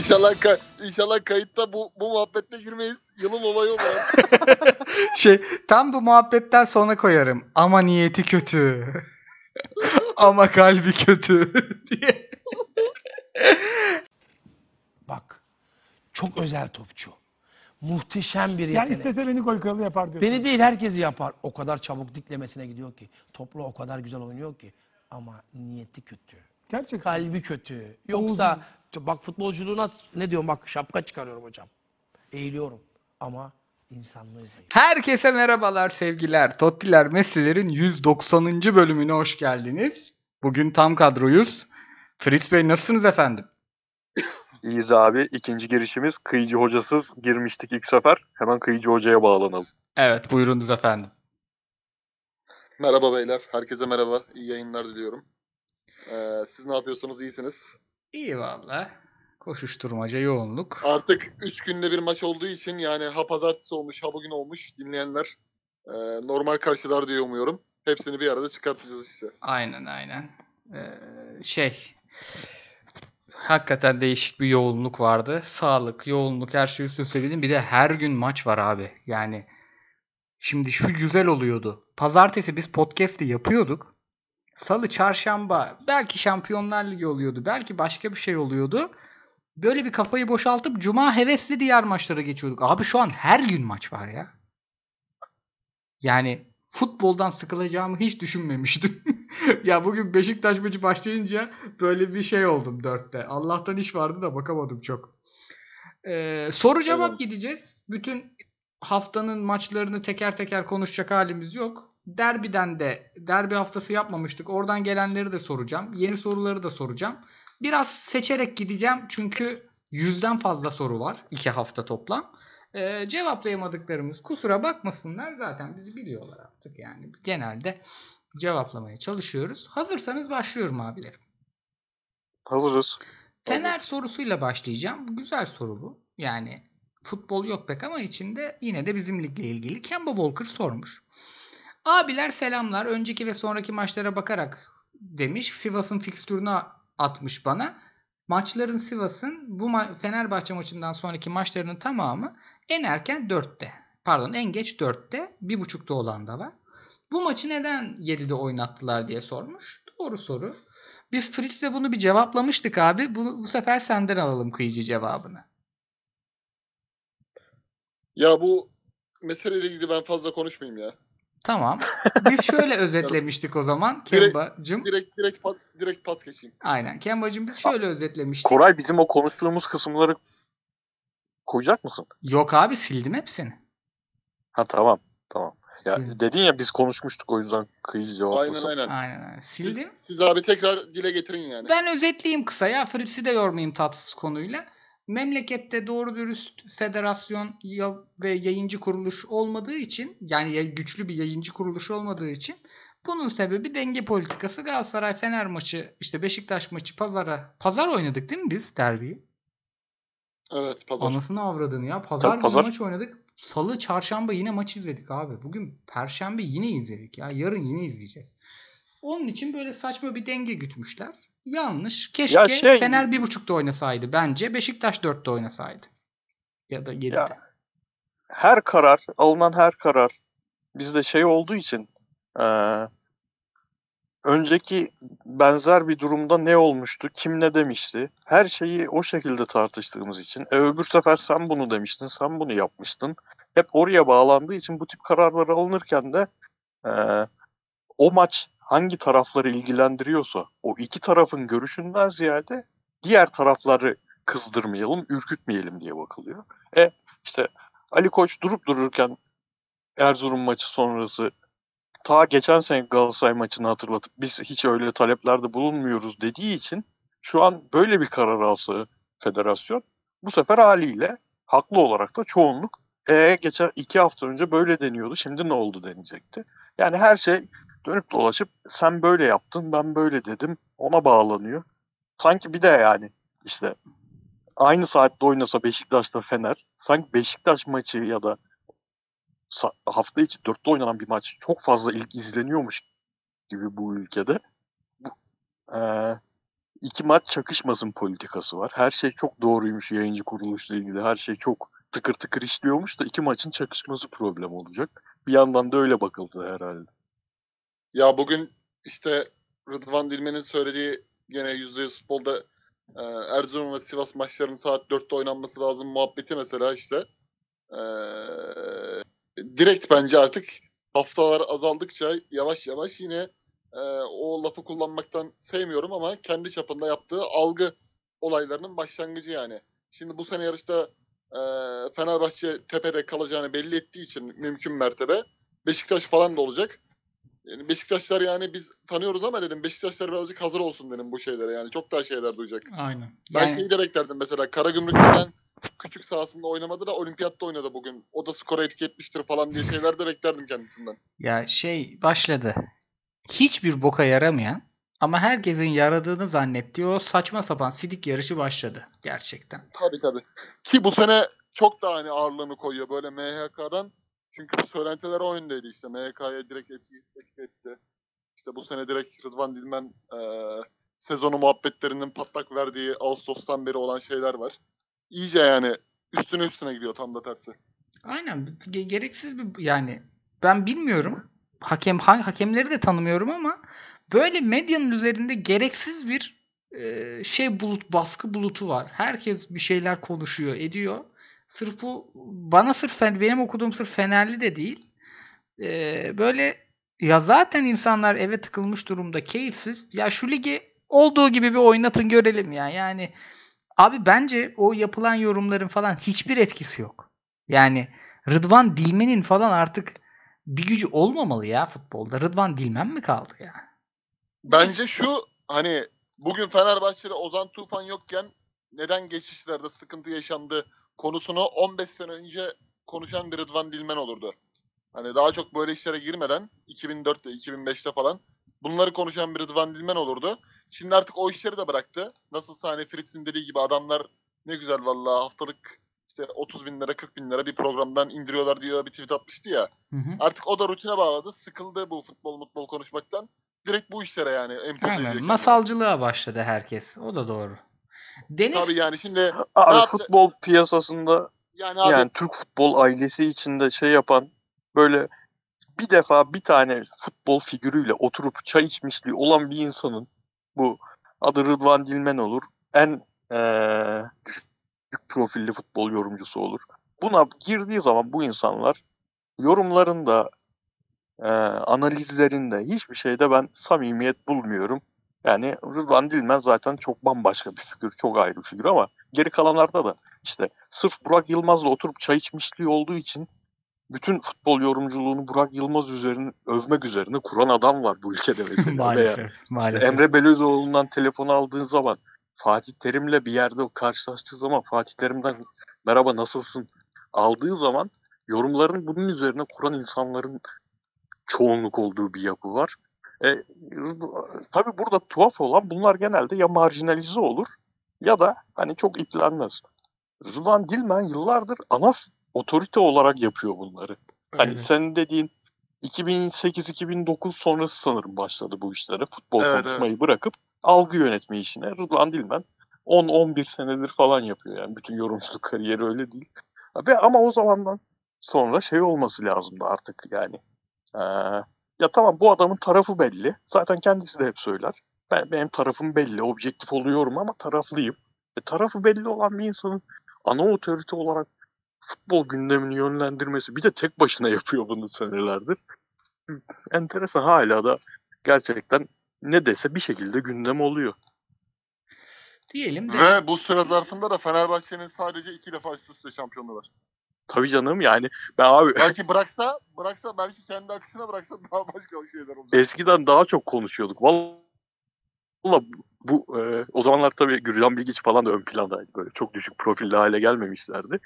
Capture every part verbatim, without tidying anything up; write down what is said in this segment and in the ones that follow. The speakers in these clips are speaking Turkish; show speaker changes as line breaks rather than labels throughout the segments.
İnşallah ka- inşallah kayıtta bu bu muhabbette girmeyiz. Yılın olayı olarak.
Şey, tam bu muhabbetten sonra koyarım. Ama niyeti kötü. Ama kalbi kötü diye.
Bak, çok özel topçu. Muhteşem bir
Yani
yetenek.
istese beni gol kralı yapar diyorsun.
Beni değil herkesi yapar. O kadar çabuk diklemesine gidiyor ki. Topla o kadar güzel oynuyor ki. Ama niyeti kötü.
Gerçekten.
Kalbi kötü. Yoksa bak futbolculuğuna ne diyorum bak şapka çıkarıyorum hocam. Eğiliyorum. Ama insanlığı zayıf.
Herkese merhabalar sevgiler. Tottiler Messi'lerin yüz doksanıncı bölümüne hoş geldiniz. Bugün tam kadroyuz. Fritz Bey nasılsınız efendim?
İyiyiz abi. İkinci girişimiz kıyıcı hocasız girmiştik ilk sefer. Hemen kıyıcı hocaya bağlanalım.
Evet, buyurunuz efendim.
Merhaba beyler. Herkese merhaba. İyi yayınlar diliyorum. Ee, siz ne yapıyorsanız iyisiniz.
İyi valla. Koşuşturmaca, yoğunluk.
Artık üç günde bir maç olduğu için yani ha pazartesi olmuş ha bugün olmuş dinleyenler e, normal karşılar diye umuyorum. Hepsini bir arada çıkartacağız işte.
Aynen aynen. Ee, şey... Hakikaten değişik bir yoğunluk vardı. Sağlık, yoğunluk, her şey üst üste bilin. Bir de her gün maç var abi. Yani şimdi şu güzel oluyordu. Pazartesi biz podcast'i yapıyorduk. Salı, çarşamba belki Şampiyonlar Ligi oluyordu. Belki başka bir şey oluyordu. Böyle bir kafayı boşaltıp cuma hevesli diğer maçlara geçiyorduk. Abi şu an her gün maç var ya. Yani futboldan sıkılacağımı hiç düşünmemiştim. Ya bugün Beşiktaş maçı başlayınca böyle bir şey oldum dörtte. Allah'tan iş vardı da bakamadım çok. Ee, soru cevap
Evet.
gideceğiz. Bütün haftanın maçlarını teker teker konuşacak halimiz yok. Derbiden de derbi haftası yapmamıştık. Oradan gelenleri de soracağım. Yeni soruları da soracağım. Biraz seçerek gideceğim çünkü yüzden fazla soru var. iki hafta toplam. Ee, cevaplayamadıklarımız kusura bakmasınlar. Zaten bizi biliyorlar artık yani. Genelde cevaplamaya çalışıyoruz. Hazırsanız başlıyorum abilerim.
Hazırız.
Fener
Hazırız.
sorusuyla başlayacağım. Güzel soru bu. Yani futbol yok pek ama içinde yine de bizim ligle ilgili. Kemba Walker sormuş. Abiler selamlar. Önceki ve sonraki maçlara bakarak demiş. Sivas'ın fikstürünü atmış bana. Maçların Sivas'ın bu ma- Fenerbahçe maçından sonraki maçlarının tamamı en erken dörtte. Pardon en geç dörtte. bir buçukta olan da var. Bu maçı neden yedide oynattılar diye sormuş. Doğru soru. Biz Fritz'le bunu bir cevaplamıştık abi. Bu, bu sefer senden alalım kıyıcı cevabını.
Ya bu meseleyle ilgili ben fazla konuşmayayım ya.
Tamam. Biz şöyle özetlemiştik o zaman.
Direkt-
Kemba'cım.
Direkt direkt pas, direkt pas geçeyim.
Aynen. Kemba'cım biz şöyle özetlemiştik.
Koray bizim o konuştuğumuz kısımları koyacak mısın?
Yok abi sildim hepsini.
Ha tamam. Tamam. Ya
Sildim.
dedin ya biz konuşmuştuk o yüzden kıyıcı cevaplasın.
Aynen aynen.
Aynen aynen. Sildim.
Siz, siz abi tekrar dile getirin yani.
Ben özetleyeyim kısa ya. Fritz'i de yormayayım tatsız konuyla. Memlekette doğru dürüst federasyon ya- ve yayıncı kuruluş olmadığı için, yani ya- güçlü bir yayıncı kuruluş olmadığı için bunun sebebi denge politikası. Galatasaray Fener maçı, işte Beşiktaş maçı pazara. Pazar oynadık değil mi biz derbiyi?
Evet pazar.
Anasını avradını ya. Pazar
Tabii,
günü
pazar.
maç oynadık. Salı, çarşamba yine maç izledik abi. Bugün perşembe yine izledik ya. Yarın yine izleyeceğiz. Onun için böyle saçma bir denge gütmüşler. Yanlış. Keşke
Ya şey-
Fener bir buçukta oynasaydı bence. Beşiktaş dörtte oynasaydı. Ya da yedide.
Ya, her karar, alınan her karar bizde şey olduğu için eee, önceki benzer bir durumda ne olmuştu, kim ne demişti, her şeyi o şekilde tartıştığımız için e, öbür sefer sen bunu demiştin, sen bunu yapmıştın. Hep oraya bağlandığı için bu tip kararlar alınırken de eee, o maç hangi tarafları ilgilendiriyorsa o iki tarafın görüşünden ziyade diğer tarafları kızdırmayalım, ürkütmeyelim diye bakılıyor. E işte Ali Koç durup dururken Erzurum maçı sonrası ta geçen sene Galatasaray maçını hatırlatıp biz hiç öyle taleplerde bulunmuyoruz dediği için şu an böyle bir karar alsa federasyon bu sefer haliyle haklı olarak da çoğunluk e, geçen iki hafta önce böyle deniyordu şimdi ne oldu deneyecekti. Yani her şey dönüp dolaşıp sen böyle yaptın ben böyle dedim ona bağlanıyor. Sanki bir de yani işte aynı saatte oynasa Beşiktaş'ta Fener sanki Beşiktaş maçı ya da sa- hafta içi dörtte oynanan bir maç çok fazla ilk izleniyormuş gibi bu ülkede. Bu, eee, iki maç çakışmasın politikası var. Her şey çok doğruymuş yayıncı kuruluşla ilgili. Her şey çok tıkır tıkır işliyormuş da iki maçın çakışması problem olacak. Bir yandan da öyle bakıldı herhalde.
Ya bugün işte Rıdvan Dilmen'in söylediği gene yüzde yüz futbolda e, Erzurum ve Sivas maçlarının saat dörtte oynanması lazım muhabbeti mesela işte. E, direkt bence artık haftalar azaldıkça yavaş yavaş yine e, o lafı kullanmaktan sevmiyorum ama kendi çapında yaptığı algı olaylarının başlangıcı yani. Şimdi bu sene yarışta e, Fenerbahçe tepede kalacağını belli ettiği için mümkün mertebe Beşiktaş falan da olacak. Yani Beşiktaşlar yani biz tanıyoruz ama dedim Beşiktaşlar birazcık hazır olsun dedim bu şeylere yani çok daha şeyler duyacak.
Aynen.
Ben
Yani
şeyi de beklerdim mesela Karagümrük'ten küçük sahasında oynamadı da olimpiyatta oynadı bugün. O da skora etki etmiştir falan diye şeyler de beklerdim kendisinden.
ya şey başladı. Hiçbir boka yaramayan ama herkesin yaradığını zannettiği o saçma sapan sidik yarışı başladı gerçekten.
Tabii tabii. Ki bu sene çok daha hani ağırlığını koyuyor böyle M H K'dan. Çünkü söylentiler o yöndeydi işte. M H K'ya direkt etki, etki etti. İşte bu sene direkt Rıdvan Dilmen e, sezonu muhabbetlerinin patlak verdiği Ağustos'tan beri olan şeyler var. İyice yani üstüne üstüne gidiyor tam da tersi.
Aynen ge- gereksiz bir yani ben bilmiyorum. Hakem ha- hakemleri de tanımıyorum ama böyle medyanın üzerinde gereksiz bir e, şey bulut baskı bulutu var. Herkes bir şeyler konuşuyor, ediyor. Sırf bu bana sırf fen- benim okuduğum sırf Fenerli de değil. E, böyle ya zaten insanlar eve tıkılmış durumda, keyifsiz. Ya şu ligi olduğu gibi bir oynatın görelim ya. Yani abi bence o yapılan yorumların falan hiçbir etkisi yok. Yani Rıdvan Dilmen'in falan artık bir gücü olmamalı ya futbolda. Rıdvan Dilmen mi kaldı ya?
Bence şu hani bugün Fenerbahçe'de Ozan Tufan yokken neden geçişlerde sıkıntı yaşandı konusunu on beş sene önce konuşan bir Rıdvan Dilmen olurdu. Hani daha çok böyle işlere girmeden iki bin dörtte iki bin beşte falan bunları konuşan bir Rıdvan Dilmen olurdu. Şimdi artık o işleri de bıraktı. Nasılsa hani Fritz'in dediği gibi adamlar ne güzel vallahi haftalık işte otuz bin lira kırk bin lira bir programdan indiriyorlar diyor bir tweet atmıştı ya.
Hı hı.
Artık o da rutine bağladı. Sıkıldı bu futbol mutbol konuşmaktan. Direkt bu işlere yani empoze
Aynen.
ediyor kendini.
Masalcılığa başladı herkes. O da doğru. Deniz
Tabii yani şimdi ne
Abi
yapacak?
futbol piyasasında
Yani abi
yani Türk futbol ailesi içinde şey yapan böyle bir defa bir tane futbol figürüyle oturup çay içmişliği olan bir insanın bu adı Rıdvan Dilmen olur. En eee düşük profilli futbol yorumcusu olur. Buna girdiği zaman bu insanlar yorumlarında, eee, analizlerinde hiçbir şeyde ben samimiyet bulmuyorum. Yani Rıdvan Dilmen zaten çok bambaşka bir figür, çok ayrı bir figür ama geri kalanlarda da işte sırf Burak Yılmaz'la oturup çay içmişliği olduğu için bütün futbol yorumculuğunu Burak Yılmaz üzerine övmek üzerine kuran adam var bu ülkede mesela. Veya
maalesef.
işte
Maalesef.
Emre Belözoğlu'ndan telefonu aldığın zaman Fatih Terim'le bir yerde karşılaştığı zaman Fatih Terim'den merhaba nasılsın aldığı zaman yorumlarını bunun üzerine kuran insanların çoğunluk olduğu bir yapı var. E, tabii burada tuhaf olan bunlar genelde ya marjinalize olur ya da hani çok iplenmez. Rıdvan Dilmen yıllardır ana otorite olarak yapıyor bunları. Hani
Evet.
senin dediğin iki bin sekiz iki bin dokuz sonrası sanırım başladı bu işlere. Futbol
Evet,
konuşmayı bırakıp algı yönetme işine Rıdvan Dilmen on on bir senedir falan yapıyor. Yani bütün yorumculuk kariyeri öyle değil. Ve ama o zamandan sonra şey olması lazımdı artık yani. Ee, ya tamam bu adamın tarafı belli. Zaten kendisi de hep söyler. Ben, benim tarafım belli. Objektif oluyorum ama taraflıyım. E, tarafı belli olan bir insanın ana otorite olarak futbol gündemini yönlendirmesi bir de tek başına yapıyor bunu senelerdir. Enteresan hala da gerçekten ne dese bir şekilde gündem oluyor.
Diyelim de
ve bu süre zarfında da Fenerbahçe'nin sadece iki defa üst üste şampiyonluğu var.
Tabii canım yani ben abi
Belki bıraksa, bıraksa belki kendi akışına bıraksa daha başka şeyler olacak.
eskiden daha çok konuşuyorduk. Vallahi bu, bu e, o zamanlar tabii Gürcan Bilgiç falan da ön plandaydı. Böyle çok düşük profilli hale gelmemişlerdi.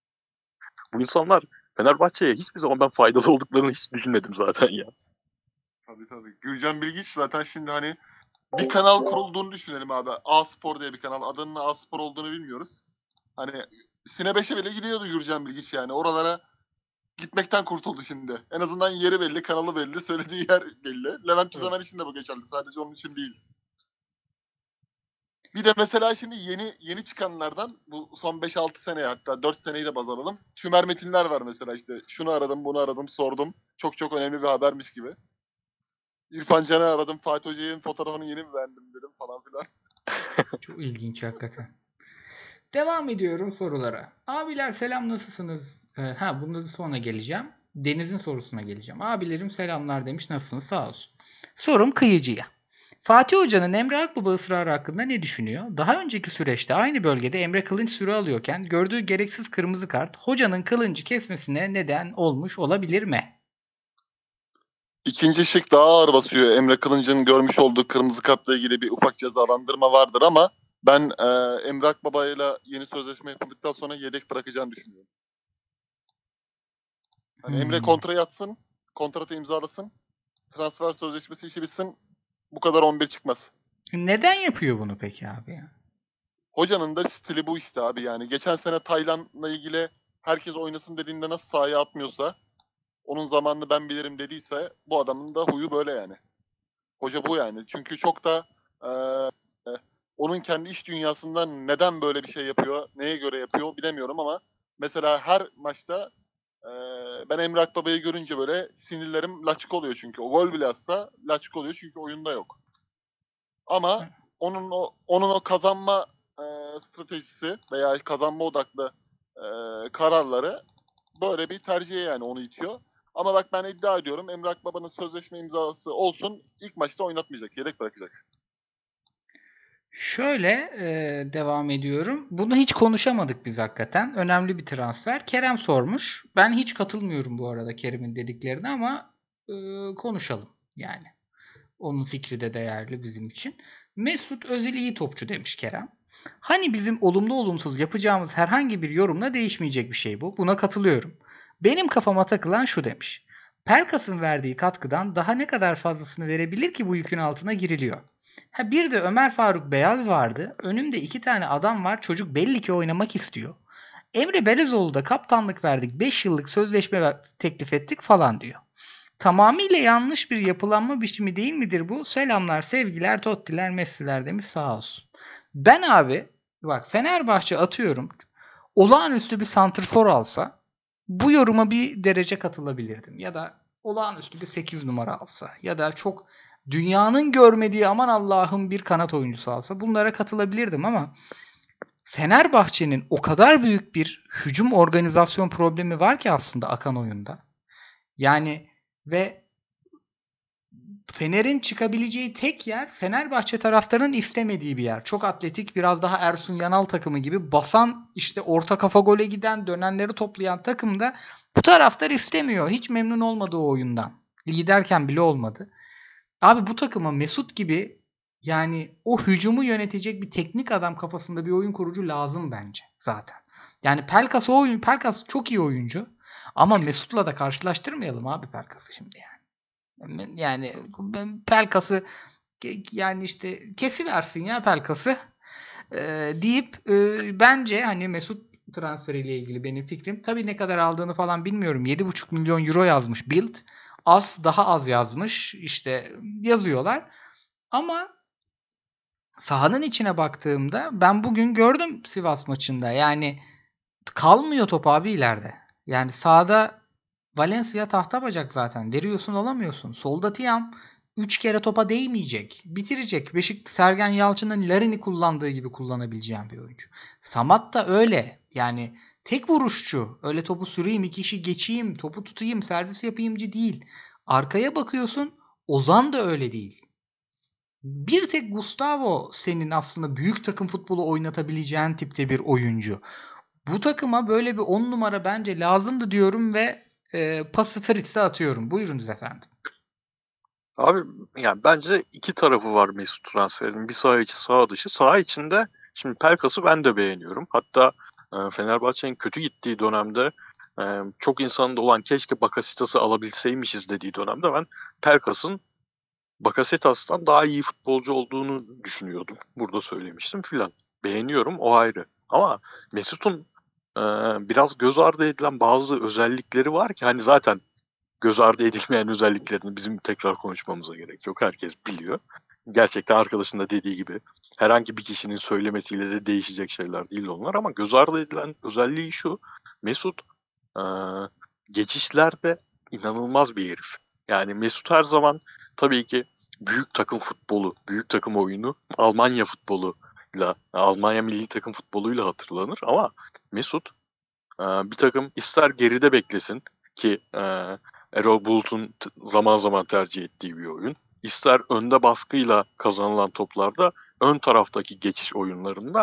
Bu insanlar Fenerbahçe'ye hiçbir zaman ben faydalı olduklarını hiç düşünmedim zaten ya.
Tabii tabii. Gürcan Bilgiç zaten şimdi hani bir kanal kurulduğunu düşünelim abi. A-Spor diye bir kanal. Adının A-Spor olduğunu bilmiyoruz. Hani Sine beşe bile gidiyordu Gürcan Bilgiç yani. Oralara gitmekten kurtuldu şimdi. En azından yeri belli, kanalı belli, söylediği yer belli. Levent Tüzemen için de bu geçerli. Sadece onun için değil. Bir de mesela şimdi yeni yeni çıkanlardan bu son beş altı sene hatta dört seneyi de baz alalım. Tümer metinler var mesela işte şunu aradım bunu aradım sordum. Çok çok önemli bir habermiş gibi. İrfan Can'ı aradım Fatih Hoca'nın fotoğrafını yeni mi beğendim dedim falan filan.
Çok ilginç hakikaten. Devam ediyorum sorulara. Abiler selam nasılsınız? Ee, ha bunda da sonra geleceğim. Deniz'in sorusuna geleceğim. Abilerim selamlar demiş. Nasılsınız? Sağ olsun. Sorum Kıyıcı'ya. Fatih Hoca'nın Emre Akbaba ısrarı hakkında ne düşünüyor? Daha önceki süreçte aynı bölgede Emre Kılınç süre alıyorken gördüğü gereksiz kırmızı kart hocanın Kılınç'ı kesmesine neden olmuş olabilir mi?
İkinci şık daha ağır basıyor. Emre Kılınç'ın görmüş olduğu kırmızı kartla ilgili bir ufak cezalandırma vardır ama ben e, Emre Akbaba'yla yeni sözleşme yapıldıktan sonra yedek bırakacağını düşünüyorum. Hani
Hmm.
Emre kontra yatsın, kontratı imzalasın, transfer sözleşmesi işi bitsin, bu kadar on bir çıkmaz.
Neden yapıyor bunu peki abi ya?
Hocanın da stili bu işte abi yani. Geçen sene Taylan'la ilgili herkes oynasın dediğinde nasıl sahaya atmıyorsa, onun zamanını ben bilirim dediyse bu adamın da huyu böyle yani. Hoca bu yani. Çünkü çok da e, e, onun kendi iş dünyasından neden böyle bir şey yapıyor, neye göre yapıyor bilemiyorum ama mesela her maçta e, ben Emre Akbaba'yı görünce böyle sinirlerim laçık oluyor çünkü. O gol bile atsa laçık oluyor çünkü oyunda yok. Ama onun o onun o kazanma e, stratejisi veya kazanma odaklı e, kararları böyle bir tercihe yani onu itiyor. Ama bak ben iddia ediyorum Emre Akbaba'nın sözleşme imzası olsun ilk maçta oynatmayacak, yedek bırakacak.
Şöyle e, devam ediyorum. Bunu hiç konuşamadık biz hakikaten. Önemli bir transfer. Kerem sormuş. Ben hiç katılmıyorum bu arada Kerem'in dediklerine ama e, konuşalım yani. Onun fikri de değerli bizim için. Mesut Özil iyi topçu demiş Kerem. Hani bizim olumlu olumsuz yapacağımız herhangi bir yorumla değişmeyecek bir şey bu. Buna katılıyorum. Benim kafama takılan şu demiş. Pelkas'ın verdiği katkıdan daha ne kadar fazlasını verebilir ki bu yükün altına giriliyor. Ha bir de Ömer Faruk Beyaz vardı. Önümde iki tane adam var. Çocuk belli ki oynamak istiyor. Emre Belezoğlu da kaptanlık verdik. beş yıllık sözleşme teklif ettik falan diyor. Tamamıyla yanlış bir yapılanma biçimi değil midir bu? Selamlar, sevgiler, Tottiler, Messi'ler demiş sağ olsun. Ben abi bak Fenerbahçe atıyorum olağanüstü bir santrfor alsa bu yoruma bir derece katılabilirdim. Ya da olağanüstü bir sekiz numara alsa ya da çok dünyanın görmediği aman Allah'ım bir kanat oyuncusu alsa bunlara katılabilirdim ama Fenerbahçe'nin o kadar büyük bir hücum organizasyon problemi var ki aslında akan oyunda. Yani ve Fener'in çıkabileceği tek yer Fenerbahçe taraftarının istemediği bir yer. Çok atletik, biraz daha Ersun Yanal takımı gibi basan, işte orta kafa gole giden, dönenleri toplayan takımda bu taraftar istemiyor. Hiç memnun olmadı o oyundan. Liderken bile olmadı. Abi bu takıma Mesut gibi yani o hücumu yönetecek bir teknik adam kafasında bir oyun kurucu lazım bence zaten. Yani Pelkas o oyun, Pelkas çok iyi oyuncu ama Mesut'la da karşılaştırmayalım abi Pelkas'ı şimdi yani. Yani Pelkas'ı yani işte kesiversin ya Pelkas'ı e, deyip e, bence hani Mesut transferiyle ilgili benim fikrim. Tabii ne kadar aldığını falan bilmiyorum. yedi buçuk milyon euro yazmış Bild. Az daha az yazmış. İşte yazıyorlar. Ama sahanın içine baktığımda ben bugün gördüm Sivas maçında. Yani kalmıyor top abi ileride. Yani sağda Valencia tahta bacak zaten. Veriyorsun alamıyorsun. Solda Tiam üç kere topa değmeyecek. Bitirecek. Beşik Sergen Yalçın'ın Larin'i kullandığı gibi kullanabileceğim bir oyuncu. Samat da öyle. Yani tek vuruşçu. Öyle topu süreyim, iki kişi geçeyim, topu tutayım, servis yapayımcı değil. Arkaya bakıyorsun. Ozan da öyle değil. Bir tek Gustavo senin aslında büyük takım futbolu oynatabileceğin tipte bir oyuncu. Bu takıma böyle bir on numara bence lazımdı diyorum ve e, pası Fritz'e atıyorum. Buyurunuz efendim.
Abi yani bence iki tarafı var Mesut transferinin. Bir saha içi, saha dışı. Saha içinde şimdi Pelkas'ı ben de beğeniyorum. Hatta e, Fenerbahçe'nin kötü gittiği dönemde e, çok insanın da olan keşke Bakasetas'ı alabilseymişiz dediği dönemde ben Pelkas'ın Bakasetas'tan daha iyi futbolcu olduğunu düşünüyordum. Burada söylemiştim filan. Beğeniyorum, o ayrı. Ama Mesut'un e, biraz göz ardı edilen bazı özellikleri var ki hani zaten göz ardı edilmeyen özelliklerini bizim tekrar konuşmamıza gerek yok. Herkes biliyor. Gerçekten arkadaşın da dediği gibi herhangi bir kişinin söylemesiyle de değişecek şeyler değil onlar ama göz ardı edilen özelliği şu. Mesut e, geçişlerde inanılmaz bir herif. Yani Mesut her zaman tabii ki büyük takım futbolu, büyük takım oyunu, Almanya futboluyla, Almanya milli takım futboluyla hatırlanır ama Mesut e, bir takım ister geride beklesin ki e, Erol Bulut'un t- zaman zaman tercih ettiği bir oyun, ister önde baskıyla kazanılan toplarda ön taraftaki geçiş oyunlarında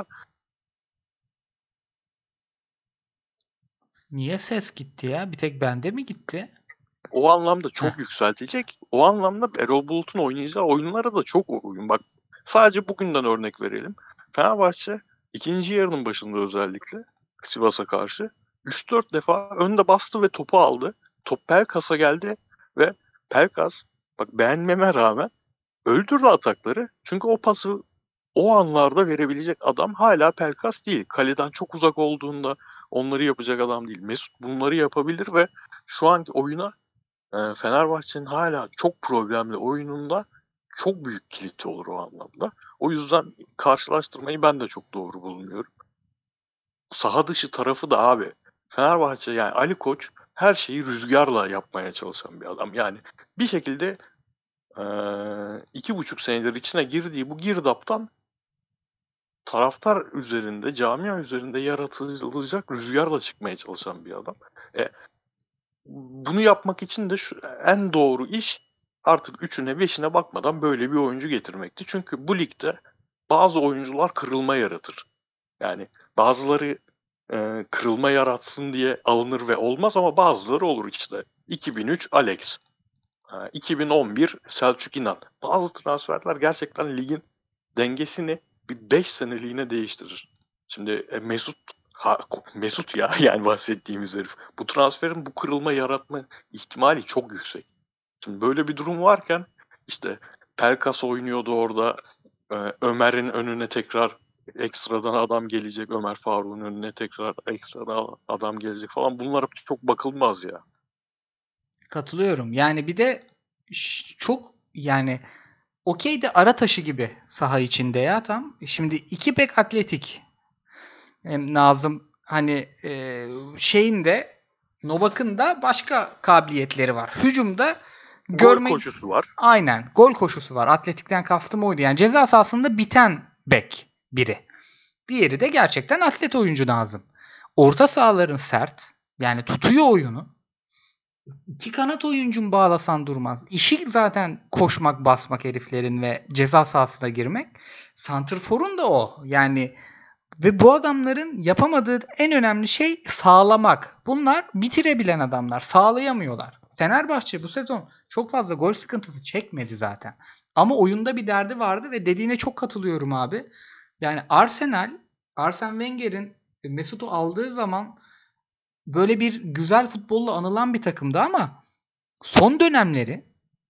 Niye ses gitti ya? Bir tek bende mi gitti?
o anlamda çok
Heh.
yükseltecek. O anlamda Erol Bulut'un oynayacağı oyunlara da çok uygun. Bak sadece bugünden örnek verelim. Fenerbahçe ikinci yarının başında özellikle Sivas'a karşı üç dört defa önde bastı ve topu aldı. Top Pelkas'a geldi ve Pelkas bak beğenmeme rağmen öldürdü atakları. Çünkü o pası o anlarda verebilecek adam hala Pelkas değil. Kaleden çok uzak olduğunda onları yapacak adam değil. Mesut bunları yapabilir ve şu anki oyuna e, Fenerbahçe'nin hala çok problemli oyununda çok büyük kilit olur o anlamda. O yüzden karşılaştırmayı ben de çok doğru bulmuyorum. Saha dışı tarafı da abi Fenerbahçe yani Ali Koç her şeyi rüzgarla yapmaya çalışan bir adam. Yani bir şekilde e, iki buçuk senedir içine girdiği bu girdaptan taraftar üzerinde, camia üzerinde yaratılacak rüzgarla çıkmaya çalışan bir adam. E, bunu yapmak için de şu, en doğru iş artık üçüne beşine bakmadan böyle bir oyuncu getirmekti. Çünkü bu ligde bazı oyuncular kırılma yaratır. Yani bazıları e, kırılma yaratsın diye alınır ve olmaz ama bazıları olur işte. iki bin üç Alex, e, iki bin on bir Selçuk İnan. Bazı transferler gerçekten ligin dengesini bir beş seneliğine değiştirir. Şimdi e, Mesut ha, Mesut ya yani bahsettiğimiz herif. Bu transferin bu kırılma yaratma ihtimali çok yüksek. Şimdi böyle bir durum varken işte Pelkas oynuyordu orada. E, Ömer'in önüne tekrar ekstradan adam gelecek. Ömer Faruk'un önüne tekrar ekstradan adam gelecek falan. Bunlara çok bakılmaz ya.
Katılıyorum. Yani bir de ş- çok yani okey de ara taşı gibi saha içinde ya tam. Şimdi iki bek atletik. Hem Nazım hani e, şeyin de Novak'ın da başka kabiliyetleri var. Hücumda
Gol
görme
koşusu var.
aynen gol koşusu var. Atletikten kastım oydu. Yani ceza sahasında biten bek biri. Diğeri de gerçekten atlet oyuncu Nazım. Orta sahaların sert. Yani tutuyor oyunu. İki kanat oyuncun bağlasan durmaz. İşi zaten koşmak, basmak heriflerin ve ceza sahasına girmek. Santrfor'un da o. Yani ve bu adamların yapamadığı en önemli şey sağlamak. Bunlar bitirebilen adamlar. Sağlayamıyorlar. Fenerbahçe bu sezon çok fazla gol sıkıntısı çekmedi zaten. Ama oyunda bir derdi vardı ve dediğine çok katılıyorum abi. Yani Arsenal, Arsene Wenger'in Mesut'u aldığı zaman böyle bir güzel futbolla anılan bir takımdı ama son dönemleri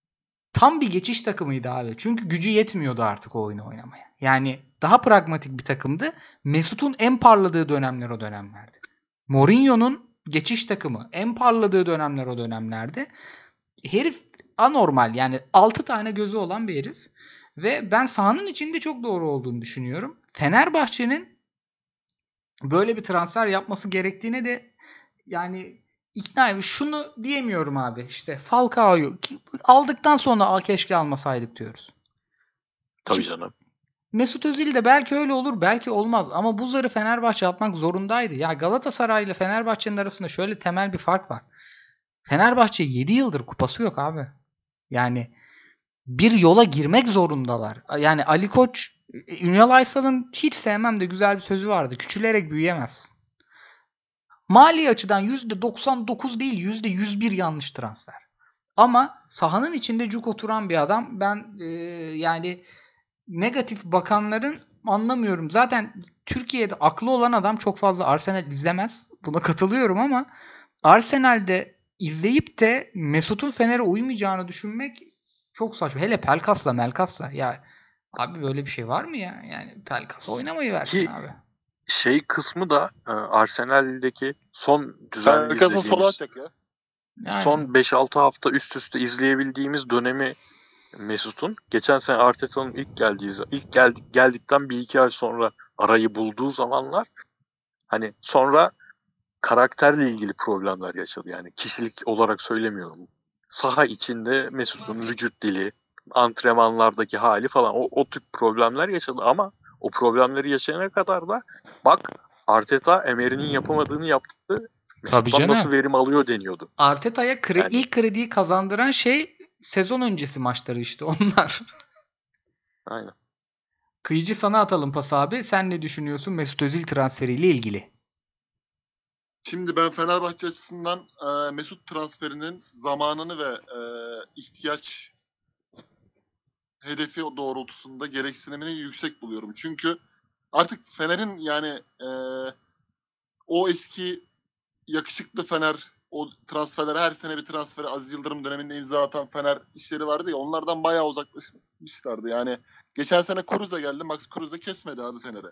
tam bir geçiş takımıydı abi. Çünkü gücü yetmiyordu artık o oyunu oynamaya. Yani daha pragmatik bir takımdı. Mesut'un en parladığı dönemler o dönemlerdi. Mourinho'nun geçiş takımı en parladığı dönemler o dönemlerdi. Herif anormal yani altı tane gözü olan bir herif. Ve ben sahanın içinde çok doğru olduğunu düşünüyorum. Fenerbahçe'nin böyle bir transfer yapması gerektiğine de yani ikna edip şunu diyemiyorum abi. İşte Falcao'yu aldıktan sonra keşke almasaydık diyoruz.
Tabii canım.
Mesut Özil de belki öyle olur, belki olmaz ama bu zarı Fenerbahçe atmak zorundaydı. Ya Galatasaray ile Fenerbahçe'nin arasında şöyle temel bir fark var. Fenerbahçe yedi yıldır kupası yok abi. Yani bir yola girmek zorundalar. Yani Ali Koç, Ünal Aysal'ın hiç sevmem de güzel bir sözü vardı. Küçülerek büyüyemez. Mali açıdan yüzde doksan dokuz değil yüzde yüz bir yanlış transfer. Ama sahanın içinde cuk oturan bir adam. Ben e, yani negatif bakanların anlamıyorum. Zaten Türkiye'de aklı olan adam çok fazla Arsenal izlemez. Buna katılıyorum ama Arsenal'de izleyip de Mesut'un Fener'e uymayacağını düşünmek çok saçma. Hele Pelkas'la Melkas'la. Ya abi böyle bir şey var mı ya? Yani Pelkas oynamayı versin
Ki
abi.
şey kısmı da e, Arsenal'deki son düzenli
Pelkas'ın solu
izlediğimiz
atacak ya.
Yani
son beş altı hafta üst üste izleyebildiğimiz dönemi Mesut'un. Geçen sene Arteta'nın ilk geldiği ilk geldik geldikten bir iki ay sonra arayı bulduğu zamanlar hani sonra karakterle ilgili problemler yaşadı. Yani kişilik olarak söylemiyorum. Saha içinde Mesut'un vücut dili, antrenmanlardaki hali falan o, o tip problemler yaşadı ama o problemleri yaşayana kadar da bak Arteta Emery'nin yapamadığını yaptı.
Tabii
Mesut'tan
canım.
nasıl verim alıyor deniyordu.
Arteta'ya kre-
Yani-
ilk krediyi kazandıran şey sezon öncesi maçları işte onlar.
Aynen.
Kıyıcı sana atalım pas abi. Sen ne düşünüyorsun Mesut Özil transferiyle ilgili?
Şimdi ben Fenerbahçe açısından e, Mesut transferinin zamanını ve e, ihtiyaç hedefi doğrultusunda gereksinimini yüksek buluyorum. Çünkü artık Fener'in yani e, o eski yakışıklı Fener, o transferler her sene bir transferi Aziz Yıldırım döneminde imza atan Fener işleri vardı ya, onlardan bayağı uzaklaşmışlardı. Yani geçen sene Kruse geldi. Max Kruse kesmedi abi Fener'e.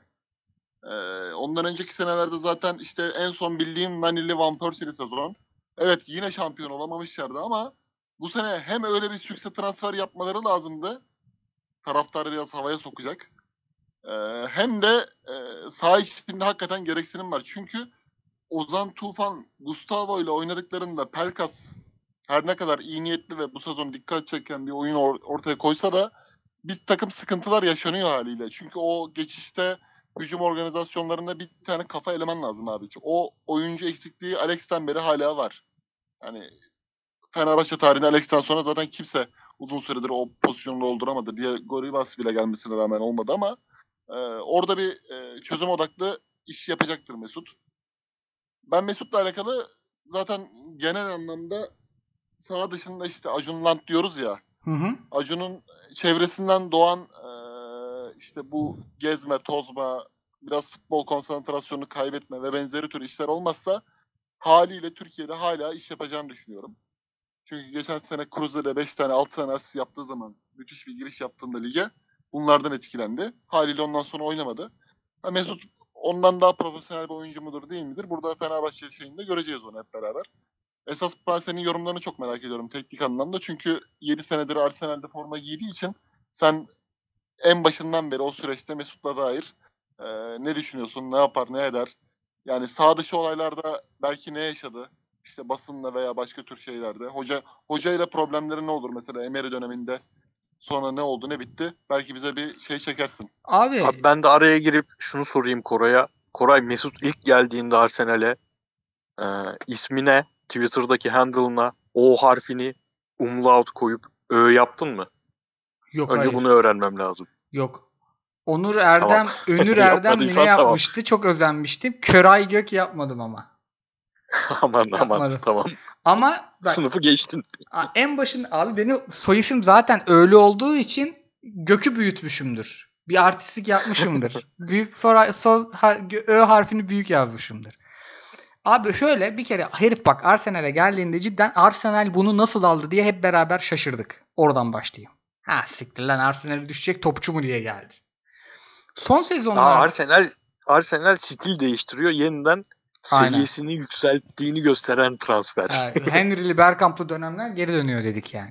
Ee, ondan önceki senelerde zaten işte en son bildiğim Nani'li Van Persie'li sezon. Evet yine şampiyon olamamışlardı ama bu sene hem öyle bir sükse transfer yapmaları lazımdı. Taraftarı biraz havaya sokacak. Ee, hem de e, saha içinde hakikaten gereksinim var. Çünkü Ozan Tufan, Gustavo ile oynadıklarında Pelkas her ne kadar iyi niyetli ve bu sezon dikkat çeken bir oyun or- ortaya koysa da bir takım sıkıntılar yaşanıyor haliyle. Çünkü o geçişte hücum organizasyonlarında bir tane kafa eleman lazım abi. Çünkü o oyuncu eksikliği Alex'ten beri hala var. Yani Fenerbahçe tarihinde Alex'ten sonra zaten kimse uzun süredir o pozisyonu dolduramadı. Diego Ribas bile gelmesine rağmen olmadı ama e, orada bir e, çözüm odaklı iş yapacaktır Mesut. Ben Mesut'la alakalı zaten genel anlamda saha dışında işte Acun Land diyoruz ya.
Hı hı.
Acun'un çevresinden doğan e, işte bu gezme, tozma, biraz futbol konsantrasyonunu kaybetme ve benzeri tür işler olmazsa haliyle Türkiye'de hala iş yapacağını düşünüyorum. Çünkü geçen sene Cruze'de beş tane altı tane asist yaptığı zaman müthiş bir giriş yaptığında lige bunlardan etkilendi. Haliyle ondan sonra oynamadı. Ha, Mesut ondan daha profesyonel bir oyuncu mudur değil midir? Burada Fenerbahçe şeyinde göreceğiz onu hep beraber. Esas ben senin yorumlarını çok merak ediyorum teknik anlamda. Çünkü yedi senedir Arsenal'de forma giydiği için sen en başından beri o süreçte Mesut'la dair e, ne düşünüyorsun, ne yapar, ne eder? Yani sağ dışı olaylarda belki ne yaşadı? İşte basınla veya başka tür şeylerde. Hoca hocayla problemleri ne olur mesela Emery döneminde? Sonra ne oldu, ne bitti? Belki bize bir şey çekersin.
Abi,
Abi ben de araya girip şunu sorayım Koray'a. Koray Mesut ilk geldiğinde Arsenal'e e, ismine Twitter'daki handle'ına O harfini umlaut koyup Ö yaptın mı?
yok
Önce
hayır.
bunu öğrenmem lazım.
Yok. Onur Erdem,
Tamam.
Önür Erdem mi ne
Yapmadıysan tamam.
yapmıştı? Çok özenmiştim. Köray Gök yapmadım ama.
aman aman
Yapmadım.
tamam.
Ama bak
Sınıfı geçtin.
a- en başın abi benim soy isim zaten öyle olduğu için Gök'ü büyütmüşümdür. Bir artistlik yapmışımdır. Büyük sonra sol ha- gö- Ö harfini büyük yazmışımdır. Abi şöyle bir kere herif bak Arsenal'e geldiğinde cidden Arsenal bunu nasıl aldı diye hep beraber şaşırdık. Oradan başlayayım. Ha siktir lan Arsenal'e düşecek topçu mu diye geldi. Son
Daha
sezonlarda
Arsenal Arsenal stil değiştiriyor. Yeniden
Aynen.
seviyesini yükselttiğini gösteren transfer.
Ha, Henry'li Bergkamp'lı dönemler geri dönüyor dedik yani.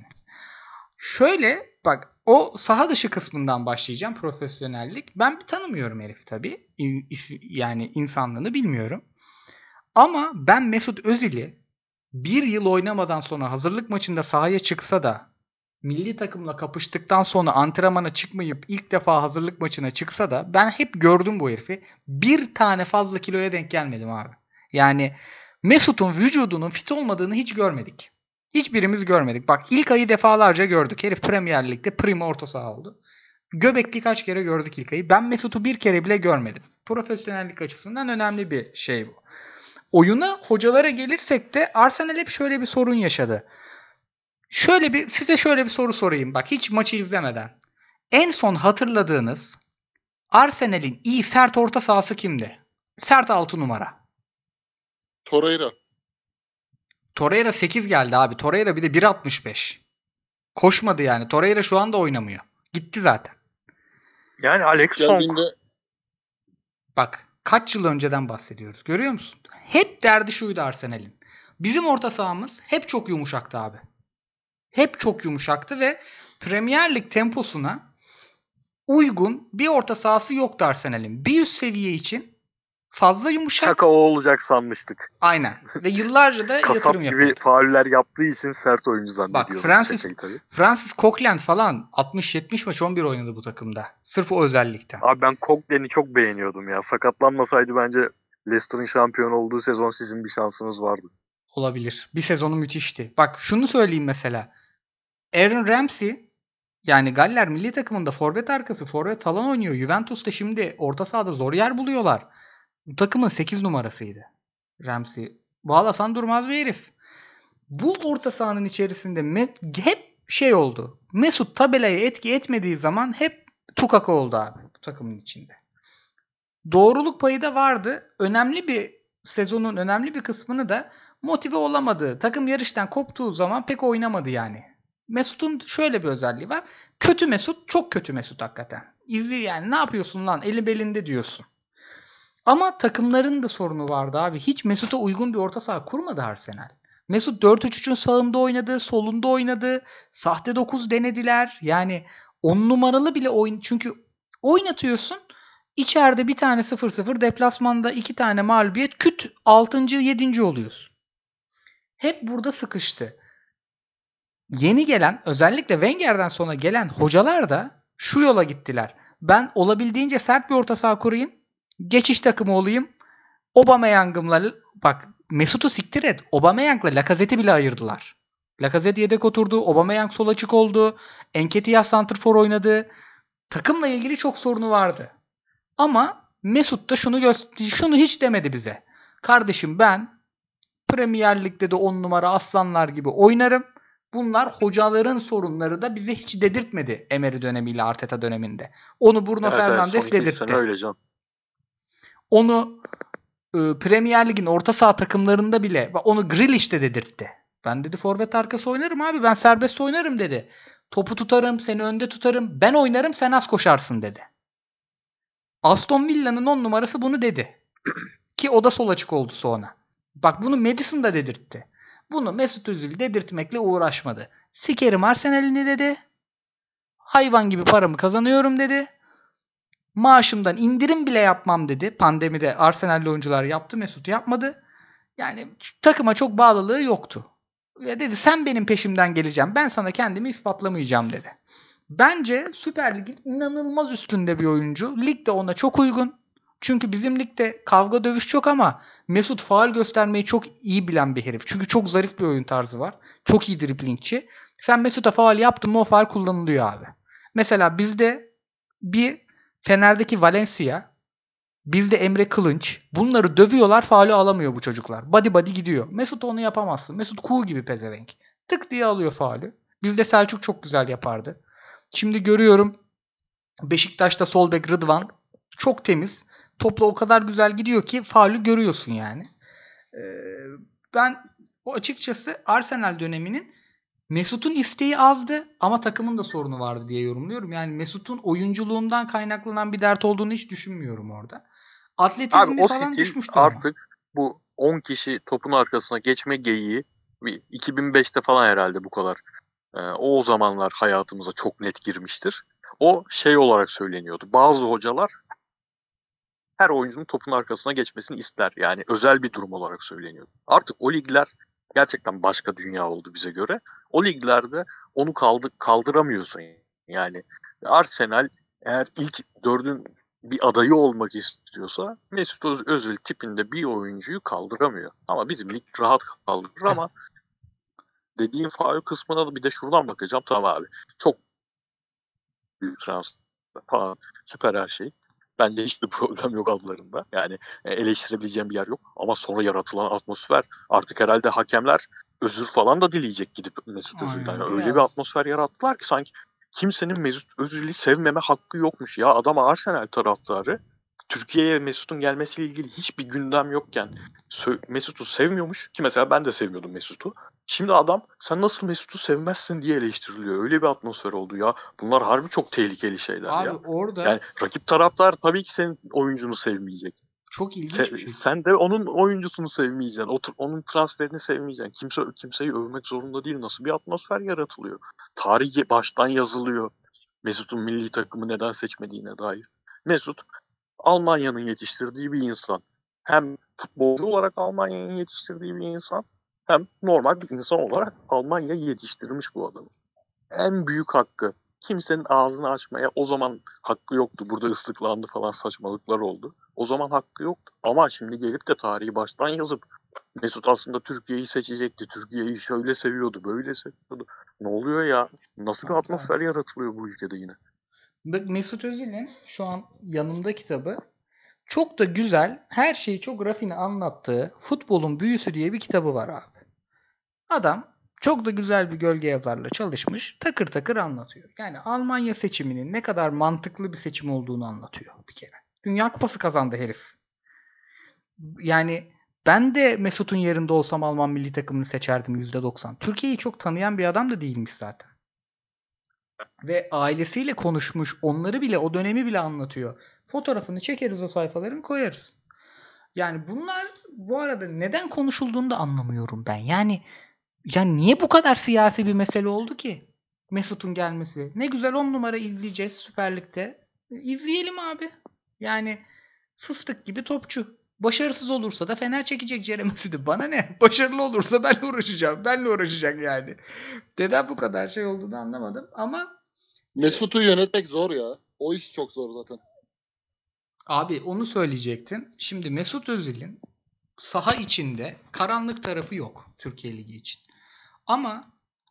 Şöyle bak o saha dışı kısmından başlayacağım profesyonellik. Ben bir tanımıyorum herif tabii. İn- is- yani insanlığını bilmiyorum. Ama ben Mesut Özil'i bir yıl oynamadan sonra hazırlık maçında sahaya çıksa da milli takımla kapıştıktan sonra antrenmana çıkmayıp ilk defa hazırlık maçına çıksa da ben hep gördüm bu herifi. Bir tane fazla kiloya denk gelmedim abi. Yani Mesut'un vücudunun fit olmadığını hiç görmedik. Hiçbirimiz görmedik. Bak ilk ayı defalarca gördük. Herif Premier Lig'de primo orta saha oldu. Göbekli kaç kere gördük ilk ayı. Ben Mesut'u bir kere bile görmedim. Profesyonellik açısından önemli bir şey bu. Oyuna hocalara gelirsek de Arsenal hep şöyle bir sorun yaşadı. Şöyle bir size şöyle bir soru sorayım. Bak hiç maçı izlemeden. En son hatırladığınız Arsenal'in iyi sert orta sahası kimdi? Sert altı numara.
Torreira.
Torreira sekiz geldi abi. Torreira bir de bir altmış beş. Koşmadı yani. Torreira şu anda oynamıyor. Gitti zaten.
Yani Alex Song.
Geldiğinde
Bak kaç yıl önceden bahsediyoruz. Görüyor musun? Hep derdi şuydu Arsenal'in. Bizim orta sahamız hep çok yumuşaktı abi. Hep çok yumuşaktı ve Premier Lig temposuna uygun bir orta sahası yoktu Arsenal'in. Bir üst seviye için fazla yumuşak.
Şaka o olacak sanmıştık.
Aynen. Ve yıllarca da
Kasap
yatırım
gibi
yapıldı.
fauller yaptığı için sert oyuncu zannediyordum.
Bak Francis,
Şakayı tabii.
Francis Coquelin falan altmış yetmiş maç on bir oynadı bu takımda. Sırf o özellikten.
Abi ben Coquelin'i çok beğeniyordum ya. Sakatlanmasaydı bence Leicester'ın şampiyon olduğu sezon sizin bir şansınız vardı.
Olabilir. Bir sezonu müthişti. Bak şunu söyleyeyim mesela. Aaron Ramsey yani Galler milli takımında forvet arkası forvet falan oynuyor. Juventus'ta şimdi orta sahada zor yer buluyorlar. Bu takımın sekiz numarasıydı Ramsey. Bağlasan durmaz bir herif. Bu orta sahanın içerisinde me- hep şey oldu. Mesut tabelaya etki etmediği zaman hep tukaka oldu abi bu takımın içinde. Doğruluk payı da vardı. Önemli bir sezonun önemli bir kısmını da motive olamadı. Takım yarıştan koptuğu zaman pek oynamadı yani. Mesut'un şöyle bir özelliği var. Kötü Mesut, çok kötü Mesut hakikaten. İzli yani ne yapıyorsun lan? Eli belinde diyorsun. Ama takımların da sorunu vardı abi. Hiç Mesut'a uygun bir orta saha kurmadı Arsenal. Mesut dört üç üçün sağında oynadı, solunda oynadı. Sahte dokuz denediler. Yani on numaralı bile oyun çünkü oynatıyorsun. İçeride bir tane sıfır sıfır, deplasmanda iki tane mağlubiyet, küt altıncı yedinci oluyorsun. Hep burada sıkıştı. Yeni gelen, özellikle Wenger'den sonra gelen hocalar da şu yola gittiler. Ben olabildiğince sert bir orta saha kurayım. Geçiş takımı olayım. Aubameyang'ımla bak Mesut'u siktir et. Aubameyang'la Lacazette'i bile ayırdılar. Lacazette yedek oturdu. Aubameyang sol açık oldu. Nketiah santrfor oynadı. Takımla ilgili çok sorunu vardı. Ama Mesut da şunu gö- şunu hiç demedi bize. Kardeşim ben Premier Lig'de de on numara aslanlar gibi oynarım. Bunlar hocaların sorunları da bize hiç dedirtmedi Emery dönemiyle Arteta döneminde. Onu Bruno
Evet, evet,
Fernandes
son iki
dedirtti.
sene öyle can.
Onu e, Premier Lig'in orta saha takımlarında bile onu Grealish de dedirtti. Ben dedi forvet arkası oynarım abi. Ben serbest oynarım dedi. Topu tutarım, seni önde tutarım. Ben oynarım, sen az koşarsın dedi. Aston Villa'nın on numarası bunu dedi. Ki o da sol açık oldu sonra. Bak bunu Madison da dedirtti. Bunu Mesut Özil dedirtmekle uğraşmadı. Sikerim Arsenal'ini dedi. Hayvan gibi paramı kazanıyorum dedi. Maaşımdan indirim bile yapmam dedi. Pandemide Arsenal'li oyuncular yaptı. Mesut yapmadı. Yani takıma çok bağlılığı yoktu. Ve dedi sen benim peşimden geleceğim. Ben sana kendimi ispatlamayacağım dedi. Bence Süper Lig'in inanılmaz üstünde bir oyuncu. Lig de ona çok uygun. Çünkü bizim ligde kavga dövüş çok ama Mesut faul göstermeyi çok iyi bilen bir herif. Çünkü çok zarif bir oyun tarzı var. Çok iyi driblingçi. Sen Mesut'a faul yaptın mı o faul kullanılıyor abi. Mesela bizde bir Fener'deki Valencia, bizde Emre Kılınç. Bunları dövüyorlar, faulü alamıyor bu çocuklar. Body body gidiyor. Mesut onu yapamazsın. Mesut kuğu gibi pezevenk. Tık diye alıyor faulü. Bizde Selçuk çok güzel yapardı. Şimdi görüyorum Beşiktaş'ta sol bek Rıdvan çok temiz. Topla o kadar güzel gidiyor ki faulü görüyorsun yani. Ee, ben o açıkçası Arsenal döneminin Mesut'un isteği azdı ama takımın da sorunu vardı diye yorumluyorum. Yani Mesut'un oyunculuğundan kaynaklanan bir dert olduğunu hiç düşünmüyorum orada. Atletizmi
Abi o
falan
stil
düşmüştür ama.
artık bu on kişi topun arkasına geçme geyiği bir iki bin beşte falan herhalde bu kadar. Ee, o zamanlar hayatımıza çok net girmiştir. O şey olarak söyleniyordu. Bazı hocalar her oyuncunun topun arkasına geçmesini ister. Yani özel bir durum olarak söyleniyor. Artık o ligler gerçekten başka dünya oldu bize göre. O liglerde onu kaldı, kaldıramıyorsun. Yani Arsenal eğer ilk dördün bir adayı olmak istiyorsa Mesut Öz- Özil tipinde bir oyuncuyu kaldıramıyor. Ama bizim lig rahat kaldırır ama dediğim faul kısmına da bir de şuradan bakacağım. Tamam abi. Çok büyük transfer falan. Süper her şey. Bence hiçbir problem yok adlarında. Yani eleştirebileceğim bir yer yok. Ama sonra yaratılan atmosfer artık herhalde hakemler özür falan da dileyecek gidip Mesut Özil'den.
Aynen,
Yani öyle
biraz.
bir atmosfer yarattılar ki sanki kimsenin Mesut Özil'i sevmeme hakkı yokmuş. Ya adam Arsenal taraftarı. Türkiye'ye Mesut'un gelmesiyle ilgili hiçbir gündem yokken Mesut'u sevmiyormuş. Ki mesela ben de sevmiyordum Mesut'u. Şimdi adam sen nasıl Mesut'u sevmezsin diye eleştiriliyor. Öyle bir atmosfer oldu ya. Bunlar harbi çok tehlikeli şeyler
Abi
ya.
orada
Yani rakip taraftar tabii ki senin oyuncunu sevmeyecek.
Çok ilginç
Sen,
bir şey.
sen de onun oyuncusunu sevmeyeceksin. O, onun transferini sevmeyeceksin. Kimse kimseyi övmek zorunda değil. Nasıl bir atmosfer yaratılıyor. Tarih baştan yazılıyor. Mesut'un milli takımı neden seçmediğine dair. Mesut Almanya'nın yetiştirdiği bir insan. Hem futbolcu olarak Almanya'nın yetiştirdiği bir insan, hem normal bir insan olarak Almanya yetiştirmiş bu adamı. En büyük hakkı. Kimsenin ağzını açmaya o zaman hakkı yoktu. Burada ıslıklandı falan, saçmalıklar oldu. O zaman hakkı yoktu. Ama şimdi gelip de tarihi baştan yazıp Mesut aslında Türkiye'yi seçecekti. Türkiye'yi şöyle seviyordu, böyle seviyordu. Ne oluyor ya? Nasıl bir atmosfer yaratılıyor bu ülkede yine?
Bak, Mesut Özil'in şu an yanımda kitabı çok da güzel, her şeyi çok rafine anlattığı Futbolun Büyüsü diye bir kitabı var abi. Adam çok da güzel bir gölge yazarla çalışmış, takır takır anlatıyor. Yani Almanya seçiminin ne kadar mantıklı bir seçim olduğunu anlatıyor bir kere. Dünya Kupası kazandı herif. Yani ben de Mesut'un yerinde olsam Alman milli takımını seçerdim yüzde doksan. Türkiye'yi çok tanıyan bir adam da değilmiş zaten. Ve ailesiyle konuşmuş, onları bile, o dönemi bile anlatıyor. Fotoğrafını çekeriz, o sayfaların koyarız. Yani bunlar bu arada neden konuşulduğunu da anlamıyorum ben. Yani yani niye bu kadar siyasi bir mesele oldu ki Mesut'un gelmesi? Ne güzel on numara izleyeceğiz Süper Lig'de. İzleyelim abi. Yani fıstık gibi topçu. Başarısız olursa da Fener çekecek ceremesini. Bana ne? Başarılı olursa benle uğraşacağım. Benle uğraşacak yani. Neden bu kadar şey olduğunu anlamadım ama
Mesut'u yönetmek zor ya. O iş çok zor zaten.
abi onu söyleyecektim. Şimdi Mesut Özil'in saha içinde karanlık tarafı yok Türkiye Ligi için. Ama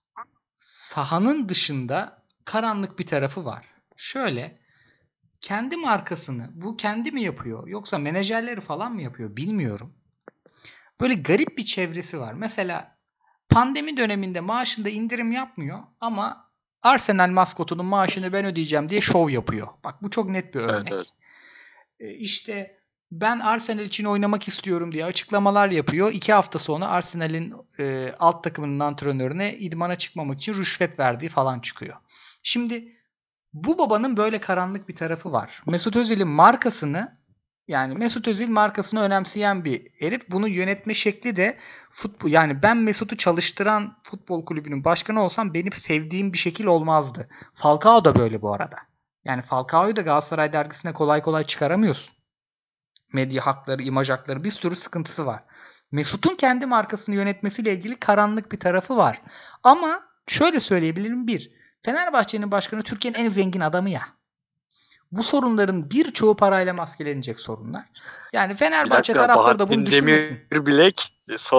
sahanın dışında karanlık bir tarafı var. Şöyle, kendi markasını bu kendi mi yapıyor yoksa menajerleri falan mı yapıyor bilmiyorum. Böyle garip bir çevresi var. Mesela pandemi döneminde maaşında indirim yapmıyor ama Arsenal maskotunun maaşını ben ödeyeceğim diye şov yapıyor. Bak, bu çok net bir örnek.
Evet,
E, İşte ben Arsenal için oynamak istiyorum diye açıklamalar yapıyor. İki hafta sonra Arsenal'in e, alt takımının antrenörüne idmana çıkmamak için rüşvet verdiği falan çıkıyor. Şimdi bu babanın böyle karanlık bir tarafı var. Mesut Özil'in markasını, yani Mesut Özil markasını önemseyen bir herif. Bunu yönetme şekli de futbol. Yani ben Mesut'u çalıştıran futbol kulübünün başkanı olsam benim sevdiğim bir şekil olmazdı. Falcao da böyle bu arada. Yani Falcao'yu da Galatasaray dergisine kolay kolay çıkaramıyorsun. Medya hakları, imaj hakları, bir sürü sıkıntısı var. Mesut'un kendi markasını yönetmesiyle ilgili karanlık bir tarafı var. Ama şöyle söyleyebilirim: bir, Fenerbahçe'nin başkanı Türkiye'nin en zengin adamı ya. Bu sorunların birçoğu parayla maskelenecek sorunlar. Yani
bir
Fenerbahçe
dakika,
taraftarı da bunu
Bahattin
düşünmesin.
Demirbilek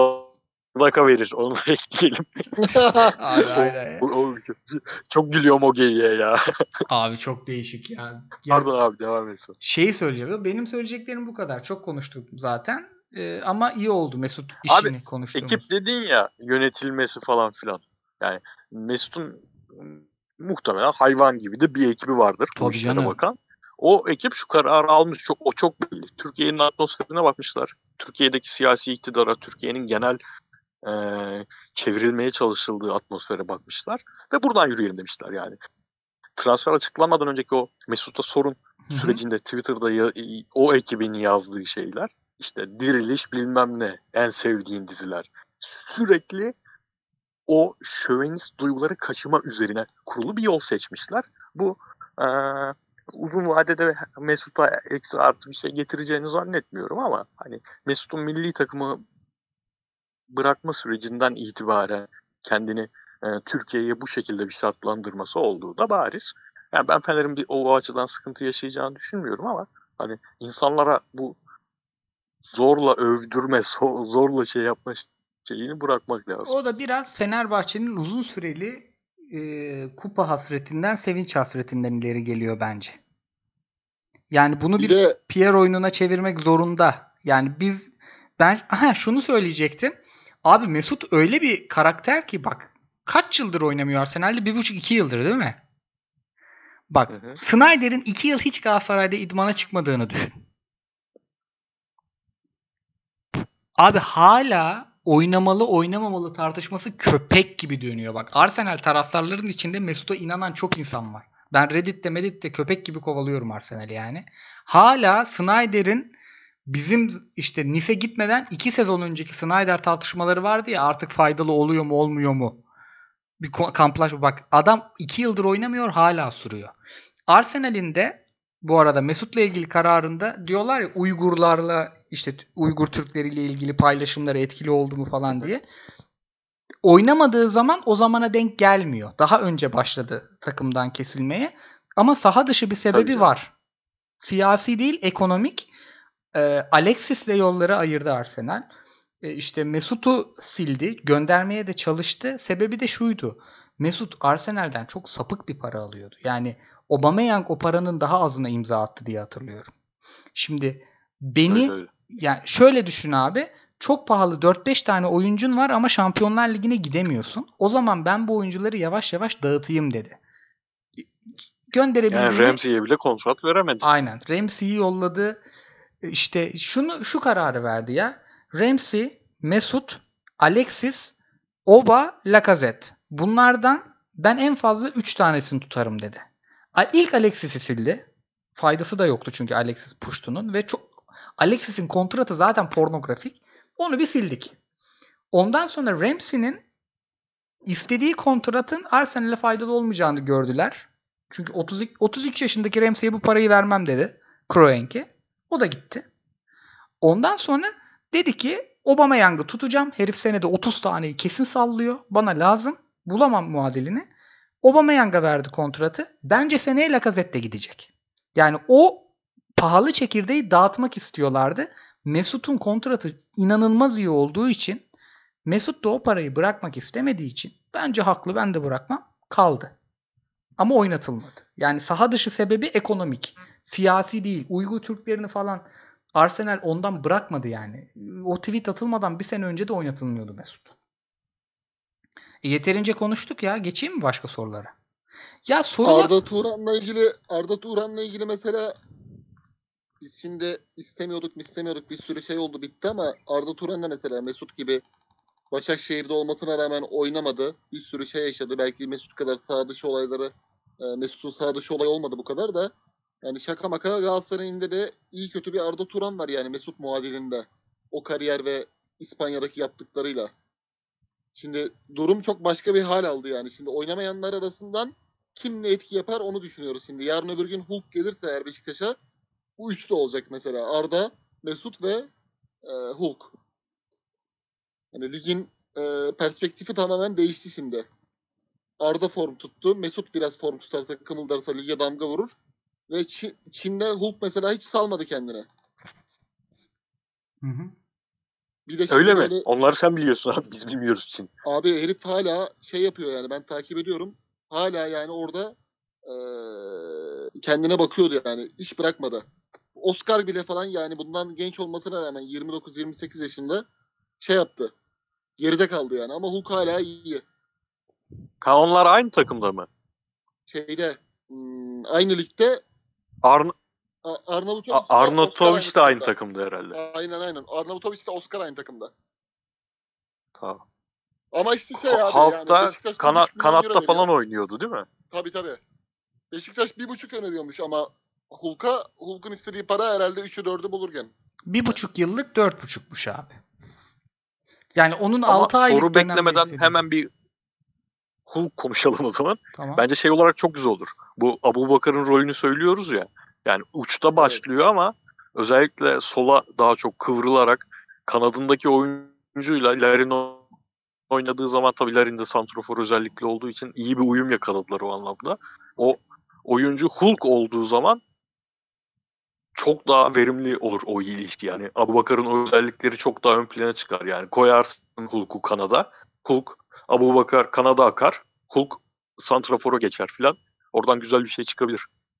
sadaka verir. Onu da ekleyelim.
Abi
O,
aynen.
o- o- çok gülüyorum o geyiğe ya.
Abi çok değişik ya. Ya
Pardon abi, devam et sen.
şeyi söyleyeceğim. Benim söyleyeceklerim bu kadar. Çok konuştuk zaten. Ee, ama iyi oldu Mesut
Abi,
işini konuştuğumuz.
ekip dedin ya, yönetilmesi falan filan. Yani Mesut'un muhtemelen hayvan gibi de bir ekibi vardır bu
Tabii
işlere
canım.
bakan. O ekip şu kararı almış. Çok, o çok belli. Türkiye'nin atmosferine bakmışlar. Türkiye'deki siyasi iktidara, Türkiye'nin genel e, çevrilmeye çalışıldığı atmosfere bakmışlar. Ve buradan yürüyelim demişler yani. Transfer açıklanmadan önceki o Mesut'a sorun
Hı hı.
sürecinde Twitter'da ya, o ekibin yazdığı şeyler, işte Diriliş bilmem ne, en sevdiğin diziler, sürekli o şövenist duyguları kaşıma üzerine kurulu bir yol seçmişler. Bu e, uzun vadede Mesut'a eksi artı bir şey getireceğini zannetmiyorum ama hani Mesut'un milli takımı bırakma sürecinden itibaren kendini e, Türkiye'ye bu şekilde bir şartlandırması olduğu da bariz. Yani ben Fener'in bir o açıdan sıkıntı yaşayacağını düşünmüyorum ama hani insanlara bu zorla övdürme, so- zorla şey yapma şeyini bırakmak lazım.
O da biraz Fenerbahçe'nin uzun süreli e, kupa hasretinden, sevinç hasretinden ileri geliyor bence. Yani bunu
Bir
bir
de
P R oyununa çevirmek zorunda. Yani biz ben aha şunu söyleyecektim. Abi Mesut öyle bir karakter ki bak, kaç yıldır oynamıyor Arsenal'de? Bir buçuk iki yıldır değil mi? Bak,
Hı hı.
Snyder'in iki yıl hiç Galatasaray'da idmana çıkmadığını düşün. Abi hala oynamalı oynamamalı tartışması köpek gibi dönüyor bak. Arsenal taraftarlarının içinde Mesut'a inanan çok insan var. Ben Reddit'te Medit'te köpek gibi kovalıyorum Arsenal'i yani. Hala Snyder'in Bizim işte Nice gitmeden iki sezon önceki Snyder tartışmaları vardı ya, artık faydalı oluyor mu olmuyor mu? Bir ko- kamplaşma. Bak adam iki yıldır oynamıyor, hala sürüyor. Arsenal'in de bu arada Mesut'la ilgili kararında diyorlar ya, Uygurlarla işte t- Uygur Türkleriyle ilgili paylaşımları etkili oldu mu falan diye. Oynamadığı zaman o zamana denk gelmiyor. Daha önce başladı takımdan kesilmeye. Ama saha dışı bir
Tabii
sebebi
canım.
var. Siyasi değil, ekonomik. Ee, Alexis'le yolları ayırdı Arsenal. Ee, işte Mesut'u sildi. Göndermeye de çalıştı. Sebebi de şuydu. Mesut Arsenal'den çok sapık bir para alıyordu. Yani Aubameyang o paranın daha azına imza attı diye hatırlıyorum. Şimdi beni
Öyle öyle.
yani şöyle düşün abi. Çok pahalı dört beş tane oyuncun var ama Şampiyonlar Ligi'ne gidemiyorsun. O zaman ben bu oyuncuları yavaş yavaş dağıtayım dedi.
Yani
Gönderebildiğini
Ramsey'e bile kontrat veremedi.
aynen. Ramsey'i yolladı. İşte şunu şu kararı verdi ya. Ramsey, Mesut, Alexis, Oba, Lacazette. Bunlardan ben en fazla üç tanesini tutarım dedi. A- İlk Alexis'i sildi. Faydası da yoktu çünkü Alexis Puştu'nun ve çok Alexis'in kontratı zaten pornografik. Onu bir sildik. Ondan sonra Ramsey'nin istediği kontratın Arsenal'e faydalı olmayacağını gördüler. Çünkü otuz iki, otuz üç yaşındaki Ramsey'e bu parayı vermem dedi Kroenke. O da gitti. Ondan sonra dedi ki Aubameyang'ı tutacağım. Herif senede otuz taneyi kesin sallıyor. Bana lazım. Bulamam muadilini. Aubameyang'a verdi kontratı. Bence seneye Lacazette de gidecek. Yani o pahalı çekirdeği dağıtmak istiyorlardı. Mesut'un kontratı inanılmaz iyi olduğu için, Mesut da o parayı bırakmak istemediği için, bence haklı, ben de bırakmam, kaldı. Ama oynatılmadı. Yani saha dışı sebebi ekonomik. Siyasi değil. Uygur Türklerini falan Arsenal ondan bırakmadı yani. O tweet atılmadan bir sene önce de oynatılmıyordu Mesut. E yeterince konuştuk ya. Geçeyim mi başka sorulara? Ya sorular...
Arda Turan'la ilgili Arda Turan'la ilgili mesela biz şimdi istemiyorduk mu istemiyorduk bir sürü şey oldu bitti ama Arda Turan da mesela Mesut gibi Başakşehir'de olmasına rağmen oynamadı. Bir sürü şey yaşadı. Belki Mesut kadar sağ dışı olayları e, Mesut'un sağ dışı olay olmadı bu kadar da. Yani şaka maka Galatasaray'ın de iyi kötü bir Arda Turan var yani Mesut muadilinde. O kariyer ve İspanya'daki yaptıklarıyla. Şimdi durum çok başka bir hal aldı yani. Şimdi oynamayanlar arasından kim ne etki yapar onu düşünüyoruz şimdi. Yarın öbür gün Hulk gelirse eğer Beşiktaş'a bu üçlü olacak mesela. Arda, Mesut ve e, Hulk. Yani ligin e, perspektifi tamamen değişti şimdi. Arda form tuttu. Mesut biraz form tutarsa, kımıldarsa lige damga vurur. Ve Çin, Çin'de Hulk mesela hiç salmadı kendine.
Hı hı.
Bir de şimdi
Öyle mi?
böyle
Onları sen biliyorsun abi. Biz bilmiyoruz için.
abi herif hala şey yapıyor yani ben takip ediyorum. Hala yani orada e, kendine bakıyordu yani. Hiç bırakmadı. Oscar bile falan yani bundan genç olmasına rağmen yirmi dokuz yirmi sekiz yaşında şey yaptı. Geride kaldı yani ama Hulk hala iyi.
Ha, onlar aynı takımda mı?
Şeyde hmm, aynı ligde
Arn
A- Arnavutovic
A-
de Oscar aynı
Arnautovic de aynı
takımda.
takımda herhalde.
Aynen aynen. Arnavutovic de Oscar aynı takımda.
Tamam.
Ama işte şey
Ha-
abi yani
Halk'ta
Beşiktaş bir
kana-
buçuk milyon
kanatta
euro veriyor.
falan oynuyordu değil mi?
Tabii tabii. Beşiktaş bir buçuk öneriyormuş ama Hulk'a Hulk'un istediği para herhalde üçü dördü bulur gene.
Bir buçuk yıllık dört buçukmuş abi. Yani onun
Ama
altı aylık
soru
dönemde
beklemeden
istediği.
hemen bir Hulk konuşalım o zaman.
Tamam.
Bence şey olarak çok güzel olur. Bu Abubakar'ın rolünü söylüyoruz ya. Yani uçta başlıyor ama özellikle sola daha çok kıvrılarak kanadındaki oyuncuyla Larin oynadığı zaman tabii Larin de santrofor özellikle olduğu için iyi bir uyum yakaladılar o anlamda. O oyuncu Hulk olduğu zaman çok daha verimli olur o ilişki yani. Abubakar'ın o özellikleri çok daha ön plana çıkar yani. Koyarsın Hulk'u kanada. Hulk, Abubakar kanada akar. Hulk santrafora geçer filan. Oradan güzel bir şey çıkabilir.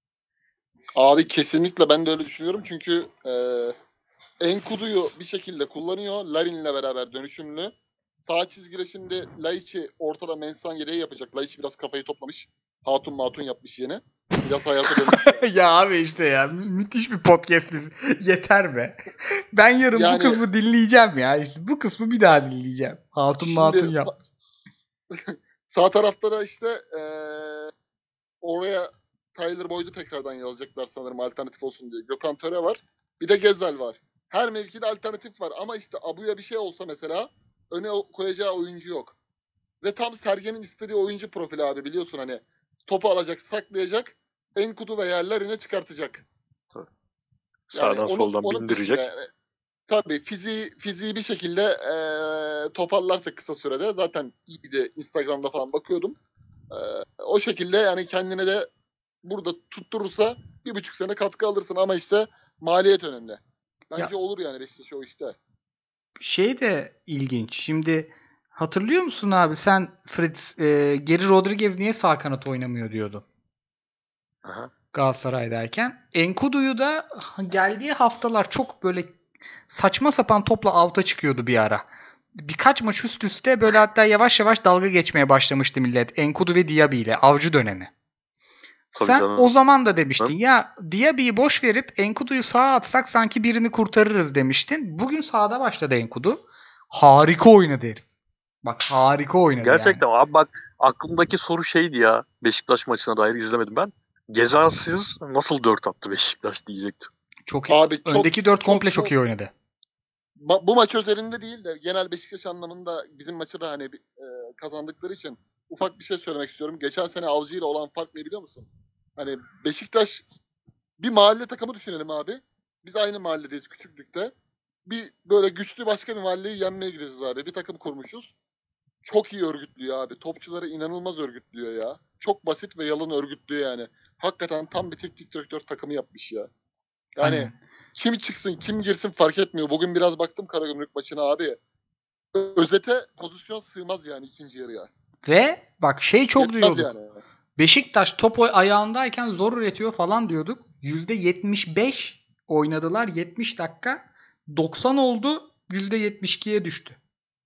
Abi kesinlikle ben de öyle düşünüyorum çünkü e, Enkudu'yu bir şekilde kullanıyor. Larin'le beraber dönüşümlü. Sağ çizgide şimdi Laiç'i ortada Mensah yedeği yapacak. Laiç biraz kafayı toplamış. Hatun matun yapmış yine. Biraz hayata dönmüş.
Ya abi işte ya mü- müthiş bir podcast biz. Yeter be. Ben yarın
Yani-
bu kısmı dinleyeceğim ya. İşte bu kısmı bir daha dinleyeceğim. Hatun
Şimdi
matun
sa-
yap.
Sağ tarafta da işte eee, oraya Tyler Boyd'u tekrardan yazacaklar sanırım alternatif olsun diye. Gökhan Töre var. Bir de Gezel var. Her mevkide alternatif var ama işte Abu'ya bir şey olsa mesela öne o- koyacağı oyuncu yok. Ve tam Sergen'in istediği oyuncu profili abi, biliyorsun hani. Topu alacak, saklayacak, Enkudu ve yerlerine çıkartacak. Yani
Sağdan
onun
soldan
onun peşinde.
bindirecek.
Yani. Tabii fiziği, fiziği bir şekilde eee toparlarsa kısa sürede, zaten iyiydi, Instagram'da falan bakıyordum. Eee, o şekilde yani kendine de burada tutturursa bir buçuk sene katkı alırsın ama işte maliyet önemli. Bence
Ya
olur yani Beşiktaş o işte.
şey de ilginç. Şimdi hatırlıyor musun abi sen Fritz e, Geri Rodriguez niye sağ kanat oynamıyor diyordun
Aha.
Galatasaray'dayken. Enkudu'yu da geldiği haftalar çok böyle saçma sapan topla avta çıkıyordu bir ara. Birkaç maç üst üste böyle hatta yavaş yavaş dalga geçmeye başlamıştı millet. Enkudu ve Diaby ile avcı dönemi.
Tabii
Sen
canım.
o zaman da demiştin ya Diaby'yi boş verip Enkudu'yu sağa atsak sanki birini kurtarırız demiştin. Bugün sağda başladı Enkudu. Harika oynadı herif. Bak harika oynadı
Gerçekten
yani.
abi bak, aklımdaki soru şeydi ya. Beşiktaş maçına dair izlemedim ben. Gezalsiz nasıl dört attı Beşiktaş diyecektim.
Çok
Abi çok
öndeki dört komple
çok
çok
bu
iyi oynadı.
ma- bu maç özelinde değil de genel Beşiktaş anlamında bizim maçı da hani bir, e, kazandıkları için ufak bir şey söylemek istiyorum. Geçen sene Avcı ile olan fark ne biliyor musun? Hani Beşiktaş bir mahalle takımı düşünelim abi. Biz aynı mahalledeyiz küçüklükte. Bir böyle güçlü başka bir mahalleyi yenmeye gideceğiz abi. Bir takım kurmuşuz. Çok iyi örgütlüyor abi. Topçuları inanılmaz örgütlüyor ya. Çok basit ve yalın örgütlüyor yani. Hakikaten tam bir teknik direktör takımı yapmış ya. Yani
Aynen.
kim çıksın kim girsin fark etmiyor. Bugün biraz baktım Karagümrük maçına abi. Özete pozisyon sığmaz yani ikinci yarıya.
Ve bak şey çok
Yetmez
diyorduk.
yani.
Beşiktaş top oy- ayağındayken zor üretiyor falan diyorduk. yüzde yetmiş beş oynadılar yetmiş dakika. doksan oldu yüzde yetmiş ikiye düştü.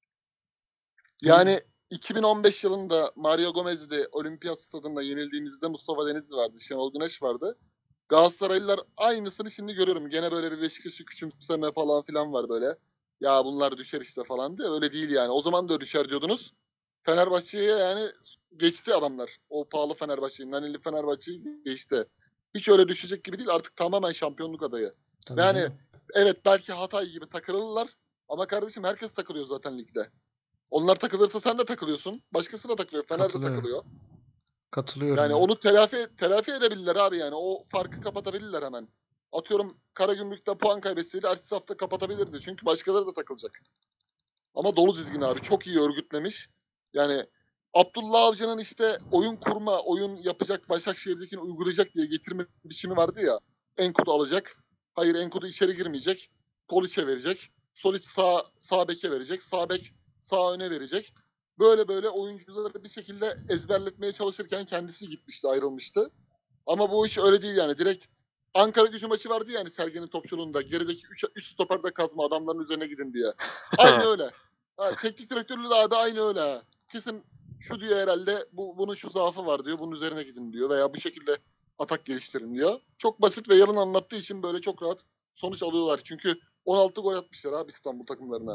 Yani iki bin on beş yılında Mario Gomez'de Olimpiyat Stadında yenildiğimizde Mustafa Denizli vardı, Şenol Güneş vardı. Galatasaraylılar aynısını şimdi görüyorum. Gene böyle bir Beşiktaş'ı küçümseme falan filan var böyle. Ya bunlar düşer işte falan diye. Öyle değil yani. O zaman da düşer diyordunuz. Fenerbahçe'ye yani geçti adamlar. O pahalı Fenerbahçe'yi, Naneli Fenerbahçe'yi geçti. Hiç öyle düşecek gibi değil. Artık tamamen şampiyonluk adayı.
Tabii
Yani
canım.
evet belki Hatay gibi takılırlar. Ama kardeşim herkes takılıyor zaten ligde. Onlar takılırsa sen de takılıyorsun. Başkası da takılıyor. Fener de
Katılıyorum.
takılıyor.
Katılıyorum
Yani
ya.
onu telafi telafi edebilirler abi yani. O farkı kapatabilirler hemen. Atıyorum Karagümrük'te puan kaybetseydi ertesi hafta kapatabilirdi. Çünkü başkaları da takılacak. Ama dolu dizgin abi. Çok iyi örgütlemiş. Yani Abdullah Avcı'nın işte oyun kurma, oyun yapacak, Başakşehir'dekini uygulayacak diye getirme biçimi vardı ya. Enkudu alacak. Hayır Enkudu içeri girmeyecek. Toliç'e verecek. Soliç sağ, sağ beke verecek. Sağ bek sağ öne verecek. Böyle böyle oyuncuları bir şekilde ezberletmeye çalışırken kendisi gitmişti, ayrılmıştı. Ama bu iş öyle değil yani. Direkt Ankara Gücü maçı vardı yani Sergen'in topçuluğunda. Gerideki üç stoperde kazma, adamların üzerine gidin diye. Aynı öyle. Ha, teknik direktörlüğü de abi aynı öyle. Ha. Kesin şu diyor herhalde bu bunun şu zaafı var diyor. Bunun üzerine gidin diyor veya bu şekilde atak geliştirin diyor. Çok basit ve yalın anlattığı için böyle çok rahat sonuç alıyorlar. Çünkü on altı gol atmışlar abi İstanbul takımlarına.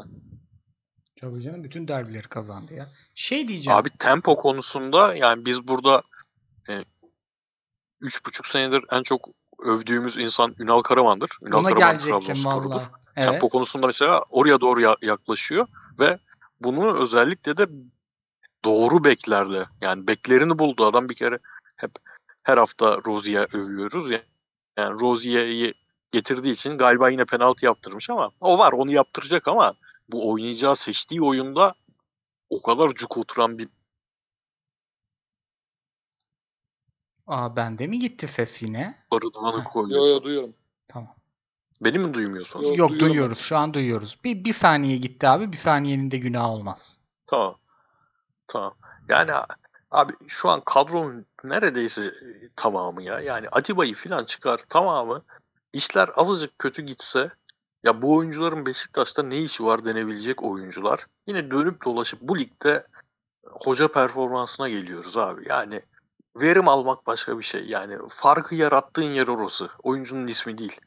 Tabii canım bütün derbileri kazandı ya. Şey diyeceğim.
Abi tempo konusunda yani biz burada e, üç buçuk senedir en çok övdüğümüz insan Ünal Karaman'dır. Ünal
Ona
Karaman
gelecektim
Trabzonsporludur.
valla.
Tempo
Evet.
konusunda mesela oraya doğru ya- yaklaşıyor ve bunu özellikle de doğru beklerle, yani beklerini buldu adam bir kere. Hep her hafta Rozier'i övüyoruz ya. Yani Rozier'i getirdiği için galiba yine penaltı yaptırmış ama o var, onu yaptıracak ama bu oynayacağı seçtiği oyunda o kadar cuk oturan bir
Aa bende mi gitti ses yine?
Rıdvan'ı
Heh,
koydu.
Yo yo duyuyorum.
tamam.
Beni mi duymuyorsunuz?
Yo
Yok
duyuyorum ben.
duyuyoruz. Şu an duyuyoruz. Bir, bir saniye gitti abi. Bir saniyenin de günahı olmaz.
Tamam. Tamam. Yani abi şu an kadronun neredeyse e, tamamı ya. Yani Atiba'yı falan çıkar tamamı. İşler azıcık kötü gitse ya bu oyuncuların Beşiktaş'ta ne işi var denebilecek oyuncular. Yine dönüp dolaşıp bu ligde hoca performansına geliyoruz abi. Yani verim almak başka bir şey. Yani farkı yarattığın yer orası. Oyuncunun ismi değil.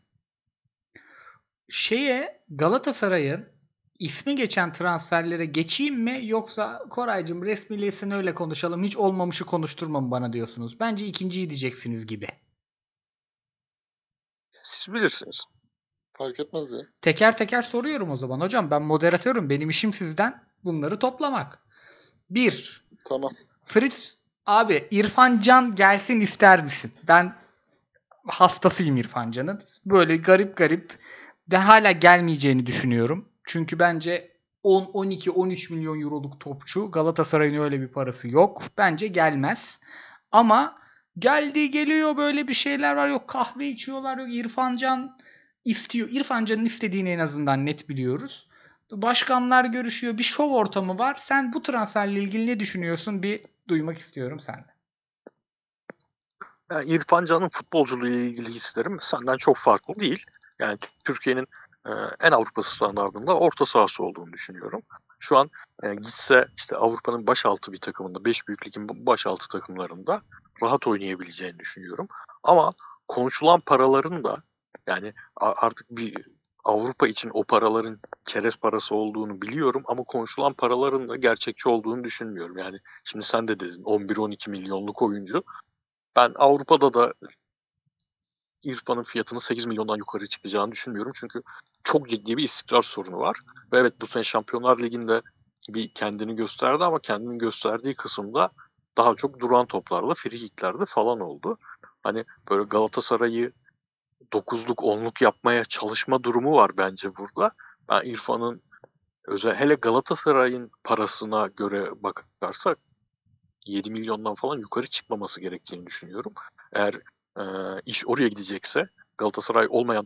Şeye Galatasaray'ın ismi geçen transferlere geçeyim mi yoksa Koraycığım resmileşsin öyle konuşalım hiç olmamışı konuşturma mı bana diyorsunuz? Bence ikinciyi diyeceksiniz gibi.
Siz bilirsiniz.
Fark etmez ya.
Teker teker soruyorum o zaman. Hocam ben moderatörüm. Benim işim sizden bunları toplamak. Bir.
Tamam.
Fritz abi İrfan Can gelsin ister misin? Ben hastasıyım İrfan Can'ın. Böyle garip garip de hala gelmeyeceğini düşünüyorum. Çünkü bence on, on iki, on üç milyon euroluk topçu. Galatasaray'ın öyle bir parası yok. Bence gelmez. Ama geldi geliyor böyle bir şeyler var. Yok kahve içiyorlar. Yok İrfan Can istiyor. İrfan Can'ın istediğini en azından net biliyoruz. Başkanlar görüşüyor. Bir şov ortamı var. Sen bu transferle ilgili ne düşünüyorsun? Bir duymak istiyorum senden.
Yani İrfan Can'ın futbolculuğu ile ilgili hislerim senden çok farklı değil. Yani Türkiye'nin e, en Avrupa standartında orta sahası olduğunu düşünüyorum. Şu an e, gitse işte Avrupa'nın başaltı bir takımında, beş büyük ligin başaltı takımlarında rahat oynayabileceğini düşünüyorum. Ama konuşulan paraların da yani artık bir Avrupa için o paraların çerez parası olduğunu biliyorum ama konuşulan paraların da gerçekçi olduğunu düşünmüyorum. Yani şimdi sen de dedin on bir on iki milyonluk oyuncu. Ben Avrupa'da da İrfan'ın fiyatının sekiz milyondan yukarı çıkacağını düşünmüyorum. Çünkü çok ciddi bir istikrar sorunu var. Ve evet bu sene Şampiyonlar Ligi'nde bir kendini gösterdi ama kendini gösterdiği kısımda daha çok duran toplarla, free falan oldu. Hani böyle Galatasaray'ı dokuzluk, onluk yapmaya çalışma durumu var bence burada. Ben İrfan'ın özel hele Galatasaray'ın parasına göre bakarsak yedi milyondan falan yukarı çıkmaması gerektiğini düşünüyorum. Eğer e, iş oraya gidecekse Galatasaray olmayan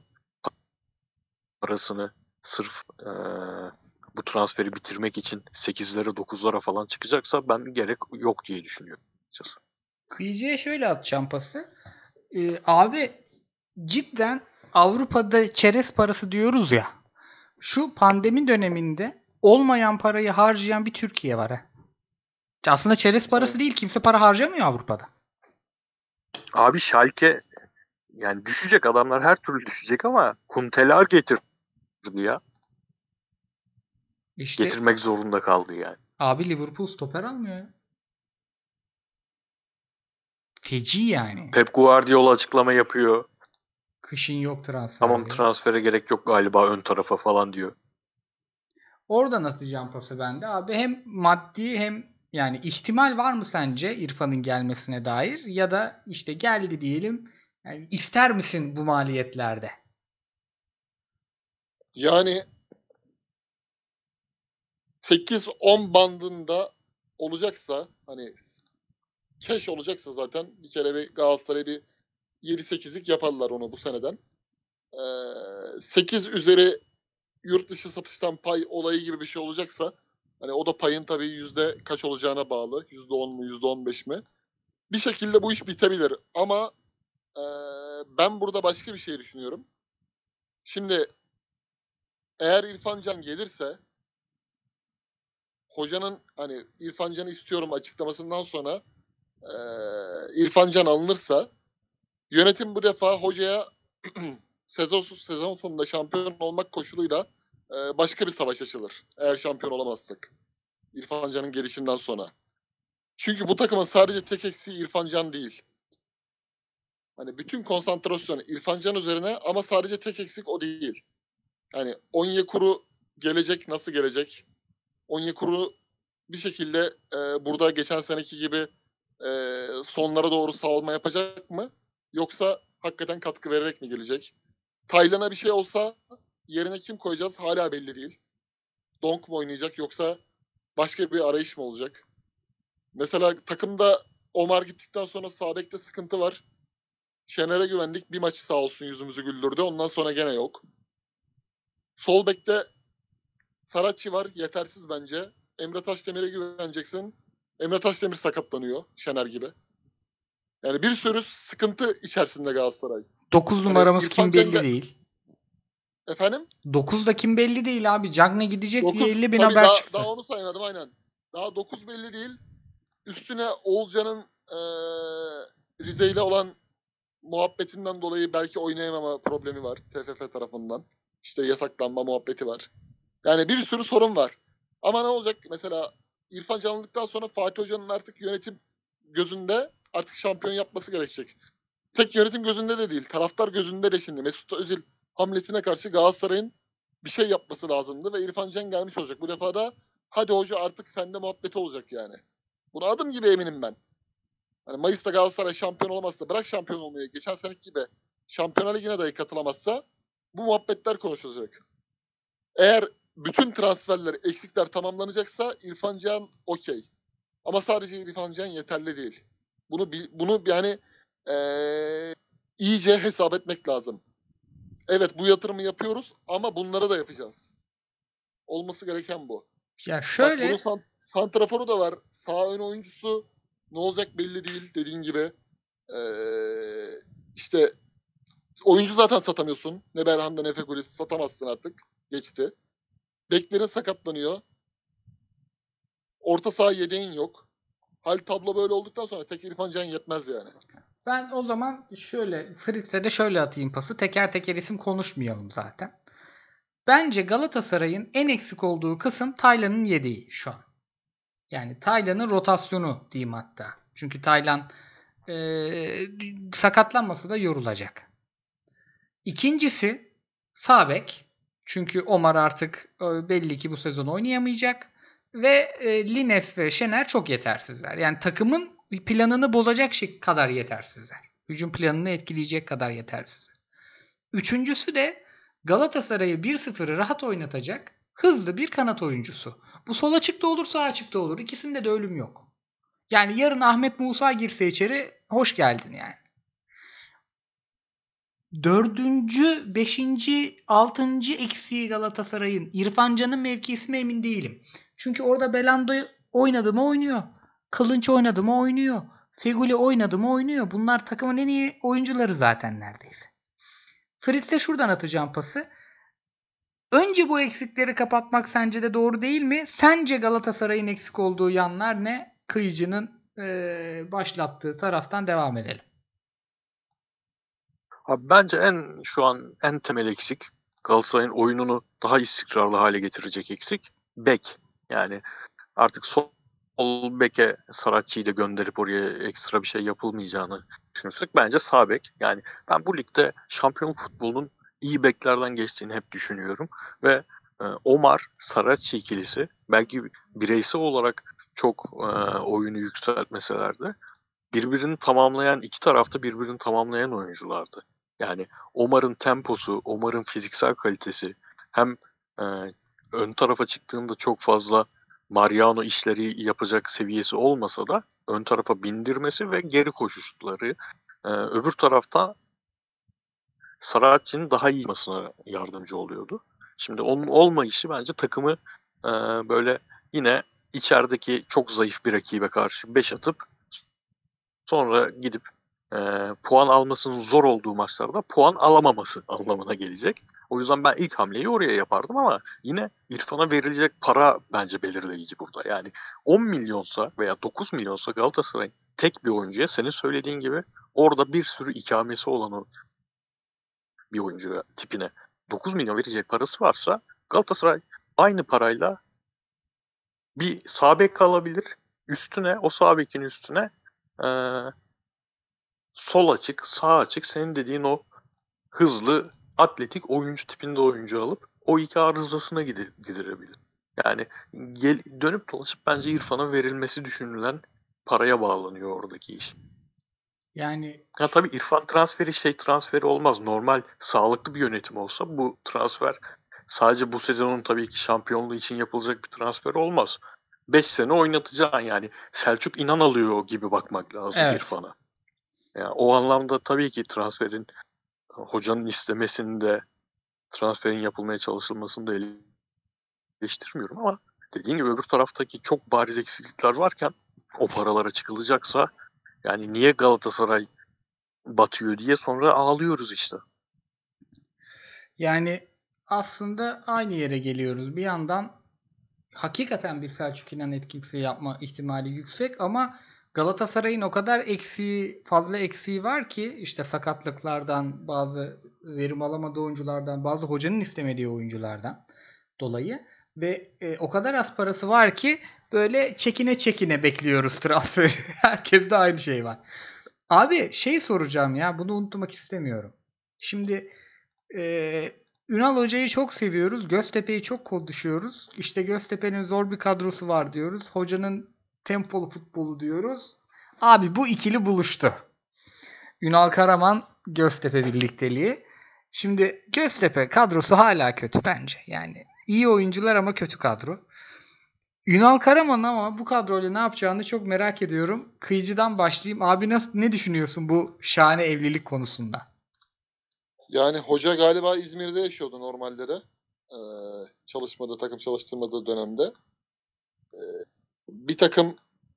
parasını sırf e, bu transferi bitirmek için sekizlere dokuzlara falan çıkacaksa ben gerek yok diye düşünüyorum. Açıkçası.
Kıyıcıya şöyle atacağım pası. Ee, abi cidden Avrupa'da çerez parası diyoruz ya. Şu pandemi döneminde olmayan parayı harcayan bir Türkiye var ha. Aslında çerez parası
Evet.
değil. Kimse para harcamıyor Avrupa'da.
Abi Schalke yani düşecek adamlar her türlü düşecek ama Kuntelar getirdi ya.
İşte
Getirmek zorunda kaldı yani.
abi Liverpool stoper almıyor ya. Feci yani.
Pep Guardiola açıklama yapıyor.
Kışın yok transfer
Tamam
diyor.
transfere gerek yok galiba ön tarafa falan diyor.
Oradan atacağım pası bende. Abi hem maddi hem yani ihtimal var mı sence İrfan'ın gelmesine dair? Ya da işte geldi diyelim. Yani ister misin bu maliyetlerde?
Yani sekiz on bandında olacaksa hani cash olacaksa zaten bir kere bir Galatasaray bir yedi sekizlik yaparlar onu bu seneden. Ee, sekiz üzeri yurt dışı satıştan pay olayı gibi bir şey olacaksa hani o da payın tabii yüzde kaç olacağına bağlı. yüzde on mu yüzde on beş mi? Bir şekilde bu iş bitebilir ama e, ben burada başka bir şey düşünüyorum. Şimdi eğer İrfan Can gelirse hocanın hani İrfan Can'ı istiyorum açıklamasından sonra e, İrfan Can alınırsa yönetim bu defa hocaya sezon sezon sonunda şampiyon olmak koşuluyla e, başka bir savaş açılır. Eğer şampiyon olamazsak. İrfan Can'ın gelişinden sonra. Çünkü bu takımın sadece tek eksiği İrfan Can değil. Hani bütün konsantrasyon İrfan Can üzerine ama sadece tek eksik o değil. Yani Onyekuru gelecek, nasıl gelecek? Onyekuru bir şekilde e, burada geçen seneki gibi e, sonlara doğru savunma yapacak mı? Yoksa hakikaten katkı vererek mi gelecek? Taylan'a bir şey olsa yerine kim koyacağız hala belli değil. Donk mu oynayacak yoksa başka bir arayış mı olacak? Mesela takımda Omar gittikten sonra sağ bekte sıkıntı var. Şener'e güvendik. Bir maçı sağ olsun yüzümüzü güldürdü. Ondan sonra gene yok. Sol bekte Saratçı var. Yetersiz bence. Emre Taşdemir'e güveneceksin. Emre Taşdemir sakatlanıyor. Şener gibi. Yani bir sürü sıkıntı içerisinde Galatasaray.
dokuz
Hani
numaramız
İrfan
kim belli
Can-
değil.
Efendim?
dokuzda kim belli değil abi. Cagney gidecek diye
dokuz
elli bin
tabii
haber
daha,
çıktı.
daha onu saymadım aynen. Daha dokuz belli değil. Üstüne Oğulcan'ın ee, Rize ile olan muhabbetinden dolayı belki oynayamama problemi var T F F tarafından. İşte yasaklanma muhabbeti var. Yani bir sürü sorun var. Ama ne olacak? Mesela İrfan Canlılıktan sonra Fatih Hoca'nın artık yönetim gözünde artık şampiyon yapması gerekecek. Tek yönetim gözünde de değil. Taraftar gözünde de şimdi. Mesut Özil hamlesine karşı Galatasaray'ın bir şey yapması lazımdı ve İrfan Can gelmiş olacak. Bu defa da hadi hoca artık sende muhabbeti olacak yani. Buna adım gibi eminim ben. Hani Mayıs'ta Galatasaray şampiyon olamazsa, bırak şampiyon olmayı, geçen seneki gibi Şampiyonlar Ligi'ne dahi katılamazsa bu muhabbetler konuşulacak. Eğer bütün transferler, eksikler tamamlanacaksa İrfan Can okey. Ama sadece İrfan Can yeterli değil. Bunu bi- bunu yani eee, iyice hesap etmek lazım. Evet, bu yatırımı yapıyoruz ama bunları da yapacağız. Olması gereken bu.
Ya
Bak
şöyle
bunun san- santraforu da var. Sağ ön oyuncusu ne olacak belli değil dediğin gibi. Ee, işte oyuncu zaten satamıyorsun. Ne Berhan'da ne Fegülis satamazsın artık. Geçti. Beklerin sakatlanıyor. Orta saha yedeğin yok. Hal tablo böyle olduktan sonra tek İrfan Can yetmez yani.
ben o zaman şöyle Fritz'e de şöyle atayım pası. Teker teker isim konuşmayalım zaten. Bence Galatasaray'ın en eksik olduğu kısım Taylan'ın yedeği şu an. Yani Taylan'ın rotasyonu diyeyim hatta. Çünkü Taylan eee, sakatlanması da yorulacak. İkincisi sağ bek. Çünkü Omar artık e, belli ki bu sezon oynayamayacak. Ve e, Lines ve Şener çok yetersizler. Yani takımın planını bozacak şey kadar yetersizler. Hücum planını etkileyecek kadar yetersizler. Üçüncüsü de Galatasaray'ı bir sıfırı rahat oynatacak hızlı bir kanat oyuncusu. Bu sol açıkta olur sağ açıkta olur. İkisinde de ölüm yok. Yani yarın Ahmet Musa girse içeri hoş geldin yani. Dördüncü, beşinci, altıncı eksiği Galatasaray'ın İrfan Can'ın mevkisi mi emin değilim. Çünkü orada Belando oynadı mı oynuyor. Kılınç oynadı mı oynuyor. Feguli oynadı mı oynuyor. Bunlar takımın en iyi oyuncuları zaten neredeyse. Fritz'e şuradan atacağım pası. Önce bu eksikleri kapatmak sence de doğru değil mi? Sence Galatasaray'ın eksik olduğu yanlar ne? Kıyıcı'nın eee, başlattığı taraftan devam edelim.
Abi bence en şu an en temel eksik Galatasaray'ın oyununu daha istikrarlı hale getirecek eksik bek. Yani artık sol beke Saratçı'yı da gönderip oraya ekstra bir şey yapılmayacağını düşünürsek bence sağ bek. Yani ben bu ligde şampiyonluk futbolunun iyi beklerden geçtiğini hep düşünüyorum ve e, Omar Saratçı ikilisi belki bireysel olarak çok e, oyunu yükseltmeseler de birbirini tamamlayan iki tarafta birbirini tamamlayan oyunculardı. Yani Omar'ın temposu, Omar'ın fiziksel kalitesi hem e, ön tarafa çıktığında çok fazla Mariano işleri yapacak seviyesi olmasa da ön tarafa bindirmesi ve geri koşuşları e, öbür tarafta Saratçı'nın daha iyi yapmasına yardımcı oluyordu. Şimdi onun olmayışı bence takımı e, böyle yine içerideki çok zayıf bir rakibe karşı beş atıp sonra gidip e, puan almasının zor olduğu maçlarda puan alamaması anlamına gelecek. O yüzden ben ilk hamleyi oraya yapardım ama yine İrfan'a verilecek para bence belirleyici burada. Yani on milyonsa veya dokuz milyonsa Galatasaray tek bir oyuncuya senin söylediğin gibi orada bir sürü ikamesi olan o bir oyuncuya tipine dokuz milyon verecek parası varsa Galatasaray aynı parayla bir sağ bek kalabilir. Üstüne o sağ bekin üstüne eee sol açık, sağ açık senin dediğin o hızlı, atletik oyuncu tipinde oyuncu alıp o iki arızasına gidi- gidirebilir. Yani gel, dönüp dolaşıp bence İrfan'a verilmesi düşünülen paraya bağlanıyor oradaki iş.
Yani
Ya tabii İrfan transferi şey transferi olmaz. Normal, sağlıklı bir yönetim olsa bu transfer sadece bu sezonun tabii ki şampiyonluğu için yapılacak bir transfer olmaz. beş sene oynatacaksın yani. Selçuk İnan alıyor gibi bakmak lazım
evet.
İrfan'a. Yani o anlamda tabii ki transferin hocanın istemesinde transferin yapılmaya çalışılmasını da eleştirmiyorum ama dediğin gibi öbür taraftaki çok bariz eksiklikler varken o paralara çıkılacaksa yani niye Galatasaray batıyor diye sonra ağlıyoruz işte.
Yani aslında aynı yere geliyoruz. Bir yandan hakikaten bir Selçuk İnan etkisi yapma ihtimali yüksek ama Galatasaray'ın o kadar eksiği, fazla eksiği var ki işte sakatlıklardan, bazı verim alamadığı oyunculardan, bazı hocanın istemediği oyunculardan dolayı ve e, o kadar az parası var ki böyle çekine çekine bekliyoruz transferi. Herkeste aynı şey var. Abi şey soracağım ya, bunu unutmak istemiyorum. Şimdi Ee, Ünal Hoca'yı çok seviyoruz. Göztepe'yi çok konuşuyoruz. İşte Göztepe'nin zor bir kadrosu var diyoruz. Hocanın tempolu futbolu diyoruz. Abi bu ikili buluştu. Ünal Karaman Göztepe birlikteliği. Şimdi Göztepe kadrosu hala kötü bence. Yani iyi oyuncular ama kötü kadro. Ünal Karaman ama bu kadroyla ne yapacağını çok merak ediyorum. Kıyıcıdan başlayayım. Abi nasıl ne düşünüyorsun bu şahane evlilik konusunda?
Yani hoca galiba İzmir'de yaşıyordu normalde de. Ee, çalışmadığı, takım çalıştırmadığı dönemde. Ee, bir takım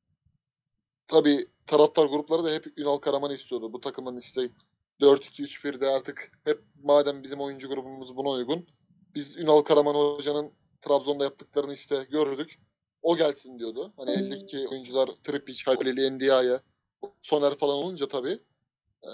tabii taraftar grupları da hep Ünal Karaman'ı istiyordu. Bu takımın işte dört iki üç birde artık hep madem bizim oyuncu grubumuz buna uygun. Biz Ünal Karaman hocanın Trabzon'da yaptıklarını işte gördük. O gelsin diyordu. Hani eldeki oyuncular Tripic, Halil, Ndiaye, Soner falan olunca tabii e,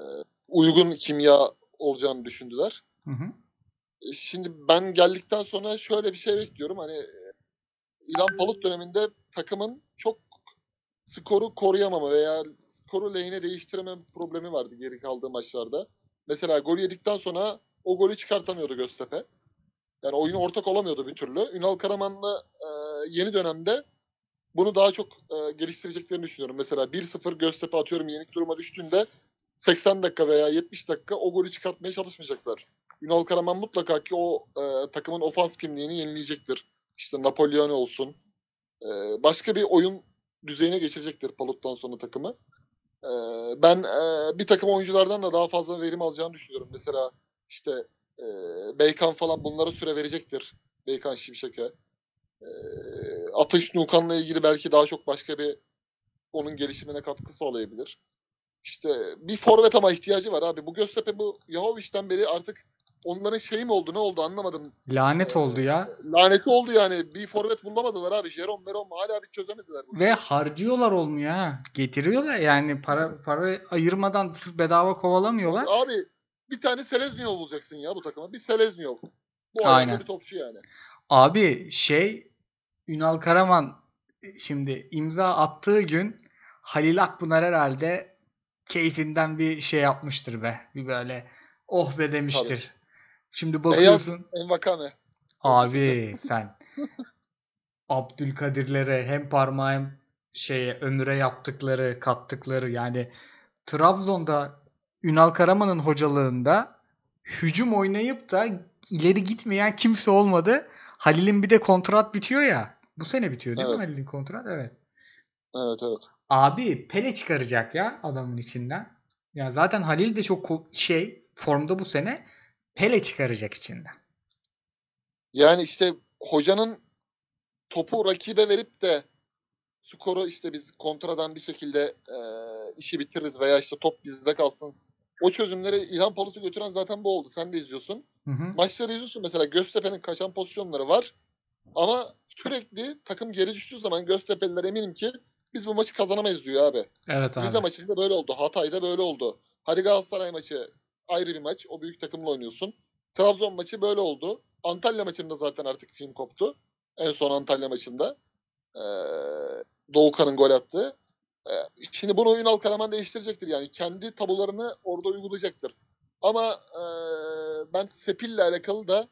uygun kimya olacağını düşündüler.
Hı hı.
E, Şimdi ben geldikten sonra şöyle bir şey bekliyorum. Hani e, İlhan Palut döneminde takımın çok skoru koruyamama veya skoru lehine değiştiremem problemi vardı geri kaldığı maçlarda. Mesela gol yedikten sonra o golü çıkartamıyordu Göztepe. Yani oyuna ortak olamıyordu bir türlü. Ünal Karaman'la e, yeni dönemde bunu daha çok e, geliştireceklerini düşünüyorum. Mesela bir sıfır Göztepe atıyorum yenik duruma düştüğünde seksen dakika veya yetmiş dakika o golü çıkartmaya çalışmayacaklar. Ünal Karaman mutlaka ki o e, takımın ofans kimliğini yenileyecektir. İşte Napolyon olsun. E, başka bir oyun düzeyine geçirecektir Palut'tan sonra takımı. E, ben e, bir takım oyunculardan da daha fazla verim alacağını düşünüyorum. Mesela işte e, Beykan falan bunlara süre verecektir. Beykan Şimşek'e. E, Atış Nukan'la ilgili belki daha çok başka bir onun gelişimine katkı sağlayabilir. İşte bir forvet ama ihtiyacı var abi. Bu Göztepe bu Yahovic'ten beri artık onların şeyi mi oldu ne oldu anlamadım.
Lanet
Ee,
oldu ya.
Laneti oldu yani. Bir forvet bulamadılar abi. Jerome Merom hala bir çözemediler. Bu
Ve
işi.
harcıyorlar olmuyor ha. Getiriyorlar yani para para ayırmadan sırf bedava kovalamıyorlar.
Abi bir tane Selezniyov bulacaksın ya bu takıma. Bir Selezniyov. Bu ayakta
Aynen.
bir topçu yani.
Abi şey Ünal Karaman şimdi imza attığı gün Halil Akpınar herhalde keyfinden bir şey yapmıştır be. Bir böyle oh be demiştir. Şimdi
Beyaz
bakıyorsun
Envakame.
abi sen Abdülkadirlere hem parmağı hem şeye Ömür'e yaptıkları, kattıkları yani Trabzon'da Ünal Karaman'ın hocalığında hücum oynayıp da ileri gitmeyen kimse olmadı. Halil'in bir de kontrat bitiyor ya. Bu sene bitiyor değil mi
Evet.
Halil'in kontrat? Evet.
Evet evet.
Abi Pele çıkaracak ya adamın içinden. Ya zaten Halil de çok ko- şey formda bu sene. Pele çıkaracak içinden.
Yani işte hocanın topu rakibe verip de skoru işte biz kontradan bir şekilde e, işi bitiririz veya işte top bizde kalsın. O çözümleri İlhan Palut'u götüren zaten bu oldu. Sen de izliyorsun.
Hı hı.
Maçları izliyorsun mesela Göztepe'nin kaçan pozisyonları var. Ama sürekli takım geri düştüğü zaman Göztepe'liler eminim ki biz bu maçı kazanamayız diyor abi.
Evet
Rize
abi.
maçında böyle oldu. Hatay'da böyle oldu. Hadi Galatasaray maçı ayrı bir maç. O büyük takımla oynuyorsun. Trabzon maçı böyle oldu. Antalya maçında zaten artık film koptu. En son Antalya maçında. Ee, Doğukan'ın gol attığı. Ee, şimdi bunu Ünal Karaman değiştirecektir. Yani kendi tabularını orada uygulayacaktır. Ama e, ben Sepil'le alakalı da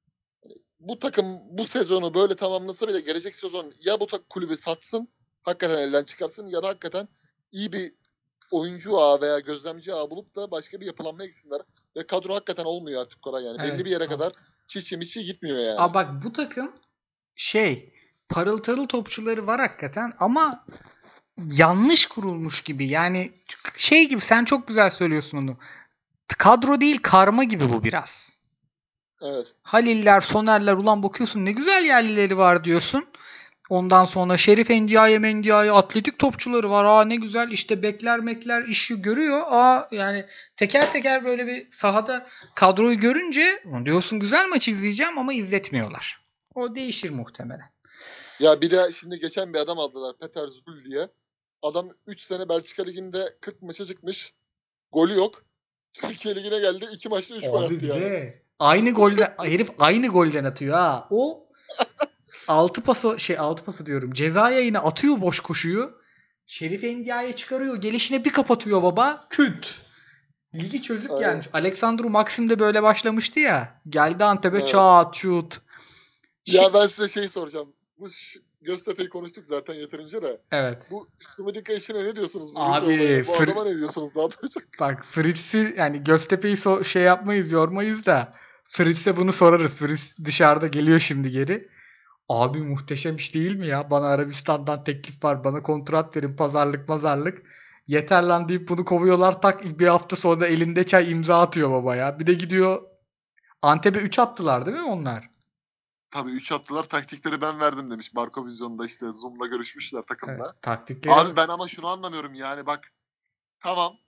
bu takım bu sezonu böyle tamamlasa bile gelecek sezon ya bu tak kulübü satsın, hakikaten elden çıkarsın ya da hakikaten iyi bir oyuncu ağı veya gözlemci ağı bulup da başka bir yapılanmaya gitsinler. Ve kadro hakikaten olmuyor artık Koray yani.
Evet,
Belli bir yere
tamam.
kadar çiçi miçi gitmiyor yani.
Aa bak bu takım şey parıltılı topçuları var hakikaten ama yanlış kurulmuş gibi. Yani şey gibi sen çok güzel söylüyorsun onu. Kadro değil karma gibi bu biraz.
Evet.
Haliller, Sonerler ulan bakıyorsun ne güzel yerlileri var diyorsun. Ondan sonra Şerif Endiaye, Mendiaye atletik topçuları var. Aa ne güzel işte bekler mekler işi görüyor. Aa yani teker teker böyle bir sahada kadroyu görünce diyorsun güzel maç izleyeceğim ama izletmiyorlar. O değişir muhtemelen.
Ya bir de şimdi geçen bir adam aldılar Peter Zul diye. Adam üç sene Belçika Ligi'nde kırk maça çıkmış. Golü yok. Türkiye Ligi'ne geldi. iki maçta üç gol
Abi
attı
bir
yani.
de aynı golden herif aynı golden atıyor ha. O altı pası şey altı pası diyorum. Ceza yayına atıyor boş koşuyu. Şerif Endiaye çıkarıyor. Gelişine bir kapatıyor baba. Küt. Ligi çözüp
Aynen.
gelmiş. Alexandru Maxim de böyle başlamıştı ya. Geldi Antep'e
Evet.
çat çut. Şi-
Ya ben size şey soracağım. Bu Ş- Göztepe'yi konuştuk zaten yeterince de.
Evet.
Bu Sumudika işine ne diyorsunuz? Bu
Abi,
Rize olayına, Bu
fır-
adama ne diyorsunuz daha da çok?
Bak Fritz'i yani Göztepe'yi so- şey yapmayız, yormayız da Fritz'e bunu sorarız. Fritz dışarıda geliyor şimdi geri. Abi muhteşem iş değil mi ya? Bana Arabistan'dan teklif var. Bana kontrat verin. Pazarlık mazarlık. Yeter lan deyip bunu kovuyorlar. Tak bir hafta sonra elinde çay imza atıyor baba ya. Bir de gidiyor Antep'e üç attılar değil mi onlar?
Tabii üç attılar. Taktikleri ben verdim demiş. Barko Vizyon'da işte Zoom'la görüşmüşler
Evet,
takımla.
taktikleri
Abi ben ama şunu anlamıyorum yani bak. Tamam.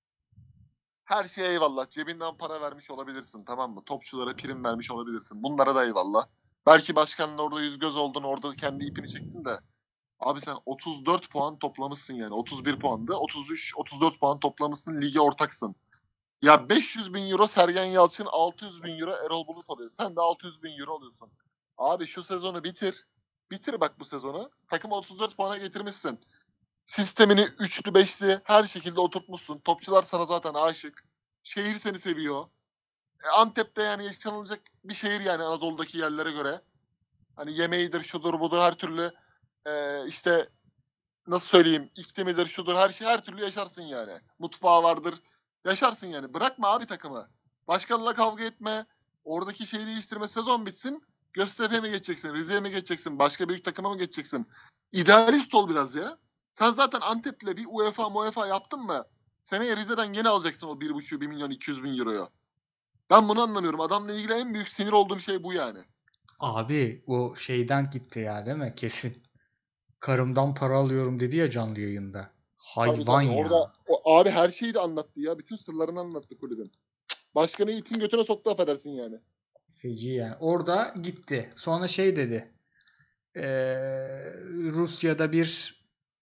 Her şeye eyvallah. Cebinden para vermiş olabilirsin, tamam mı? Topçulara prim vermiş olabilirsin. Bunlara da eyvallah. Belki başkanın orada yüz göz oldun, orada kendi ipini çektin de. Abi sen otuz dört puan toplamışsın yani. otuz bir puandı. otuz üç otuz dört puan toplamışsın. Lige ortaksın. Ya beş yüz bin euro Sergen Yalçın, altı yüz bin euro Erol Bulut alıyor. Sen de altı yüz bin euro alıyorsun. Abi şu sezonu bitir. Bitir bak bu sezonu. Takımı otuz dört puana getirmişsin. Sistemini üçlü beşli her şekilde oturtmuşsun. Topçular sana zaten aşık. Şehir seni seviyor. E, Antep'te yani yaşanılacak bir şehir yani Anadolu'daki yerlere göre. Hani yemeğidir, şudur budur her türlü e, işte nasıl söyleyeyim iklimidir, şudur her şey her türlü yaşarsın yani. Mutfağı vardır. Yaşarsın yani. Bırakma abi takımı. Başkanla kavga etme. Oradaki şeyi değiştirme. Sezon bitsin. Göztepe'ye mi geçeceksin? Rize'ye mi geçeceksin? Başka büyük takıma mı geçeceksin? İdealist ol biraz ya. Sen zaten Antep'le bir UEFA UEFA yaptın mı? Seneye Rize'den gene alacaksın o bir buçuk bir milyon iki yüz bin euroyu. Ben bunu anlamıyorum. Adamla ilgili en büyük sinir olduğum şey bu yani.
Abi o şeyden gitti ya değil mi? Kesin. Karımdan para alıyorum dedi ya canlı yayında.
Tabii
Hayvan
tabii.
ya.
Orada o, abi her şeyi de anlattı ya. Bütün sırlarını anlattı kulübün. Başkanı itin götüne soktu affedersin yani.
Feci yani. Orada gitti. Sonra şey dedi. Ee, Rusya'da bir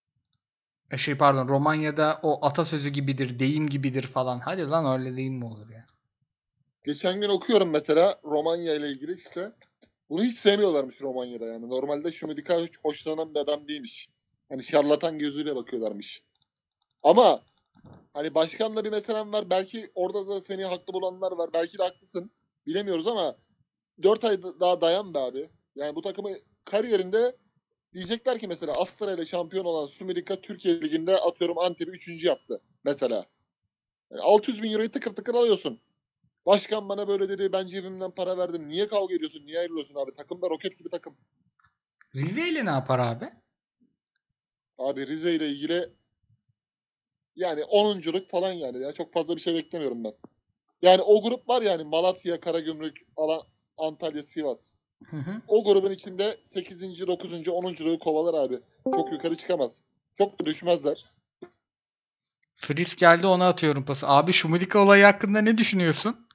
e, şey pardon Romanya'da o atasözü gibidir, deyim gibidir falan. Hadi lan öyle deyim mi olur ya?
Geçen gün okuyorum mesela Romanya ile ilgili işte. Bunu hiç sevmiyorlarmış Romanya'da yani. Normalde Şumidika hiç hoşlanan bir adam değilmiş. Hani şarlatan gözüyle bakıyorlarmış. Ama hani başkanla bir meselem var. Belki orada da seni haklı bulanlar var. Belki de haklısın. Bilemiyoruz ama dört ay daha dayan be abi. Yani bu takımı kariyerinde diyecekler ki mesela Astra ile şampiyon olan Şumidika Türkiye Ligi'nde atıyorum Antep'i üçüncü yaptı mesela. Yani altı yüz bin euroyu tıkır tıkır alıyorsun. Başkan bana böyle dedi, ben cebimden para verdim. Niye kavga ediyorsun, niye ayrılıyorsun abi? Takımda roket gibi takım.
Rize ile ne yapar abi?
Abi Rize ile ilgili yani onunculuk falan yani. Ya çok fazla bir şey beklemiyorum ben. Yani o grup var yani Malatya, Karagümrük, Alan, Antalya, Sivas.
Hı hı.
O grubun içinde sekizinci, dokuzuncu, onunculuğu kovalar abi. Çok yukarı çıkamaz. Çok da düşmezler.
Fritz geldi ona atıyorum pası. Abi Şumidika olayı hakkında ne düşünüyorsun?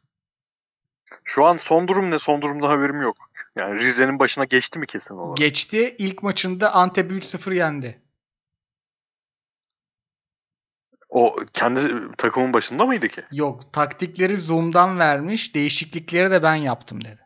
Şu an son durum ne? Son durumda haberim yok. Yani Rize'nin başına geçti mi kesin olarak?
Geçti. İlk maçında Antep'i üç sıfır yendi.
O kendi takımın başında mıydı ki?
Yok, taktikleri Zoom'dan vermiş. Değişiklikleri de ben yaptım dedi.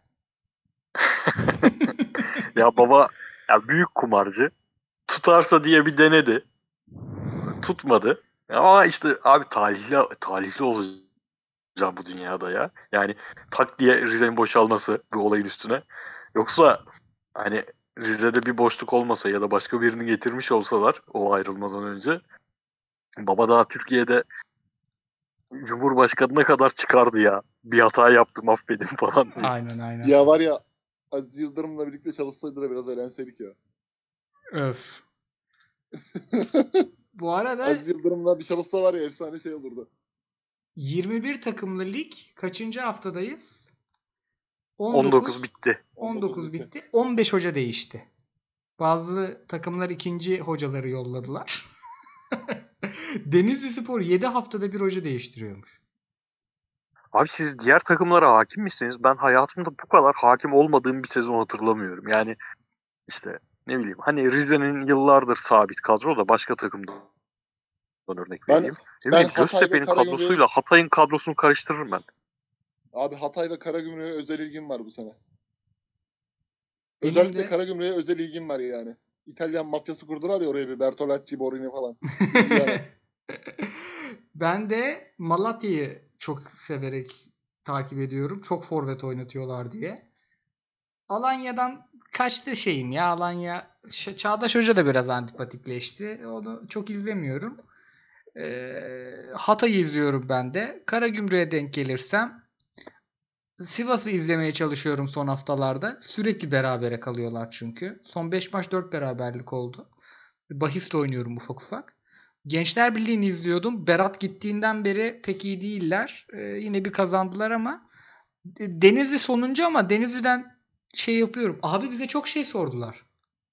Ya baba ya büyük kumarcı. Tutarsa diye bir denedi. Tutmadı. Ama işte abi talihli talihli olacağım bu dünyada ya. Yani tak diye Rize'nin boşalması bu olayın üstüne. Yoksa hani Rize'de bir boşluk olmasa ya da başka birini getirmiş olsalar o ayrılmadan önce baba daha Türkiye'de Cumhurbaşkanına kadar çıkardı ya. Bir hata yaptım affedin falan diye.
Aynen aynen.
Ya var ya Aziz Yıldırım'la birlikte çalışsaydı da biraz eğlenseydik ya.
Öf. Bu arada
Aziz Yıldırım'la bir çalışsa var ya efsane şey olurdu.
yirmi bir takımlı lig kaçıncı haftadayız?
on dokuz bitti.
on dokuz bitti. on beş hoca değişti. Bazı takımlar ikinci hocaları yolladılar. Denizli Spor yedi haftada bir hoca değiştiriyormuş.
Abi siz diğer takımlara hakim misiniz? Ben hayatımda bu kadar hakim olmadığım bir sezon hatırlamıyorum. Yani işte ne bileyim hani Rize'nin yıllardır sabit kadro da başka takımdan örnek
Ben-
vereyim. Ne
ben
bileyim
Hatay ve
Göztepe'nin
Karagümrük'ü-
kadrosuyla Hatay'ın kadrosunu karıştırırım ben.
Abi Hatay ve Karagümrük'e özel ilgim var bu sene.
Benim
Özellikle
de-
Karagümrük'e özel ilgim var yani. İtalyan mafyası kurdular ya oraya bir Bertolacci, Borini falan. Yani.
Ben de Malatya'yı çok severek takip ediyorum. Çok forvet oynatıyorlar diye. Alanya'dan kaçtı şeyim ya. Alanya Ş- Çağdaş Hoca da biraz antipatikleşti. Onu çok izlemiyorum. Ee, Hatay'ı izliyorum ben de. Karagümrük'e denk gelirsem Sivas'ı izlemeye çalışıyorum son haftalarda. Sürekli berabere kalıyorlar çünkü. Son beş maç dört beraberlik oldu. Bahis de oynuyorum ufak ufak. Gençler Birliği'ni izliyordum. Berat gittiğinden beri pek iyi değiller. Ee, yine bir kazandılar ama Denizli sonuncu ama Denizli'den şey yapıyorum. Abi bize çok şey sordular.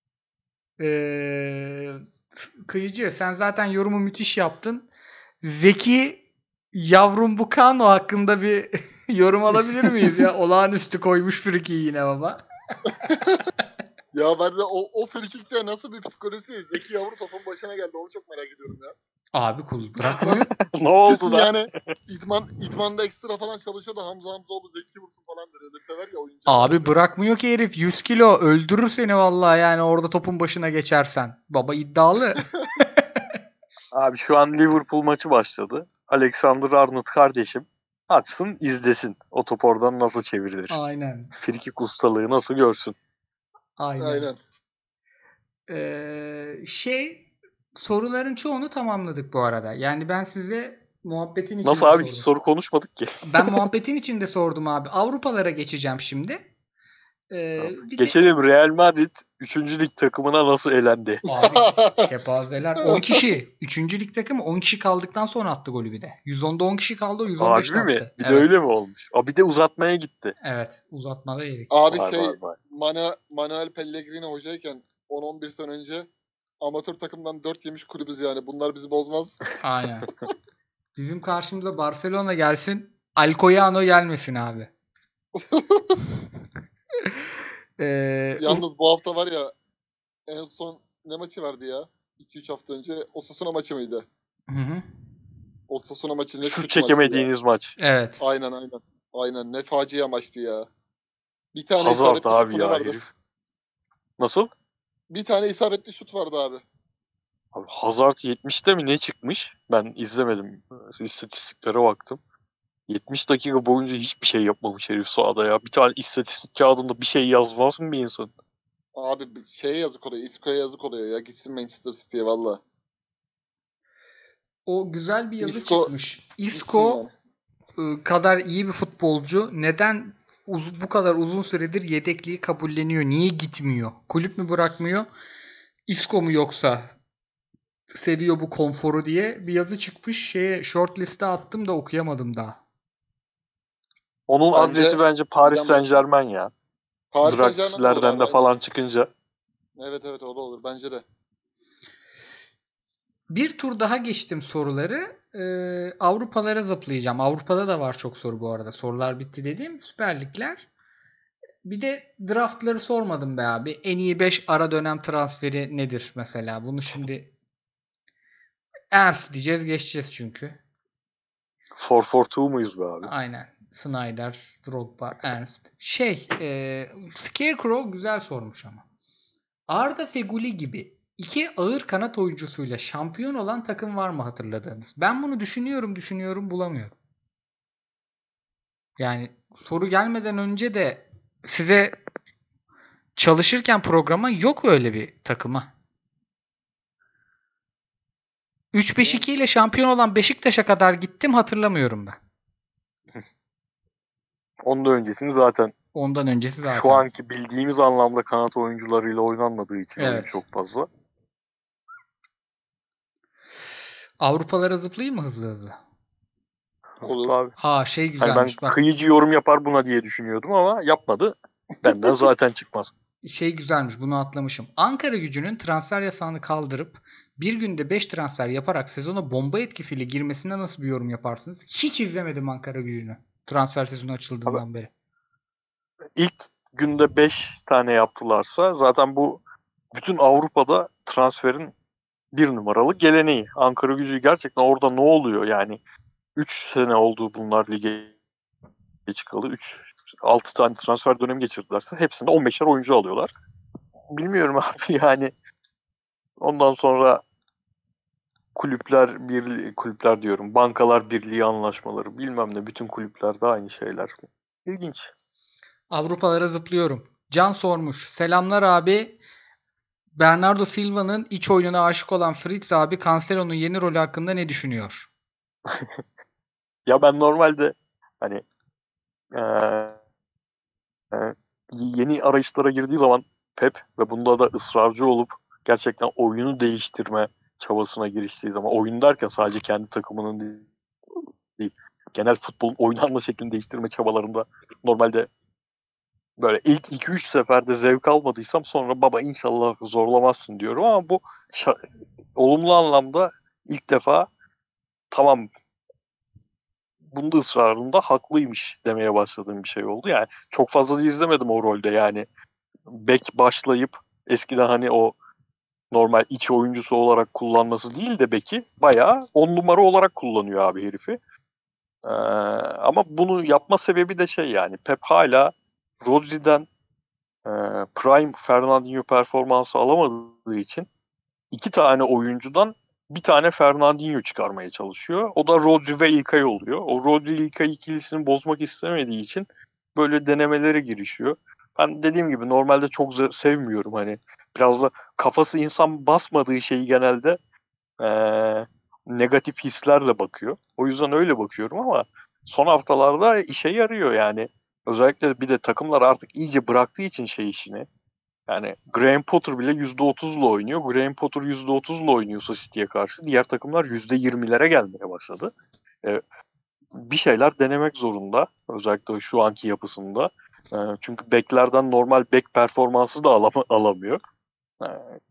Ee, Kıyıcı sen zaten yorumu müthiş yaptın. Zeki Yavrum Bukano hakkında bir yorum alabilir miyiz ya? Olağanüstü koymuş frikiyi yine baba.
Ya ben de o, o frikikte nasıl bir psikolojisi Zeki Yavru topun başına geldi onu çok merak ediyorum ya.
Abi kul bırakmıyor.
Ne oldu
Kesin
da?
yani idman, idmanda ekstra falan çalışıyor da Hamza Hamzoğlu Zeki vursun falan der. Öyle sever ya oyuncu.
Abi bırakmıyor ki herif. yüz kilo öldürür seni vallahi yani orada topun başına geçersen. Baba iddialı.
Abi şu an Liverpool maçı başladı. Alexander Arnold kardeşim açsın izlesin. O top oradan nasıl çevrilir?
Aynen.
Frikik ustalığı nasıl görsün?
Aynen.
Aynen.
Ee, şey soruların çoğunu tamamladık bu arada. Yani ben size muhabbetin içinde
Nasıl abi hiç
sordum.
soru konuşmadık ki.
Ben muhabbetin içinde sordum abi. Avrupalara geçeceğim şimdi. Ee, bir de
Geçelim Real Madrid üçüncü lig takımına nasıl elendi?
abi kepazeler on kişi. üçüncü lig takımı on kişi kaldıktan sonra attı golü bir de. yüz onda on kişi kaldı o yüz on beşte
Harbi mi?
attı.
Bir de
Evet.
öyle mi olmuş? Aa, bir de uzatmaya gitti.
Evet. Uzatmada yedik.
Abi
Vay
şey
vay vay.
Manu, Manuel Pellegrini hocayken on on bir sene önce amatör takımdan dört yemiş kulübüz yani. Bunlar bizi bozmaz.
Aynen. Bizim karşımıza Barcelona gelsin. Alcoyano gelmesin abi. ee,
Yalnız bu hafta var ya en son ne maçı vardı ya? iki üç hafta önce Osasuna maçı mıydı?
Hı hı.
Osasuna maçı ne
Şut
kötü maçtı ya.
çekemediğiniz maç.
Evet.
Aynen aynen. Aynen ne facia maçtı ya. Bir tane
Hazard
isabetli şut
abi
mu ne
ya
vardı?
herif. Nasıl?
Bir tane isabetli şut vardı abi.
Abi Hazard yetmişte mi ne çıkmış? Ben izlemedim. İstatistiklere baktım. yetmiş dakika boyunca hiçbir şey yapmamış herif sahada ya. Bir tane istatistik kağıdında bir şey yazmaz mı bir insan?
Abi bir şeye yazık oluyor. Isco'ya yazık oluyor ya. Gitsin Manchester City'ye valla.
O güzel bir yazı
Isco-
çıkmış.
Gitsin
Isco
yani.
ı, kadar iyi bir futbolcu neden uz- bu kadar uzun süredir yedekliği kabulleniyor? Niye gitmiyor? Kulüp mü bırakmıyor? Isco mu yoksa seviyor bu konforu diye bir yazı çıkmış. Şeye short liste attım da okuyamadım daha.
Onun
Bence
adresi bence Paris
bilen
Saint Germain ya.
Paris Saint Germain'de olur
Draklerden
abi.
de
Aynen.
falan çıkınca.
Evet evet o da olur. Bence de.
Bir tur daha geçtim soruları. Ee, Avrupalara zıplayacağım. Avrupa'da da var çok soru bu arada. Sorular bitti dediğim Süper Ligler. Bir de draftları sormadım be abi. En iyi beş ara dönem transferi nedir mesela? Bunu şimdi Ernst diyeceğiz geçeceğiz çünkü.
dört dört iki muyuz be abi?
Aynen. Snyder, Drogba, Ernst. Şey, e, Scarecrow güzel sormuş ama. Arda Feguli gibi iki ağır kanat oyuncusuyla şampiyon olan takım var mı hatırladığınız? Ben bunu düşünüyorum, düşünüyorum, bulamıyorum. Yani soru gelmeden önce de size çalışırken programa yok öyle bir takıma. üç beş iki ile şampiyon olan Beşiktaş'a kadar gittim hatırlamıyorum ben.
Onun öncesini zaten
Ondan öncesi zaten.
şu anki bildiğimiz anlamda kanat oyuncularıyla oynanmadığı için oyun
Evet.
çok fazla.
Avrupalara zıplayayım mı hızlı hızlı?
Olur.
Zıpla abi.
Aa şey
Hani ben
güzelmiş bak.
kıyıcı yorum yapar buna diye düşünüyordum ama yapmadı. Benden zaten çıkmaz.
Şey güzelmiş bunu atlamışım. Ankara Gücü'nün transfer yasağını kaldırıp bir günde beş transfer yaparak sezona bomba etkisiyle girmesine nasıl bir yorum yaparsınız? Hiç izlemedim Ankara Gücü'nü. Transfer sezonu açıldığından beri.
İlk günde beş tane yaptılarsa zaten bu bütün Avrupa'da transferin bir numaralı geleneği. Ankara Gücü gerçekten orada ne oluyor yani? üç sene oldu bunlar lige çıkalı. üç altı tane transfer dönemi geçirdilerse hepsinde on beşer oyuncu alıyorlar. Bilmiyorum abi yani. Ondan sonra kulüpler birliği, kulüpler diyorum, bankalar birliği anlaşmaları bilmem ne, bütün kulüplerde aynı şeyler. İlginç.
Avrupalara zıplıyorum. Can sormuş. Selamlar abi. Bernardo Silva'nın iç oyununa aşık olan Fritz abi Cancelo'nun yeni rolü hakkında ne düşünüyor?
Ya ben normalde hani eee, eee, yeni arayışlara girdiği zaman Pep ve bunda da ısrarcı olup gerçekten oyunu değiştirme çabasına giriştiği zaman, oyun derken sadece kendi takımının değil, değil genel futbolun oynanma şeklini değiştirme çabalarında normalde böyle ilk iki üç seferde zevk almadıysam sonra baba inşallah zorlamazsın diyorum, ama bu şa- olumlu anlamda ilk defa tamam, bunda ısrarında haklıymış demeye başladığım bir şey oldu. Yani çok fazla da izlemedim o rolde, yani bek başlayıp eskiden hani o normal iç oyuncusu olarak kullanması değil de beki bayağı on numara olarak kullanıyor abi herifi. Ee, ama bunu yapma sebebi de şey, yani Pep hala Rodri'den e, prime Fernandinho performansı alamadığı için iki tane oyuncudan bir tane Fernandinho çıkarmaya çalışıyor. O da Rodri ve İlkay oluyor. O Rodri-İlkay ikilisini bozmak istemediği için böyle denemelere girişiyor. Ben dediğim gibi normalde çok sevmiyorum, hani biraz da kafası insan basmadığı şeyi genelde ee, negatif hislerle bakıyor. O yüzden öyle bakıyorum, ama son haftalarda işe yarıyor yani. Özellikle bir de takımlar artık iyice bıraktığı için şey işini. Yani Graham Potter bile yüzde otuzla oynuyor. Graham Potter yüzde otuzla oynuyorsa City'ye karşı diğer takımlar yüzde yirmilere gelmeye başladı. Ee, bir şeyler denemek zorunda. Özellikle şu anki yapısında. Ee, çünkü beklerden normal bek performansı da alam- alamıyor. Ee,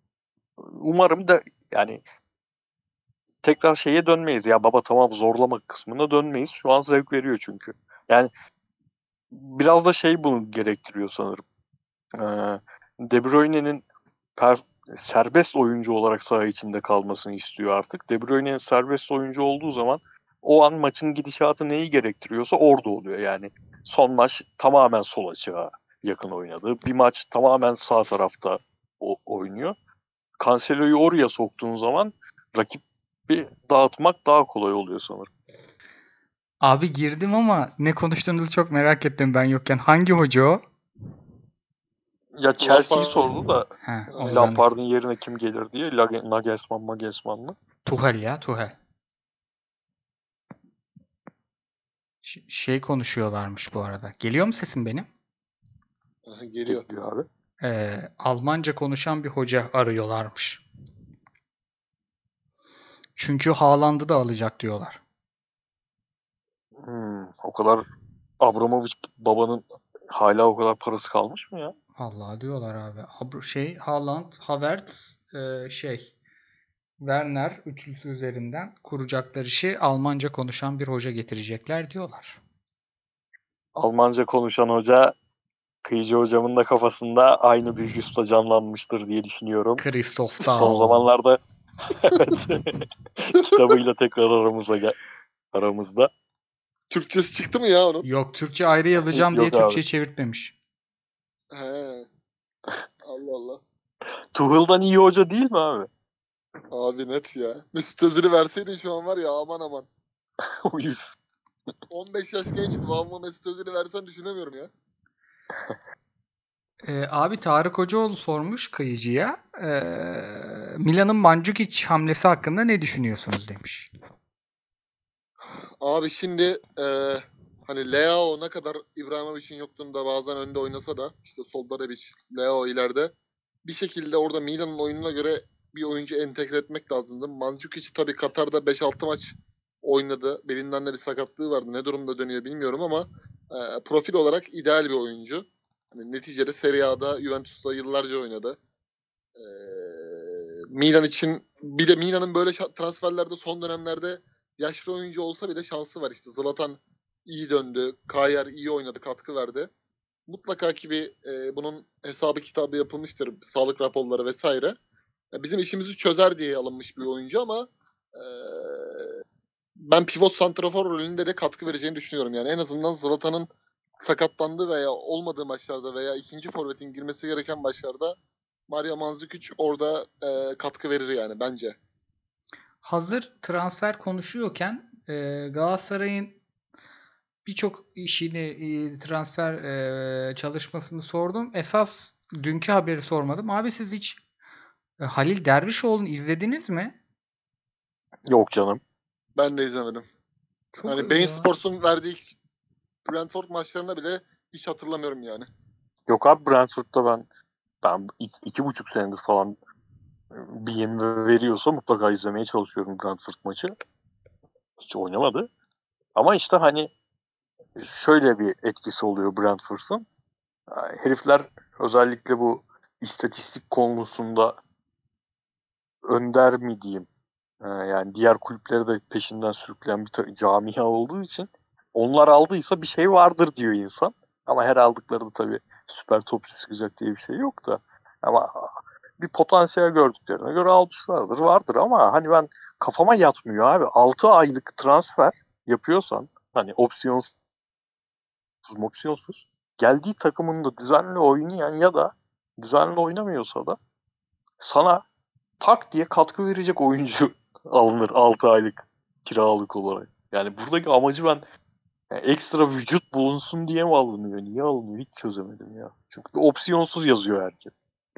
umarım da yani tekrar şeye dönmeyiz. Ya baba tamam zorlama kısmına dönmeyiz. Şu an zevk veriyor çünkü. Yani biraz da şey bunu gerektiriyor sanırım. Ee, De Bruyne'nin per- serbest oyuncu olarak saha içinde kalmasını istiyor artık. De Bruyne'nin serbest oyuncu olduğu zaman o an maçın gidişatı neyi gerektiriyorsa orada oluyor. Yani son maç tamamen sol açığa yakın oynadı. Bir maç tamamen sağ tarafta o- oynuyor. Cancelo'yu oraya soktuğun zaman rakip bir dağıtmak daha kolay oluyor sanırım.
Abi girdim ama ne konuştuğunuzu çok merak ettim ben yokken. Hangi hoca o?
Ya Chelsea'yi
Lampard-
sordu da
He, onu ben de-
Lampard'ın yerine kim gelir diye. Lage- Nagelsmann, Nagelsmann mı?
Tuchel ya Tuchel. Ş- şey konuşuyorlarmış bu arada. Geliyor mu sesim benim?
Aha, geliyor.
Geliyor abi.
Ee, Almanca konuşan bir hoca arıyorlarmış. Çünkü Haaland'ı da alacak diyorlar.
Hmm, o kadar Abramovich babanın hala o kadar parası kalmış mı ya?
Allah diyorlar abi. Abr- şey Haaland, Havertz, e, şey Werner üçlüsü üzerinden kuracakları işi Almanca konuşan bir hoca getirecekler diyorlar.
Almanca konuşan hoca Kıyıcı hocamın da kafasında aynı büyük usta canlanmıştır diye düşünüyorum.
Christoph
Son
Daum.
zamanlarda evet, kitabıyla tekrar aramıza gel aramızda.
Türkçesi çıktı mı ya onun?
Yok Türkçe ayrı yazacağım diye
Yok abi.
Türkçe'ye çevirtmemiş.
He. Allah Allah.
Tuchel'dan iyi hoca değil mi abi?
Abi net ya. Mesut Özil'i verseydin şu an var ya aman aman. on beş yaş genç kıvamlı Mesut Özil'i versen düşünemiyorum ya.
Ee, abi Tarık Hocaoğlu sormuş Kayıcı'ya. Ee, Milan'ın Mandzukic hamlesi hakkında ne düşünüyorsunuz demiş.
Abi şimdi e, hani Leao ne kadar İbrahimovic'in yokluğunda bazen önde oynasa da işte solda Rebic, Leao ileride bir şekilde orada Milan'ın oyununa göre bir oyuncu entegre etmek lazımdı. Mandzukic tabii Katar'da beş altı maç oynadı. Belinden de bir sakatlığı vardı. Ne durumda dönüyor bilmiyorum ama e, profil olarak ideal bir oyuncu. Hani neticede Serie A'da Juventus'ta yıllarca oynadı. E, Milan için bir de Milan'ın böyle şa- transferlerde son dönemlerde yaşlı oyuncu olsa bile şansı var. İşte Zlatan iyi döndü. Kayer iyi oynadı, katkı verdi. Mutlaka ki bir e, bunun hesabı kitabı yapılmıştır. Sağlık raporları vesaire. Ya bizim işimizi çözer diye alınmış bir oyuncu ama e, ben pivot santrafor rolünde de katkı vereceğini düşünüyorum. Yani en azından Zlatan'ın sakatlandığı veya olmadığı maçlarda veya ikinci forvetin girmesi gereken maçlarda Mario Mandzukic orada e, katkı verir yani bence.
hazır transfer konuşuyorken e, Galatasaray'ın birçok işini, e, transfer e, çalışmasını sordum. Esas dünkü haberi sormadım. Abi siz hiç e, Halil Dervişoğlu'nu izlediniz mi?
Yok canım.
Ben de izlemedim.
Çok
Hani Bein
ya.
Sports'un verdiği ilk Brentford maçlarına bile hiç hatırlamıyorum yani.
Yok abi, Brentford'da ben ben iki, iki buçuk senedir falan bir yeni veriyorsa mutlaka izlemeye çalışıyorum Brentford maçı. Hiç oynamadı. Ama işte hani şöyle bir etkisi oluyor Brentford'un. Herifler özellikle bu istatistik konusunda önder mi diyeyim. Ee, yani diğer kulüpleri de peşinden sürükleyen bir ta- camia olduğu için onlar aldıysa bir şey vardır diyor insan. Ama her aldıkları da tabii süper topçu çıkacak diye bir şey yok da. Ama bir potansiyel gördüklerine göre almışlardır. Vardır ama hani ben kafama yatmıyor abi. altı aylık transfer yapıyorsan hani opsiyonsuz opsiyonsuz geldiği takımında düzenli oynayan ya da düzenli oynamıyorsa da sana tak diye katkı verecek oyuncu alınır altı aylık kiralık olarak. Yani buradaki amacı ben yani ekstra vücut bulunsun diye mi alınıyor? Niye alınıyor? Hiç çözemedim ya. Çünkü opsiyonsuz yazıyor herkes.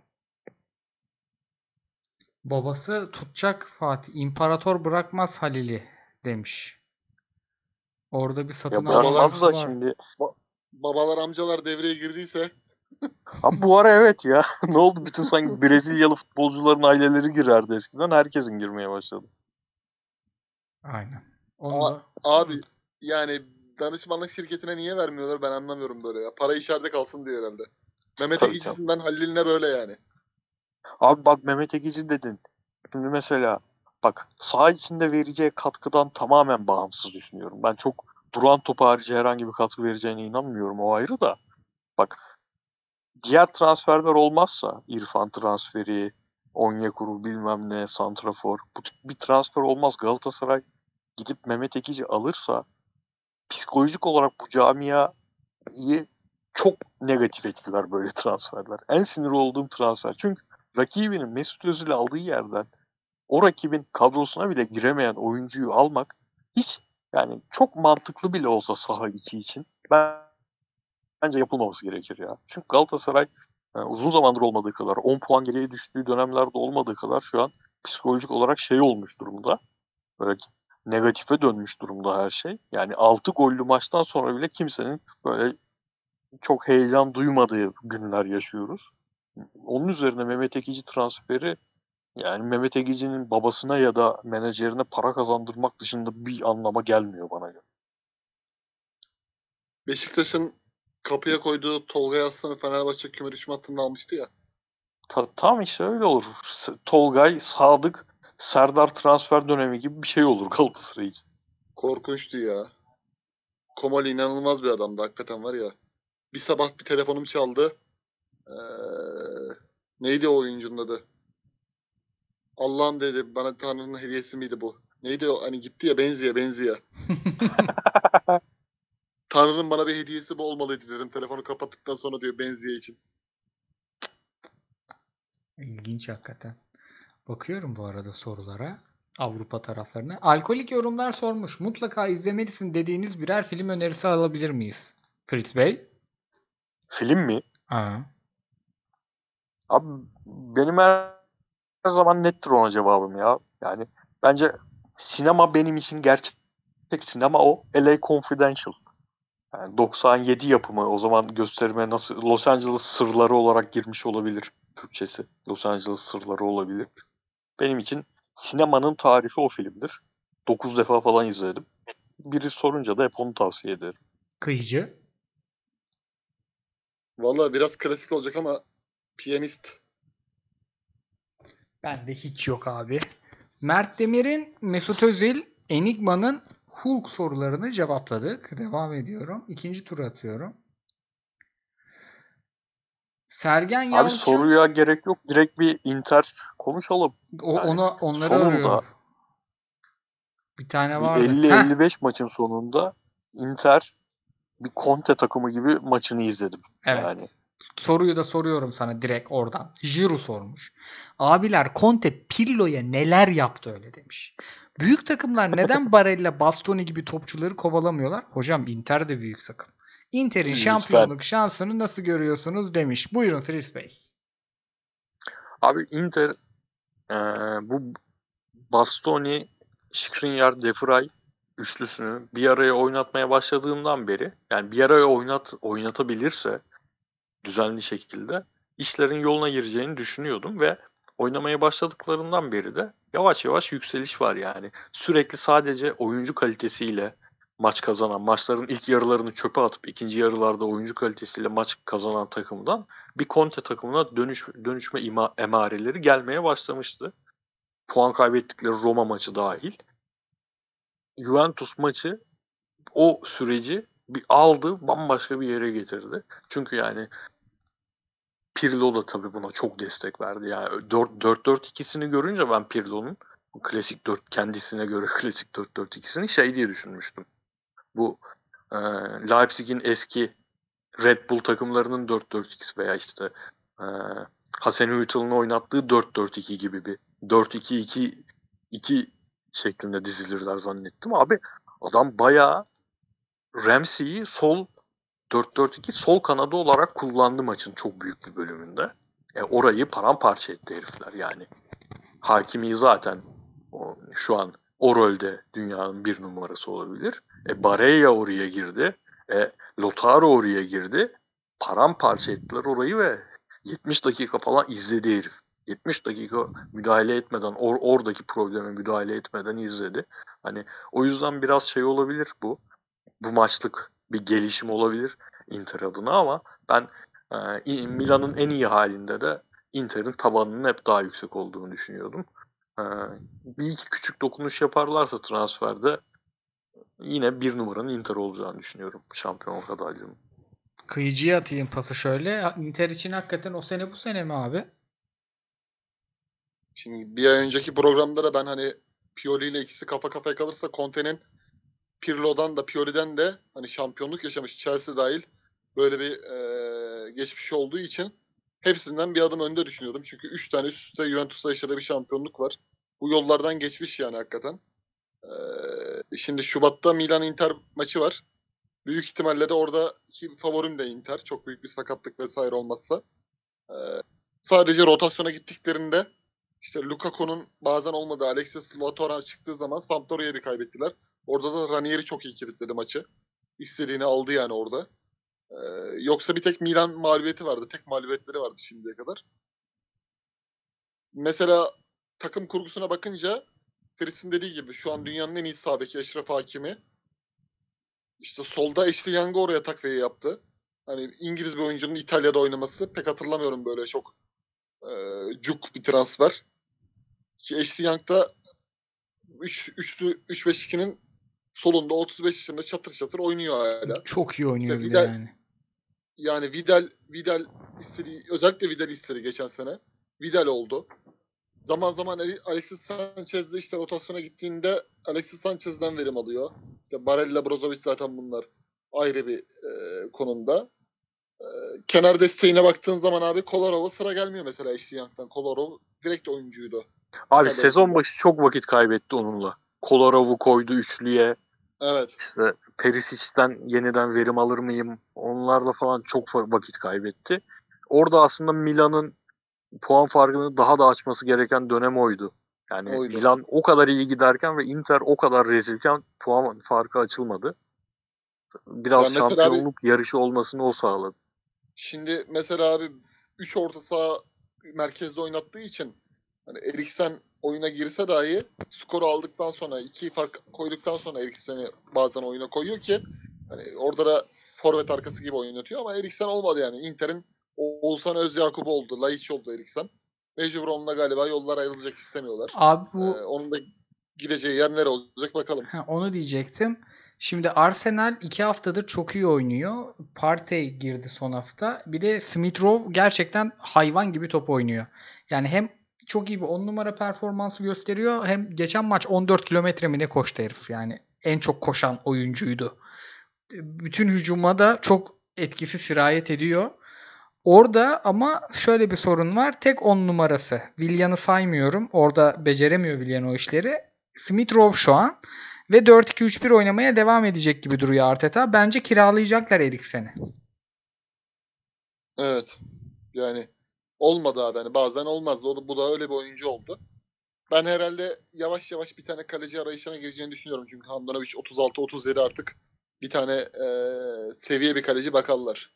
Babası tutacak Fatih. İmparator bırakmaz Halil'i demiş. Orada bir satın
Ya
alma
Babalar
bırakmaz da
mevzusu var.
şimdi.
ba- babalar amcalar devreye girdiyse
Abi bu ara evet ya. Ne oldu? Bütün sanki Brezilyalı futbolcuların aileleri girerdi eskiden. Herkesin girmeye başladı.
Aynen. Onu
A-
da
abi yani danışmanlık şirketine niye vermiyorlar ben anlamıyorum böyle ya. Para içeride kalsın diye herhalde. Mehmet
Tabii canım.
Ekicisi'nden Halil'ine böyle yani.
Abi bak Mehmet Ekici dedin. Şimdi mesela bak saha içinde vereceği katkıdan tamamen bağımsız düşünüyorum. Ben çok duran top harici herhangi bir katkı vereceğine inanmıyorum, o ayrı da. Bak diğer transferler olmazsa İrfan transferi, Onyekuru bilmem ne, Santrafor, bu tip bir transfer olmaz. Galatasaray gidip Mehmet Ekici alırsa psikolojik olarak bu camiayı çok negatif etkiler böyle transferler. En sinir olduğum transfer. Çünkü rakibinin Mesut Özil'i aldığı yerden o rakibin kadrosuna bile giremeyen oyuncuyu almak hiç yani çok mantıklı bile olsa saha içi için ben bence yapılmaması gerekir ya. Çünkü Galatasaray yani uzun zamandır olmadığı kadar on puan geriye düştüğü dönemlerde olmadığı kadar şu an psikolojik olarak şey olmuş durumda. Böyle negatife dönmüş durumda her şey. Yani altı gollü maçtan sonra bile kimsenin böyle çok heyecan duymadığı günler yaşıyoruz. Onun üzerine Mehmet Ekici transferi yani Mehmet Egici'nin babasına ya da menajerine para kazandırmak dışında bir anlama gelmiyor bana göre.
Beşiktaş'ın kapıya koyduğu Tolga Aslan'ı Fenerbahçe küme düşme hattında almıştı ya.
Ta- tam işte öyle olur. S- Tolgay, Sadık, Serdar transfer dönemi gibi bir şey olur Galatasaray için.
Korkunçtu ya. Komali inanılmaz bir adamdı hakikaten var ya. Bir sabah bir telefonum çaldı. Ee, neydi o oyuncunun adı? Allah'ım dedi bana Tanrı'nın hediyesi miydi bu? Neydi o hani gitti ya benziye benziye. Tanrı'nın bana bir hediyesi bu olmalıydı dedim telefonu kapattıktan sonra diyor benziye için.
ilginç hakikaten. Bakıyorum bu arada sorulara. Avrupa taraflarına. Alkolik yorumlar sormuş. Mutlaka izlemelisin dediğiniz birer film önerisi alabilir miyiz? Fritz Bey?
Film mi?
Aa.
Abi benim her, her zaman nettir ona cevabım ya. Yani bence sinema benim için gerçek sinema o. L A Confidential. Yani doksan yedi yapımı, o zaman gösterime nasıl Los Angeles sırları olarak girmiş olabilir Türkçesi. Los Angeles sırları olabilir. Benim için sinemanın tarifi o filmdir. Dokuz defa falan izledim. Biri sorunca da hep onu tavsiye ederim.
Kıyıcı.
Vallahi biraz klasik olacak ama piyanist.
Bende hiç yok abi. Mert Demir'in Mesut Özil Enigma'nın Hulk sorularını cevapladık. Devam ediyorum. İkinci tur atıyorum. Sergen
Abi
Yalçın
soruya gerek yok. Direkt bir Inter konuşalım.
o,
Yani
ona, onları
sonunda
arıyorum. Bir tane
bir
vardı. Heh.
elli elli beş maçın sonunda Inter bir Conte takımı gibi maçını izledim. Yani
Evet. Soruyu da soruyorum sana direkt oradan. Jiru sormuş. Abiler Conte Pirlo'ya neler yaptı öyle demiş. Büyük takımlar neden Barella, Bastoni gibi topçuları kovalamıyorlar? Hocam Inter de büyük takım. Inter'in
Lütfen.
şampiyonluk şansını nasıl görüyorsunuz demiş. Buyurun Filiz Bey.
Abi Inter eee, bu Bastoni, Skriniar, De Vrij üçlüsünü bir araya oynatmaya başladığından beri, yani bir araya oynat oynatabilirse düzenli şekilde işlerin yoluna gireceğini düşünüyordum ve oynamaya başladıklarından beri de yavaş yavaş yükseliş var yani. Sürekli sadece oyuncu kalitesiyle maç kazanan, maçların ilk yarılarını çöpe atıp ikinci yarılarda oyuncu kalitesiyle maç kazanan takımdan bir Conte takımına dönüş, dönüşme ima, emareleri gelmeye başlamıştı. Puan kaybettikleri Roma maçı dahil. Juventus maçı o süreci bir aldı, bambaşka bir yere getirdi. Çünkü yani Pirlo da tabii buna çok destek verdi. Yani dört dört ikisini görünce ben Pirlo'nun klasik dört kendisine göre klasik dört dört ikisini şey diye düşünmüştüm. Bu e, Leipzig'in eski Red Bull takımlarının dört dört ikisi veya işte e, Hasenhüttl'ın oynattığı dört dört iki gibi bir dört iki iki iki şeklinde dizilirler zannettim. Abi adam bayağı Ramsey'i sol dört dört iki sol kanadı olarak kullandı maçın çok büyük bir bölümünde. E, orayı paramparça etti herifler yani. Hakimi zaten o, şu an o rolde dünyanın bir numarası olabilir. E, Barella oraya girdi. E, Lautaro oraya girdi. Paramparça ettiler orayı ve yetmiş dakika falan izledi herif. yetmiş dakika müdahale etmeden, or, oradaki probleme müdahale etmeden izledi. Hani o yüzden biraz şey olabilir bu. Bu maçlık bir gelişim olabilir Inter adına ama ben e, Milan'ın en iyi halinde de Inter'in tabanının hep daha yüksek olduğunu düşünüyordum. E, bir iki küçük dokunuş yaparlarsa transferde yine bir numaranın Inter olacağını düşünüyorum şampiyonluk adaylığının.
Kıyıcıya atayım pası şöyle. Inter için hakikaten o sene bu sene mi abi?
Şimdi bir ay önceki programda da ben hani Pioli ile ikisi kafa kafaya kalırsa Conte'nin Pirlo'dan da Pioli'den de hani şampiyonluk yaşamış Chelsea dahil böyle bir e, geçmiş olduğu için hepsinden bir adım önde düşünüyordum. Çünkü üç tane üst üste Juventus'a yaşadığı bir şampiyonluk var. Bu yollardan geçmiş yani hakikaten. E, şimdi Şubat'ta Milan-Inter maçı var. Büyük ihtimalle de oradaki favorim de Inter. Çok büyük bir sakatlık vesaire olmazsa. E, sadece rotasyona gittiklerinde işte Lukaku'nun bazen olmadığı Alexis Lautaro çıktığı zaman Sampdoria'yı bir kaybettiler. Orada da Ranieri çok iyi kilitledi maçı. İstediğini aldı yani orada. Ee, yoksa bir tek Milan mağlubiyeti vardı. Tek mağlubiyetleri vardı şimdiye kadar. Mesela takım kurgusuna bakınca Feris'in dediği gibi şu an dünyanın en iyi sağ beki Eşref Hakimi. İşte solda Ashley Young'ı oraya takviye yaptı. Hani İngiliz bir oyuncunun İtalya'da oynaması pek hatırlamıyorum böyle çok e, cuk bir transfer. Ki Ashley Young da üç beş ikinin solunda otuz beş yaşında çatır çatır oynuyor hala.
Çok iyi oynuyor
İşte
bir
Vidal,
de yani.
Yani Vidal Vidal istediği, özellikle Vidal istedi geçen sene. Vidal oldu. Zaman zaman Alexis Sanchez'de işte rotasyona gittiğinde Alexis Sanchez'den verim alıyor. İşte Barella, Brozovic zaten bunlar ayrı bir e, konumda. E, kenar desteğine baktığın zaman abi Kolarov'a sıra gelmiyor mesela Ashley Young'dan. Kolarov direkt oyuncuydu.
Abi
İtalya
sezon
oyuncusu.
başı çok vakit kaybetti onunla. Kolarov'u koydu üçlüye.
Evet.
İşte Perisic'ten yeniden verim alır mıyım? Onlarla falan çok vakit kaybetti. Orada aslında Milan'ın puan farkını daha da açması gereken dönem oydu. Yani
Oydu.
Milan o kadar iyi giderken ve Inter o kadar rezilken puan farkı açılmadı. Biraz
Ya mesela
şampiyonluk
abi,
yarışı olmasını o sağladı.
şimdi mesela abi üç orta saha merkezde oynattığı için hani Eriksen oyuna girse dahi skoru aldıktan sonra iki fark koyduktan sonra Eriksen'i bazen oyuna koyuyor ki hani orada da forvet arkası gibi oynatıyor ama Eriksen olmadı yani. Inter'in Oğuzhan Özyakup oldu, Laiç oldu Eriksen. Mecbur onunla galiba yollar ayrılacak istemiyorlar.
Abi bu
Ee, onun da gideceği yer nere olacak bakalım.
Ha, onu diyecektim. Şimdi Arsenal iki haftadır çok iyi oynuyor. Partey girdi son hafta. Bir de Smith Rowe gerçekten hayvan gibi top oynuyor. Yani hem çok iyi bir on numara performansı gösteriyor hem geçen maç on dört kilometre mi ne koştu herif yani. En çok koşan oyuncuydu. Bütün hücuma da çok etkisi sirayet ediyor. Orada ama şöyle bir sorun var. Tek on numarası. Willian'ı saymıyorum. Orada beceremiyor Willian o işleri. Smith Rowe şu an. Ve dört iki üç bir oynamaya devam edecek gibi duruyor Arteta. Bence kiralayacaklar Eriksen'i.
Evet. Yani olmadı abi. Yani bazen olmaz. O da, bu da öyle bir oyuncu oldu. Ben herhalde yavaş yavaş bir tane kaleci arayışına gireceğini düşünüyorum. Çünkü Handanovic otuz altı otuz yedi artık bir tane e, seviye bir kaleci bakarlar.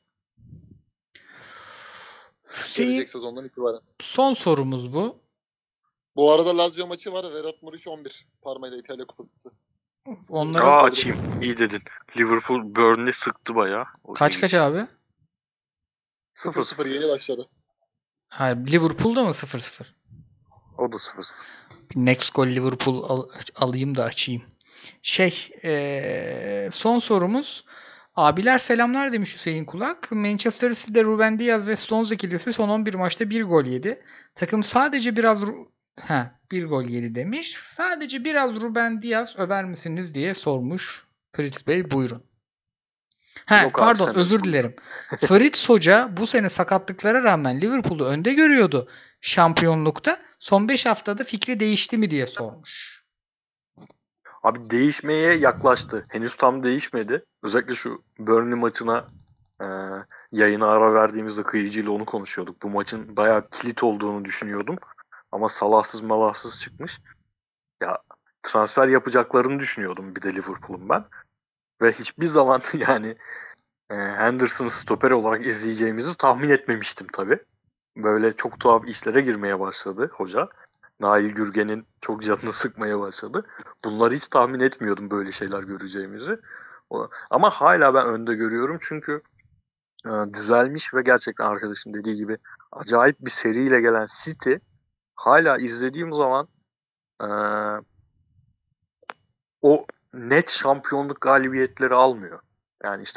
Hüseyin,
Gelecek sezondan itibaren.
son sorumuz bu.
Bu arada Lazio maçı var. Vedat Muriç on bir. Parma ile İtalya Kupası.
Onları
Aa açayım. İyi dedin. Liverpool Burnley sıktı bayağı. O
kaç
şey
kaç
için.
abi?
sıfır sıfır yeni başladı.
Hayır, Liverpool'da mı sıfır sıfır?
O da sıfır sıfır.
Next goal Liverpool al- alayım da açayım. Şey, ee, son sorumuz. Abiler selamlar demiş Hüseyin Kulak. Manchester City'de Ruben Diaz ve Stones ikilisi son on bir maçta bir gol yedi. Takım sadece biraz Ru- ha bir gol yedi demiş. Sadece biraz Ruben Diaz över misiniz diye sormuş. Fritz Bey buyurun. He,
Yok abi,
pardon
sen
özür
öv.
dilerim. Fritz Hoca bu sene sakatlıklara rağmen Liverpool'u önde görüyordu şampiyonlukta. Son beş haftada fikri değişti mi diye sormuş.
Abi değişmeye yaklaştı. Henüz tam değişmedi. Özellikle şu Burnley maçına e, yayına ara verdiğimizde kıyıcıyla onu konuşuyorduk. Bu maçın bayağı kilit olduğunu düşünüyordum. Ama Salahsız malahsız çıkmış. Ya transfer yapacaklarını düşünüyordum bir de Liverpool'un ben. Ve hiçbir zaman yani e, Henderson'ı stoper olarak izleyeceğimizi tahmin etmemiştim tabii. Böyle çok tuhaf işlere girmeye başladı hoca. Nail Gürgen'in çok canını sıkmaya başladı. Bunları hiç tahmin etmiyordum, böyle şeyler göreceğimizi. O- Ama hala ben önde görüyorum çünkü e, düzelmiş ve gerçekten arkadaşın dediği gibi acayip bir seriyle gelen City hala izlediğim zaman e, o net şampiyonluk galibiyetleri almıyor. Yani işte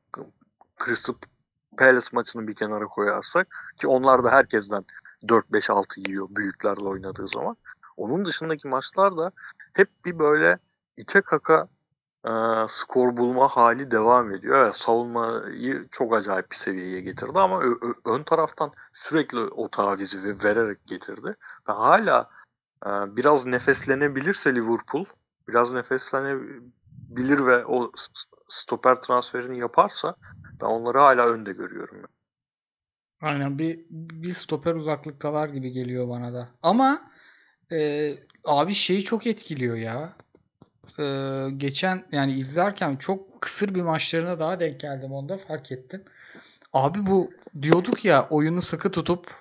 Crystal Palace maçını bir kenara koyarsak ki onlar da herkesten dört beş altı yiyor büyüklerle oynadığı zaman. Onun dışındaki maçlarda hep bir böyle ite kaka e, skor bulma hali devam ediyor. Evet, savunmayı çok acayip bir seviyeye getirdi ama ö- ö- ön taraftan sürekli o tavizi ve- vererek getirdi. Ve hala e, biraz nefeslenebilirse Liverpool, biraz nefeslenebilir ve o s- stoper transferini yaparsa ben onları hala önde görüyorum.
Aynen bir, bir stoper uzaklıktalar gibi geliyor bana da. Ama e, abi şeyi çok etkiliyor ya. E, geçen yani izlerken çok kısır bir maçlarına daha denk geldim, onda fark ettim. Abi bu diyorduk ya, oyunu sıkı tutup